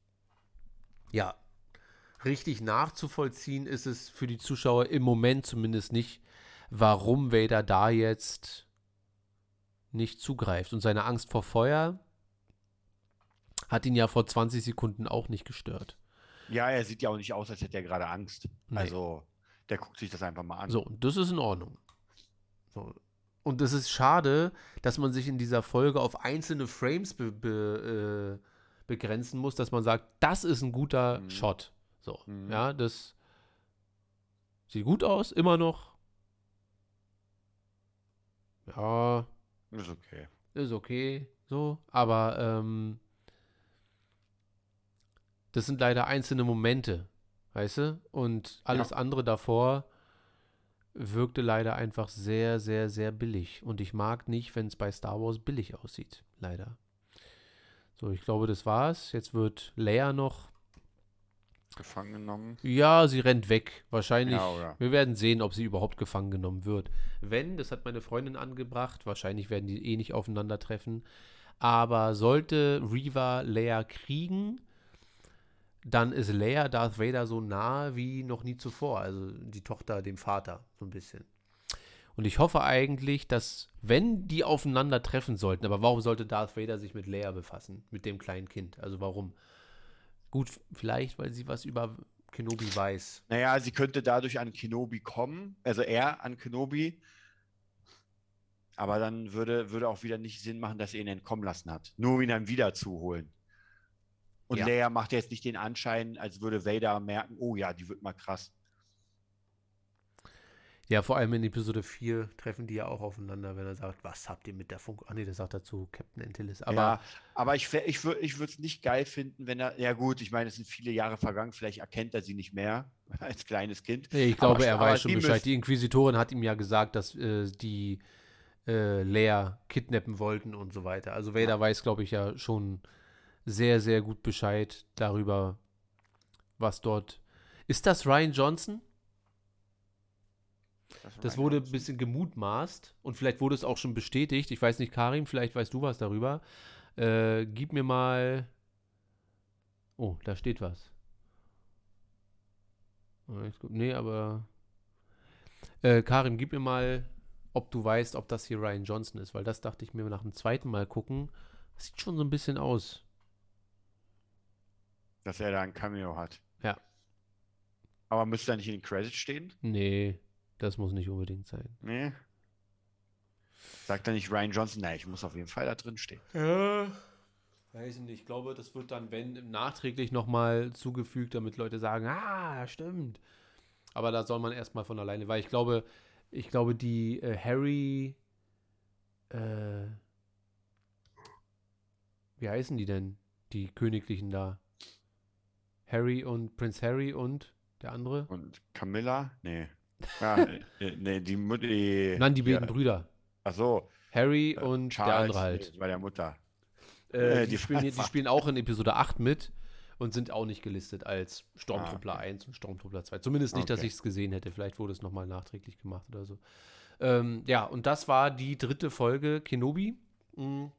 ja, richtig nachzuvollziehen ist es für die Zuschauer im Moment zumindest nicht, warum Vader da jetzt nicht zugreift. Und seine Angst vor Feuer hat ihn ja vor zwanzig Sekunden auch nicht gestört. Ja, er sieht ja auch nicht aus, als hätte er gerade Angst. Nee. Also, der guckt sich das einfach mal an. So, das ist in Ordnung. So. Und es ist schade, dass man sich in dieser Folge auf einzelne Frames be be äh, begrenzen muss, dass man sagt, das ist ein guter Mhm. Shot. So, Mhm. ja, das sieht gut aus, immer noch. Ja, Ist okay. ist okay, so, aber ähm, das sind leider einzelne Momente, weißt du? Und alles Ja. andere davor wirkte leider einfach sehr, sehr, sehr billig. Und ich mag nicht, wenn es bei Star Wars billig aussieht, leider. So, ich glaube, das war's. Jetzt wird Leia noch, Gefangen genommen. ja, sie rennt weg. Wahrscheinlich, Ja, oder? wir werden sehen, ob sie überhaupt gefangen genommen wird. Wenn, das hat meine Freundin angebracht, wahrscheinlich werden die eh nicht aufeinandertreffen. Aber sollte Reva Leia kriegen, dann ist Leia Darth Vader so nah wie noch nie zuvor. Also die Tochter dem Vater, so ein bisschen. Und ich hoffe eigentlich, dass, wenn die aufeinandertreffen sollten, aber warum sollte Darth Vader sich mit Leia befassen, mit dem kleinen Kind? Also warum? Gut, vielleicht, weil sie was über Kenobi weiß. Naja, sie könnte dadurch an Kenobi kommen, also er an Kenobi. Aber dann würde, würde auch wieder nicht Sinn machen, dass er ihn entkommen lassen hat. Nur um ihn dann wieder zu holen. Und Ja. Leia macht jetzt nicht den Anschein, als würde Vader merken, oh ja, die wird mal krass. Ja, vor allem in Episode vier treffen die ja auch aufeinander, wenn er sagt, was habt ihr mit der Funk... Ach nee, das sagt er zu Captain Antilles. Aber ja, aber ich, wär- ich, wür- ich würde es nicht geil finden, wenn er, ja gut, ich meine, es sind viele Jahre vergangen, vielleicht erkennt er sie nicht mehr als kleines Kind. nee, ich glaube, Aber- er aber weiß schon die Bescheid. müssen- Die Inquisitorin hat ihm ja gesagt, dass äh, die äh, Leia kidnappen wollten und so weiter. Also Vader Ja. weiß, glaube ich, ja schon sehr, sehr gut Bescheid darüber, was dort... Ist das Ryan Johnson? Das wurde ein bisschen gemutmaßt und vielleicht wurde es auch schon bestätigt. Ich weiß nicht, Karim, vielleicht weißt du was darüber. Äh, gib mir mal. Oh, da steht was. Nee, aber. Äh, Karim, gib mir mal, ob du weißt, ob das hier Rian Johnson ist, weil das dachte ich mir nach dem zweiten Mal gucken. Das sieht schon so ein bisschen aus. Dass er da ein Cameo hat. Ja. Aber müsste er nicht in den Credits stehen? Nee, das muss nicht unbedingt sein. Nee. Sagt er nicht Rian Johnson? Nein, ich muss auf jeden Fall da drin stehen. Ja. Weiß ich nicht. Ich glaube, das wird dann, wenn, nachträglich nochmal zugefügt, damit Leute sagen, ah, stimmt. Aber da soll man erstmal von alleine, weil ich glaube, ich glaube, die äh, Harry, äh, wie heißen die denn? Die Königlichen da. Harry und Prinz Harry und der andere? Und Camilla? Nee. Ja, äh, nee, die Mutter. Nein, die beiden ja. Brüder. Ach so. Harry äh, und Charles, der andere halt. Nee, bei der Mutter. Äh, Äh, die, die spielen, die Pfeifer. spielen auch in Episode acht mit und sind auch nicht gelistet als Stormtrooper Ah, okay. eins und Stormtrooper zwei. Zumindest nicht, dass Okay. ich es gesehen hätte. Vielleicht wurde es nochmal nachträglich gemacht oder so. Ähm, ja, und das war die dritte Folge Kenobi. Mhm.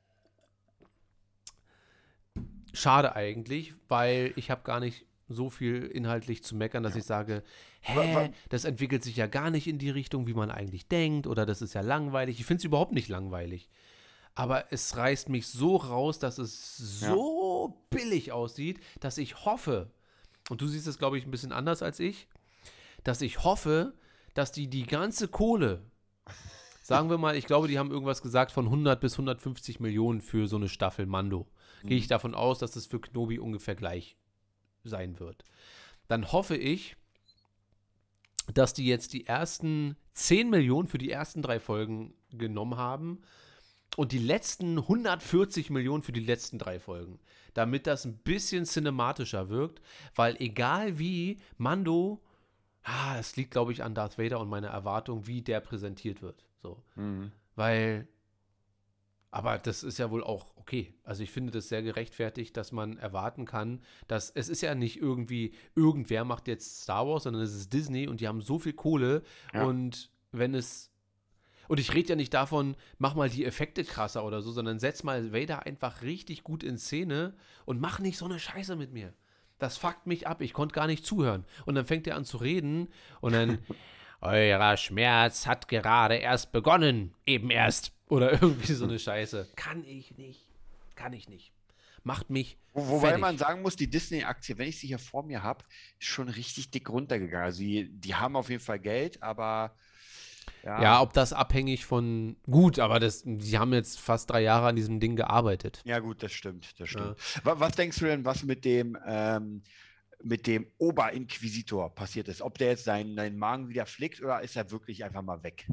Schade eigentlich, weil ich habe gar nicht so viel inhaltlich zu meckern, dass ich sage, Wa- wa- hä, das entwickelt sich ja gar nicht in die Richtung, wie man eigentlich denkt, oder das ist ja langweilig. Ich finde es überhaupt nicht langweilig. Aber es reißt mich so raus, dass es so billig aussieht, dass ich hoffe, und du siehst es, glaube ich, ein bisschen anders als ich, dass ich hoffe, dass die die ganze Kohle, sagen wir mal, ich glaube, die haben irgendwas gesagt von hundert bis hundertfünfzig Millionen für so eine Staffel Mando. Gehe ich davon aus, dass es für Kenobi ungefähr gleich sein wird. Dann hoffe ich, dass die jetzt die ersten zehn Millionen für die ersten drei Folgen genommen haben und die letzten hundertvierzig Millionen für die letzten drei Folgen, damit das ein bisschen cinematischer wirkt, weil egal wie Mando, ah, es liegt, glaube ich, an Darth Vader und meiner Erwartung, wie der präsentiert wird. So. Mhm. Weil, aber das ist ja wohl auch okay. Also ich finde das sehr gerechtfertigt, dass man erwarten kann, dass, es ist ja nicht irgendwie, irgendwer macht jetzt Star Wars, sondern es ist Disney und die haben so viel Kohle Ja. und wenn es, und ich rede ja nicht davon, mach mal die Effekte krasser oder so, sondern setz mal Vader einfach richtig gut in Szene und mach nicht so eine Scheiße mit mir. Das fuckt mich ab, ich konnte gar nicht zuhören. Und dann fängt er an zu reden und dann, euer Schmerz hat gerade erst begonnen, eben erst. Oder irgendwie so eine Scheiße. Kann ich nicht. Kann ich nicht. Macht mich Wo, wobei fertig. man sagen muss, die Disney-Aktie, wenn ich sie hier vor mir habe, ist schon richtig dick runtergegangen. Also die, die haben auf jeden Fall Geld, aber ja, Ja, ob das abhängig von, gut, aber das, die haben jetzt fast drei Jahre an diesem Ding gearbeitet. ja gut, das stimmt, das stimmt. Wa- Was denkst du denn, was mit dem ähm, mit dem Oberinquisitor passiert ist? Ob der jetzt seinen, seinen Magen wieder flickt oder ist er wirklich einfach mal weg?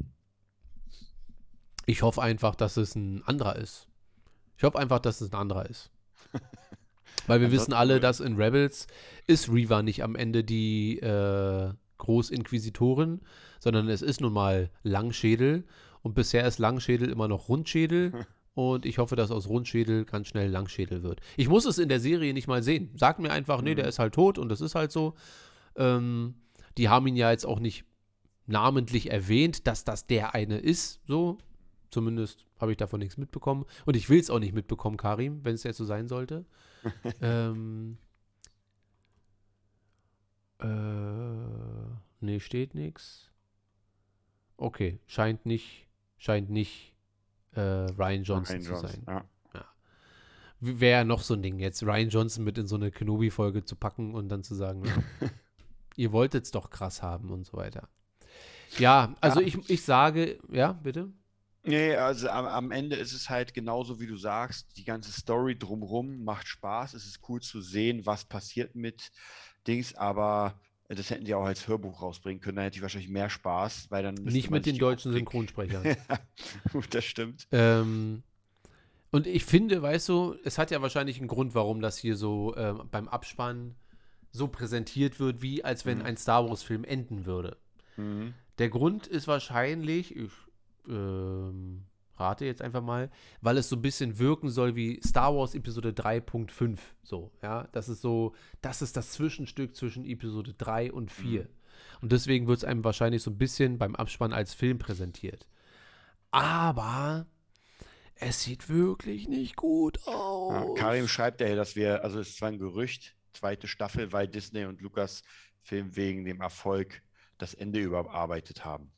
Ich hoffe einfach, dass es ein anderer ist. Ich hoffe einfach, dass es ein anderer ist. Weil wir wissen Ansonsten alle, wohl- dass in Rebels ist Reva nicht am Ende die äh, Großinquisitorin, sondern es ist nun mal Langschädel. Und bisher ist Langschädel immer noch Rundschädel. Und ich hoffe, dass aus Rundschädel ganz schnell Langschädel wird. Ich muss es in der Serie nicht mal sehen. Sagt mir einfach, nee, der ist halt tot und das ist halt so. Ähm, die haben ihn ja jetzt auch nicht namentlich erwähnt, dass das der eine ist. So, zumindest habe ich davon nichts mitbekommen. Und ich will es auch nicht mitbekommen, Karim, wenn es jetzt so sein sollte. ähm, äh, nee, steht nichts. Okay, scheint nicht, scheint nicht äh, Rian Johnson Rian zu Johnson, sein. ja. Wäre ja noch so ein Ding jetzt, Rian Johnson mit in so eine Kenobi-Folge zu packen und dann zu sagen, ja, ihr wolltet es doch krass haben und so weiter. Ja, also Ja. Ich, ich sage, ja, bitte? Nee, also am, am Ende ist es halt genauso, wie du sagst, die ganze Story drumrum macht Spaß. Es ist cool zu sehen, was passiert mit Dings, aber das hätten die auch als Hörbuch rausbringen können. Da hätte ich wahrscheinlich mehr Spaß, weil dann müsste Nicht man mit sich den die deutschen Optik- Synchronsprechern. Ja, gut, das stimmt. ähm, und ich finde, weißt du, es hat ja wahrscheinlich einen Grund, warum das hier so ähm, beim Abspann so präsentiert wird, wie als wenn Mhm. ein Star Wars-Film enden würde. Mhm. Der Grund ist wahrscheinlich, ich ähm, rate jetzt einfach mal, weil es so ein bisschen wirken soll wie Star Wars Episode drei Punkt fünf. So, ja, das ist so, das ist das Zwischenstück zwischen Episode drei und vier. Und deswegen wird es einem wahrscheinlich so ein bisschen beim Abspann als Film präsentiert. Aber es sieht wirklich nicht gut Ja, aus. Karim schreibt ja, dass wir, also es ist zwar ein Gerücht, zweite Staffel, weil Disney und Lucasfilm wegen dem Erfolg das Ende überarbeitet haben.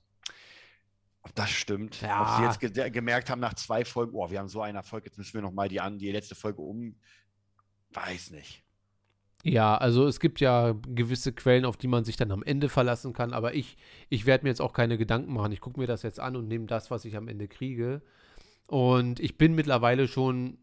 Ob das stimmt, Ja. ob sie jetzt ge gemerkt haben nach zwei Folgen, oh, wir haben so einen Erfolg, jetzt müssen wir nochmal die, an- die letzte Folge um, weiß nicht. Ja, also es gibt ja gewisse Quellen, auf die man sich dann am Ende verlassen kann, aber ich, ich werde mir jetzt auch keine Gedanken machen. Ich gucke mir das jetzt an und nehme das, was ich am Ende kriege. Und ich bin mittlerweile schon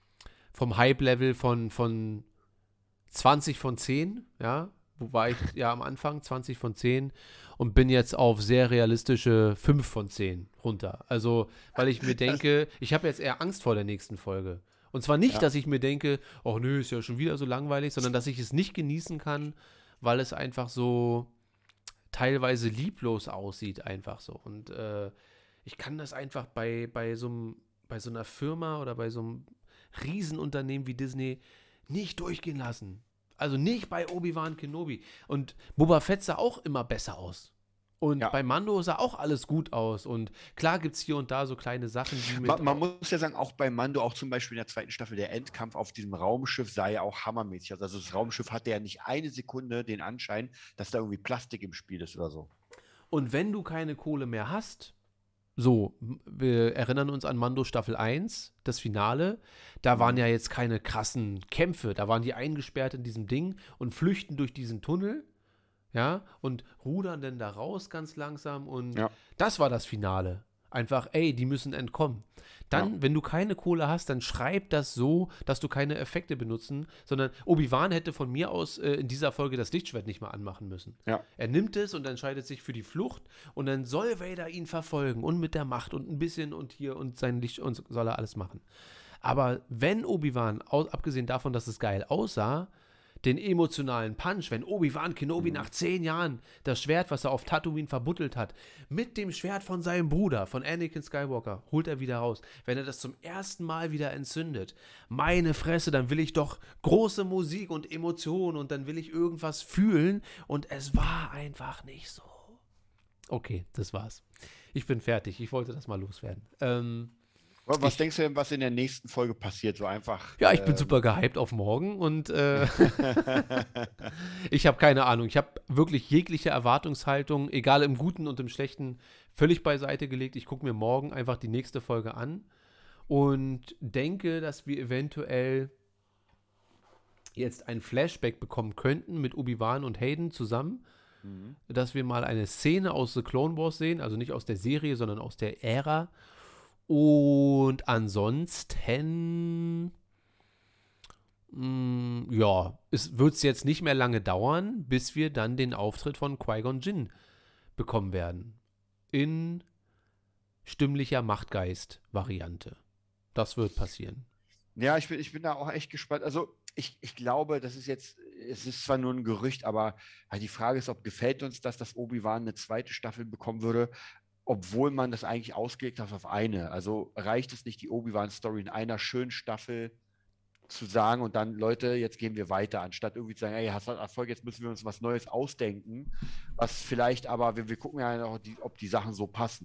vom Hype-Level von, von zwanzig von zehn, ja, wo war ich ja am Anfang, zwanzig von zehn und bin jetzt auf sehr realistische fünf von zehn runter. Also, weil ich mir denke, ich habe jetzt eher Angst vor der nächsten Folge. Und zwar nicht, Ja. dass ich mir denke, oh nö, ist ja schon wieder so langweilig, sondern dass ich es nicht genießen kann, weil es einfach so teilweise lieblos aussieht, einfach so. Und äh, ich kann das einfach bei, bei, so einem, bei so einer Firma oder bei so einem Riesenunternehmen wie Disney nicht durchgehen lassen. Also nicht bei Obi-Wan Kenobi. Und Boba Fett sah auch immer besser aus. Und Ja. bei Mando sah auch alles gut aus. Und klar gibt es hier und da so kleine Sachen, die mit Man, man muss ja sagen, auch bei Mando, auch zum Beispiel in der zweiten Staffel, der Endkampf auf diesem Raumschiff sah ja auch hammermäßig aus. Also das Raumschiff hatte ja nicht eine Sekunde den Anschein, dass da irgendwie Plastik im Spiel ist oder so. Und wenn du keine Kohle mehr hast, so, wir erinnern uns an Mando Staffel eins, das Finale, da waren ja jetzt keine krassen Kämpfe, da waren die eingesperrt in diesem Ding und flüchten durch diesen Tunnel, ja, und rudern dann da raus ganz langsam und Ja. das war das Finale. Einfach, ey, die müssen entkommen. Dann, Ja. wenn du keine Kohle hast, dann schreib das so, dass du keine Effekte benutzen, sondern Obi-Wan hätte von mir aus äh, in dieser Folge das Lichtschwert nicht mal anmachen müssen. Ja. Er nimmt es und entscheidet sich für die Flucht und dann soll Vader ihn verfolgen und mit der Macht und ein bisschen und hier und sein Licht und soll er alles machen. Aber wenn Obi-Wan, au- abgesehen davon, dass es geil aussah, den emotionalen Punch, wenn Obi-Wan Kenobi nach zehn Jahren das Schwert, was er auf Tatooine verbuddelt hat, mit dem Schwert von seinem Bruder, von Anakin Skywalker, holt er wieder raus. Wenn er das zum ersten Mal wieder entzündet, meine Fresse, dann will ich doch große Musik und Emotionen und dann will ich irgendwas fühlen und es war einfach nicht so. Okay, das war's. Ich bin fertig. Ich wollte das mal loswerden. Ähm, Was Ich- denkst du denn, was in der nächsten Folge passiert? So einfach. ja, ich bin ähm, super gehypt auf morgen und äh, ich habe keine Ahnung. Ich habe wirklich jegliche Erwartungshaltung, egal im Guten und im Schlechten, völlig beiseite gelegt. Ich gucke mir morgen einfach die nächste Folge an und denke, dass wir eventuell jetzt ein Flashback bekommen könnten mit Obi-Wan und Hayden zusammen, Mhm. dass wir mal eine Szene aus The Clone Wars sehen, also nicht aus der Serie, sondern aus der Ära. Und ansonsten, mh, ja, es wird es jetzt nicht mehr lange dauern, bis wir dann den Auftritt von Qui-Gon Jinn bekommen werden. In stimmlicher Machtgeist-Variante. Das wird passieren. Ja, ich bin, ich bin da auch echt gespannt. Also, ich, ich glaube, das ist jetzt, es ist zwar nur ein Gerücht, aber halt die Frage ist, ob gefällt uns das, dass Obi-Wan eine zweite Staffel bekommen würde, obwohl man das eigentlich ausgelegt hat auf eine. Also reicht es nicht, die Obi-Wan-Story in einer schönen Staffel zu sagen und dann, Leute, jetzt gehen wir weiter, anstatt irgendwie zu sagen, ey, hast du Erfolg, jetzt müssen wir uns was Neues ausdenken, was vielleicht aber, wir, wir gucken ja noch, die, ob die Sachen so passen.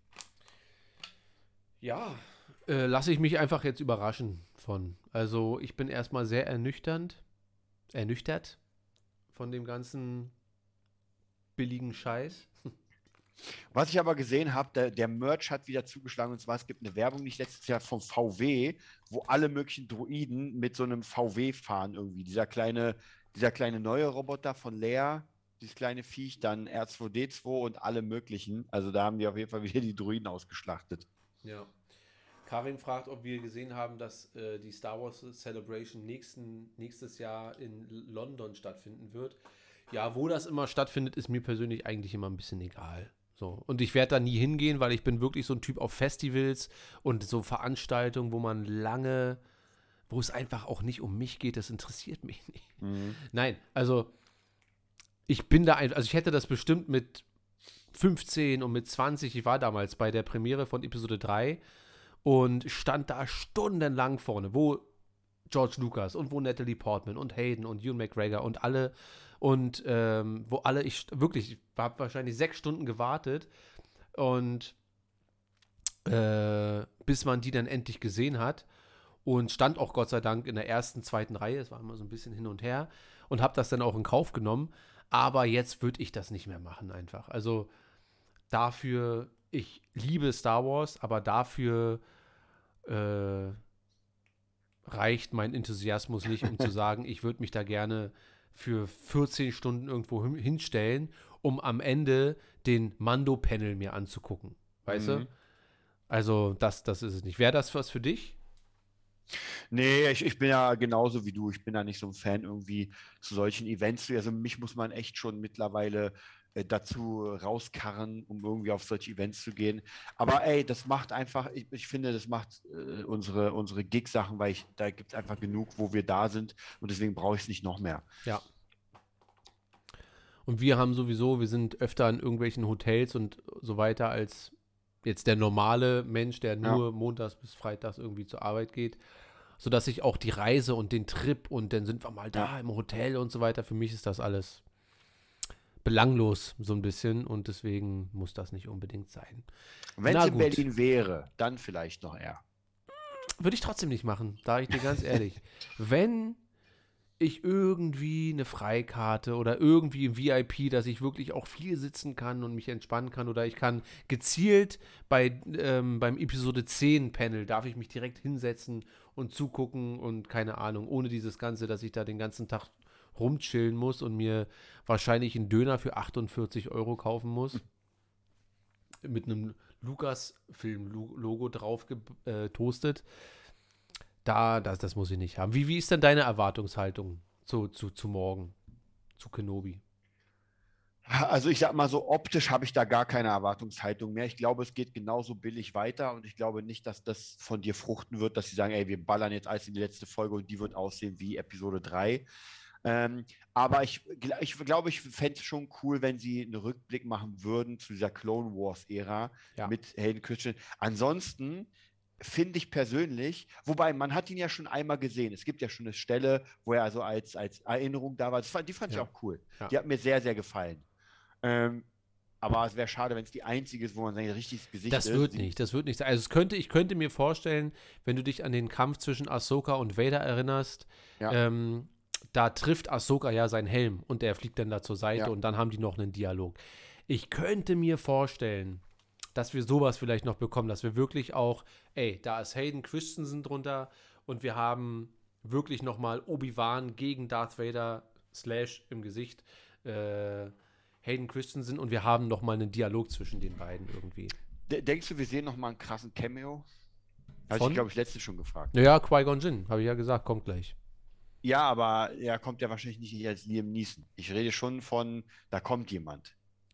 Ja, äh, lasse ich mich einfach jetzt überraschen von. Also ich bin erstmal sehr ernüchternd, ernüchtert von dem ganzen billigen Scheiß. Was ich aber gesehen habe, der, der Merch hat wieder zugeschlagen, und zwar es gibt eine Werbung, nicht letztes Jahr vom V W, wo alle möglichen Droiden mit so einem V W fahren irgendwie. Dieser kleine, dieser kleine neue Roboter von Leia, dieses kleine Viech, dann R zwei D zwei und alle möglichen. Also da haben die auf jeden Fall wieder die Droiden ausgeschlachtet. Ja. Karin fragt, ob wir gesehen haben, dass äh, die Star Wars Celebration nächsten, nächstes Jahr in London stattfinden wird. Ja, wo das immer stattfindet, ist mir persönlich eigentlich immer ein bisschen egal. So. Und ich werde da nie hingehen, weil ich bin wirklich so ein Typ auf Festivals und so Veranstaltungen, wo man lange, wo es einfach auch nicht um mich geht, das interessiert mich nicht. Mhm. Nein, also ich bin da, ein, also ich hätte das bestimmt mit fünfzehn und mit zwanzig, ich war damals bei der Premiere von Episode drei und stand da stundenlang vorne, wo George Lucas und wo Natalie Portman und Hayden und Ewan McGregor und alle und ähm, wo alle, ich wirklich, ich habe wahrscheinlich sechs Stunden gewartet und äh, bis man die dann endlich gesehen hat und stand auch Gott sei Dank in der ersten, zweiten Reihe, es war immer so ein bisschen hin und her und habe das dann auch in Kauf genommen, aber jetzt würde ich das nicht mehr machen einfach. Also dafür, ich liebe Star Wars, aber dafür äh, reicht mein Enthusiasmus nicht, um zu sagen, ich würde mich da gerne für vierzehn Stunden irgendwo hin- hinstellen, um am Ende den Mando-Panel mir anzugucken. Weißt Mhm. du? Also, das, das ist es nicht. Wäre das was für dich? Nee, ich, ich bin ja genauso wie du. Ich bin ja nicht so ein Fan irgendwie zu solchen Events. Also mich muss man echt schon mittlerweile äh, dazu rauskarren, um irgendwie auf solche Events zu gehen. Aber ey, das macht einfach, ich, ich finde, das macht äh, unsere, unsere Gig-Sachen, weil ich, da gibt es einfach genug, wo wir da sind und deswegen brauche ich es nicht noch mehr. Ja. Und wir haben sowieso, wir sind öfter in irgendwelchen Hotels und so weiter als jetzt der normale Mensch, der Ja. nur montags bis freitags irgendwie zur Arbeit geht, sodass ich auch die Reise und den Trip und dann sind wir mal da im Hotel und so weiter, für mich ist das alles belanglos so ein bisschen und deswegen muss das nicht unbedingt sein. Wenn Na es in gut. Berlin wäre, dann vielleicht noch eher. Würde ich trotzdem nicht machen, sage ich dir ganz ehrlich. Wenn ich irgendwie eine Freikarte oder irgendwie im V I P, dass ich wirklich auch viel sitzen kann und mich entspannen kann oder ich kann gezielt bei, ähm, beim Episode zehn Panel, darf ich mich direkt hinsetzen und zugucken und keine Ahnung, ohne dieses Ganze, dass ich da den ganzen Tag rumchillen muss und mir wahrscheinlich einen Döner für achtundvierzig Euro kaufen muss. Mit einem Lukas-Film-Logo drauf getoastet. Da, das, das muss ich nicht haben. Wie, wie ist denn deine Erwartungshaltung zu, zu, zu morgen? Zu Kenobi? Also ich sag mal so, optisch habe ich da gar keine Erwartungshaltung mehr. Ich glaube, es geht genauso billig weiter und ich glaube nicht, dass das von dir fruchten wird, dass sie sagen, ey, wir ballern jetzt alles in die letzte Folge und die wird aussehen wie Episode drei. Ähm, aber ich, gl- ich glaube, ich fände es schon cool, wenn sie einen Rückblick machen würden zu dieser Clone Wars-Ära Ja. mit Hayden Christensen. Ansonsten finde ich persönlich, wobei man hat ihn ja schon einmal gesehen. Es gibt ja schon eine Stelle, wo er also als, als Erinnerung da war. Das fand, die fand Ja. ich auch cool. Ja. Die hat mir sehr, sehr gefallen. Ähm, aber es wäre schade, wenn es die einzige ist, wo man sein richtiges Gesicht Das ist. wird Sie- nicht, das wird nicht sein. Also es könnte, ich könnte mir vorstellen, wenn du dich an den Kampf zwischen Ahsoka und Vader erinnerst, Ja. ähm, da trifft Ahsoka ja seinen Helm und er fliegt dann da zur Seite Ja. und dann haben die noch einen Dialog. Ich könnte mir vorstellen, dass wir sowas vielleicht noch bekommen, dass wir wirklich auch, ey, da ist Hayden Christensen drunter und wir haben wirklich nochmal Obi-Wan gegen Darth Vader slash im Gesicht äh, Hayden Christensen und wir haben nochmal einen Dialog zwischen den beiden irgendwie. De- Denkst du, wir sehen noch mal einen krassen Cameo? Habe Von? ich, glaube ich, letztes schon gefragt. Naja, Qui-Gon Jinn, habe ich ja gesagt, kommt gleich. Ja, aber er kommt ja wahrscheinlich nicht als Liam Neeson. Ich rede schon von, da kommt jemand.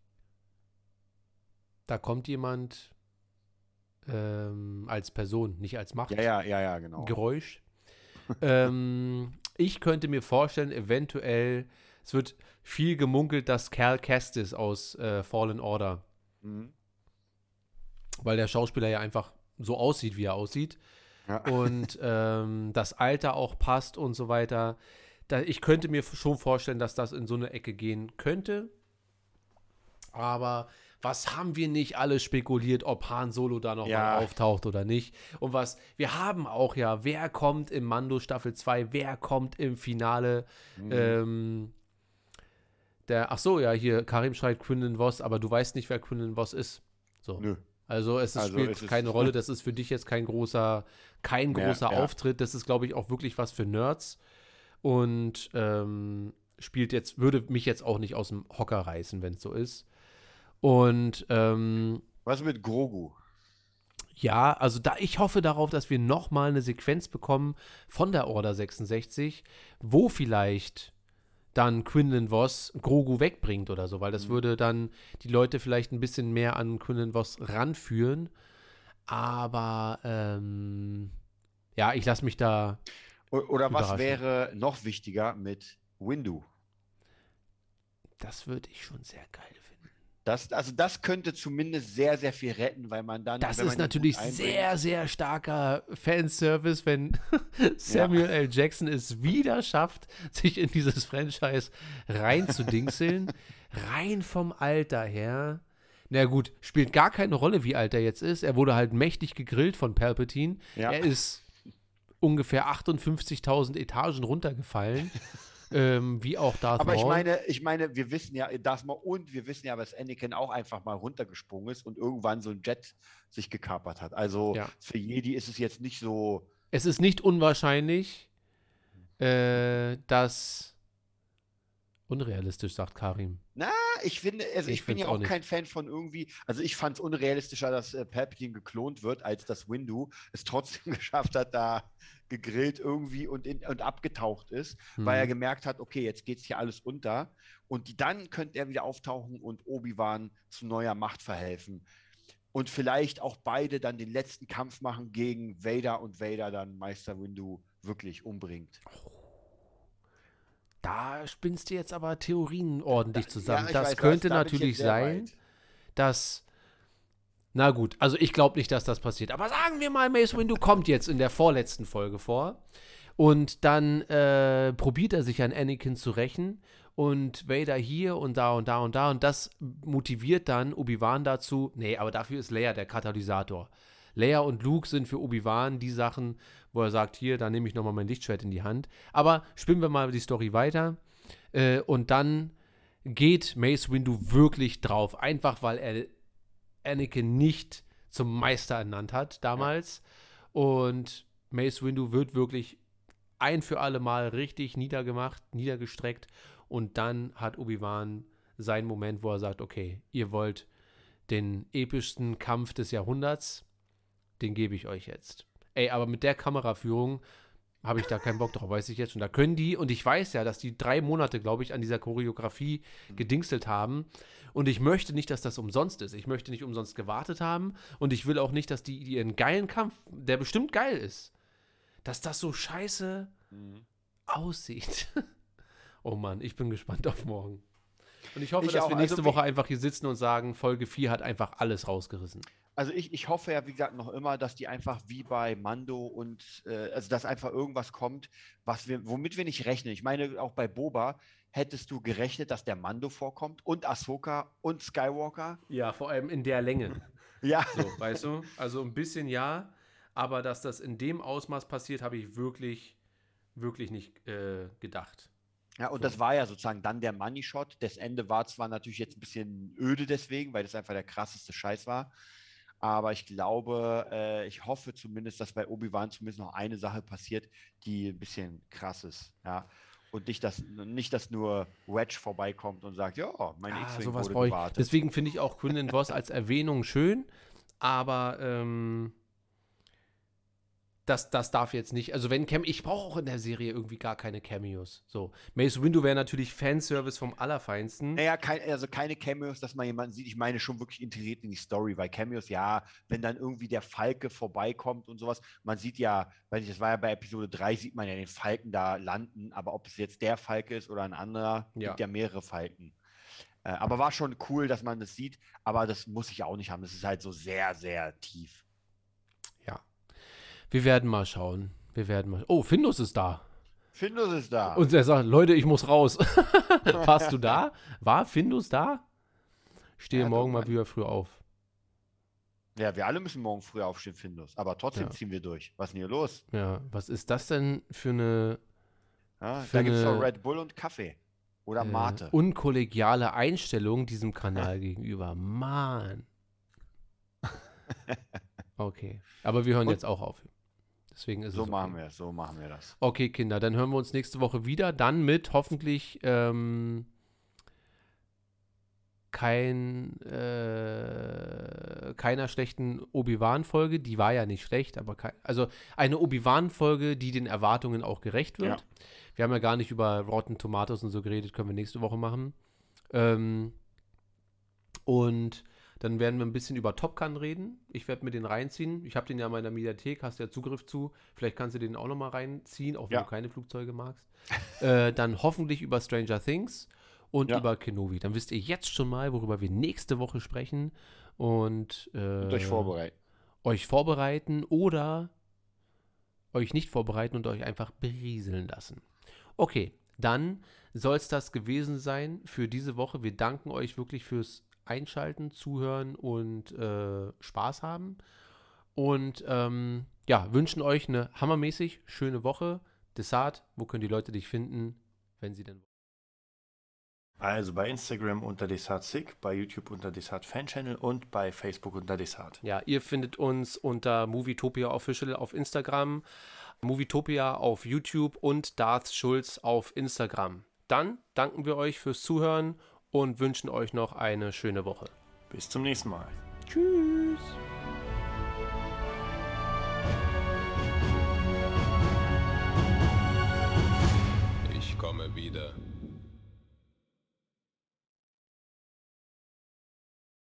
Da kommt jemand ähm, als Person, nicht als Macht. Ja, ja, ja, ja, genau. Geräusch. ähm, ich könnte mir vorstellen, eventuell, es wird viel gemunkelt, dass Cal Kestis aus äh, Fallen Order, Mhm. weil der Schauspieler ja einfach so aussieht, wie er aussieht Ja. und ähm, das Alter auch passt und so weiter. Da, ich könnte mir schon vorstellen, dass das in so eine Ecke gehen könnte. Aber was haben wir nicht alle spekuliert, ob Han Solo da noch Ja. mal auftaucht oder nicht? Und was, wir haben auch ja, wer kommt im Mando Staffel zwei, wer kommt im Finale? Mhm. Ähm, der, ach so, ja, hier, Karim schreibt Quinlan Voss, aber du weißt nicht, wer Quinlan Voss ist. So. Nö. Also es ist, Also spielt es ist- keine Rolle, das ist für dich jetzt kein großer, kein Ja, großer ja. Auftritt. Das ist, glaube ich, auch wirklich was für Nerds. Und ähm, spielt jetzt, würde mich jetzt auch nicht aus dem Hocker reißen, wenn es so ist. Und ähm, Was mit Grogu? ja, also da, ich hoffe darauf, dass wir nochmal eine Sequenz bekommen von der Order sechsundsechzig, wo vielleicht dann Quinlan Voss Grogu wegbringt oder so, weil das Mhm. würde dann die Leute vielleicht ein bisschen mehr an Quinlan Voss ranführen. Aber ähm, ja, ich lasse mich da. O- Oder was Überraschung. wäre noch wichtiger mit Windu? Das würde ich schon sehr geil finden. Das, also das könnte zumindest sehr, sehr viel retten, weil man dann. Das wenn man ist ihn natürlich gut einbringt- sehr, sehr starker Fanservice, wenn Samuel L. Jackson es wieder schafft, sich in dieses Franchise reinzudingseln. Rein vom Alter her. Na gut, spielt gar keine Rolle, wie alt er jetzt ist. Er wurde halt mächtig gegrillt von Palpatine. Ja. Er ist ungefähr achtundfünfzigtausend Etagen runtergefallen. ähm, wie auch Darth Aber ich Maul. meine, ich meine, wir wissen ja, das mal und wir wissen ja, dass Anakin auch einfach mal runtergesprungen ist und irgendwann so ein Jet sich gekapert hat. Also Ja. für Jedi ist es jetzt nicht so. Es ist nicht unwahrscheinlich, äh, dass unrealistisch, sagt Karim. Na, ich finde, also ich, Ich bin find's ja auch auch nicht. kein Fan von irgendwie, also ich fand es unrealistischer, dass äh, Palpatine geklont wird, als dass Windu es trotzdem geschafft hat, da gegrillt irgendwie und, in, und abgetaucht ist, weil er Hm. gemerkt hat, okay, jetzt geht es hier alles unter und die, dann könnte er wieder auftauchen und Obi-Wan zu neuer Macht verhelfen. Und vielleicht auch beide dann den letzten Kampf machen gegen Vader und Vader dann Meister Windu wirklich umbringt. Da spinnst du jetzt aber Theorien ordentlich zusammen. Ja, ich das weiß, könnte da bin ich natürlich jetzt sehr sein, weit. dass. Na gut, also ich glaube nicht, dass das passiert. Aber sagen wir mal, Mace Windu kommt jetzt in der vorletzten Folge vor. Und dann äh, probiert er sich an Anakin zu rächen. Und Vader hier und da und da und da. Und das motiviert dann Obi-Wan dazu. Nee, aber dafür ist Leia der Katalysator. Leia und Luke sind für Obi-Wan die Sachen, wo er sagt, hier, da nehme ich nochmal mein Lichtschwert in die Hand. Aber spinnen wir mal die Story weiter. Äh, und dann geht Mace Windu wirklich drauf. Einfach, weil er Anakin nicht zum Meister ernannt hat damals. Und Mace Windu wird wirklich ein für alle Mal richtig niedergemacht, niedergestreckt. Und dann hat Obi-Wan seinen Moment, wo er sagt, okay, ihr wollt den epischsten Kampf des Jahrhunderts, den gebe ich euch jetzt. Ey, aber mit der Kameraführung habe ich da keinen Bock drauf, weiß ich jetzt schon. Da können die, und ich weiß ja, dass die drei Monate, glaube ich, an dieser Choreografie gedingselt haben. Und ich möchte nicht, dass das umsonst ist. Ich möchte nicht umsonst gewartet haben. Und ich will auch nicht, dass die ihren geilen Kampf, der bestimmt geil ist, dass das so scheiße aussieht. Oh Mann, ich bin gespannt auf morgen. Und ich hoffe, Ich dass auch. wir nächste Also Woche wie- einfach hier sitzen und sagen, Folge vier hat einfach alles rausgerissen. Also ich, ich hoffe ja, wie gesagt, noch immer, dass die einfach wie bei Mando und äh, also dass einfach irgendwas kommt, was wir, womit wir nicht rechnen. Ich meine, auch bei Boba hättest du gerechnet, dass der Mando vorkommt und Ahsoka und Skywalker. Ja, vor allem in der Länge. Ja, So, weißt du? Also ein bisschen ja, aber dass das in dem Ausmaß passiert, habe ich wirklich, wirklich nicht äh, gedacht. ja, und das war ja sozusagen dann der Money Shot. Das Ende war zwar natürlich jetzt ein bisschen öde deswegen, weil das einfach der krasseste Scheiß war. Aber ich glaube, äh, ich hoffe zumindest, dass bei Obi-Wan zumindest noch eine Sache passiert, die ein bisschen krass ist. Ja. Und nicht, dass, nicht, dass nur Wedge vorbeikommt und sagt, ja, mein Ah, X-Wing sowas wurde brauche ich. gewartet. Deswegen finde ich auch Quinlan Voss als Erwähnung schön, aber ähm, das, das darf jetzt nicht, also wenn Cam, ich brauche auch in der Serie irgendwie gar keine Cameos. So, Mace Windu wäre natürlich Fanservice vom Allerfeinsten. Naja, kein, also keine Cameos, dass man jemanden sieht. Ich meine schon wirklich integriert in die Story, weil Cameos, ja, wenn dann irgendwie der Falke vorbeikommt und sowas, man sieht ja, weiß ich, das war ja bei Episode drei, sieht man ja den Falken da landen, aber ob es jetzt der Falke ist oder ein anderer, Ja. gibt ja mehrere Falken. Äh, aber war schon cool, dass man das sieht, aber das muss ich auch nicht haben. Das ist halt so sehr, sehr tief. Ja. Wir werden mal schauen. Wir werden mal. Oh, Findus ist da. Findus ist da. Und er sagt, Leute, ich muss raus. Warst du da? War Findus da? Stehe Ja, morgen mal irgendwann. wieder früh auf. Ja, wir alle müssen morgen früh aufstehen, Findus. Aber trotzdem Ja. ziehen wir durch. Was ist denn hier los? Ja, was ist das denn für eine Ja, Für da gibt es eine- doch Red Bull und Kaffee. Oder äh, Mate. unkollegiale Einstellung diesem Kanal gegenüber? Mann. Okay, aber wir hören Und- jetzt auch auf. Deswegen ist So es okay. machen wir es, so machen wir das. Okay, Kinder, dann hören wir uns nächste Woche wieder. Dann mit hoffentlich ähm, kein, äh, keiner schlechten Obi-Wan-Folge. Die war ja nicht schlecht, aber kein, also eine Obi-Wan-Folge, die den Erwartungen auch gerecht wird. Ja. Wir haben ja gar nicht über Rotten Tomatoes und so geredet, können wir nächste Woche machen. Ähm, und dann werden wir ein bisschen über Top Gun reden. Ich werde mir den reinziehen. Ich habe den ja in meiner Mediathek, hast ja Zugriff zu. Vielleicht kannst du den auch nochmal reinziehen, auch wenn Ja. du keine Flugzeuge magst. äh, dann hoffentlich über Stranger Things und Ja. über Kenobi. Dann wisst ihr jetzt schon mal, worüber wir nächste Woche sprechen und, äh, Und euch vorbereiten. euch vorbereiten oder euch nicht vorbereiten und euch einfach berieseln lassen. Okay, dann soll es das gewesen sein für diese Woche. Wir danken euch wirklich fürs Einschalten, Zuhören und äh, Spaß haben. Und ähm, ja, wünschen euch eine hammermäßig schöne Woche. Desart, wo können die Leute dich finden, wenn sie denn wollen? Also bei Instagram unter DesartSick, bei YouTube unter Desart Fan Channel und bei Facebook unter Desart. Ja, ihr findet uns unter Movietopia Official auf Instagram, Movietopia auf YouTube und Darth Schulz auf Instagram. Dann danken wir euch fürs Zuhören und wünschen euch noch eine schöne Woche. Bis zum nächsten Mal. Tschüss. Ich komme wieder.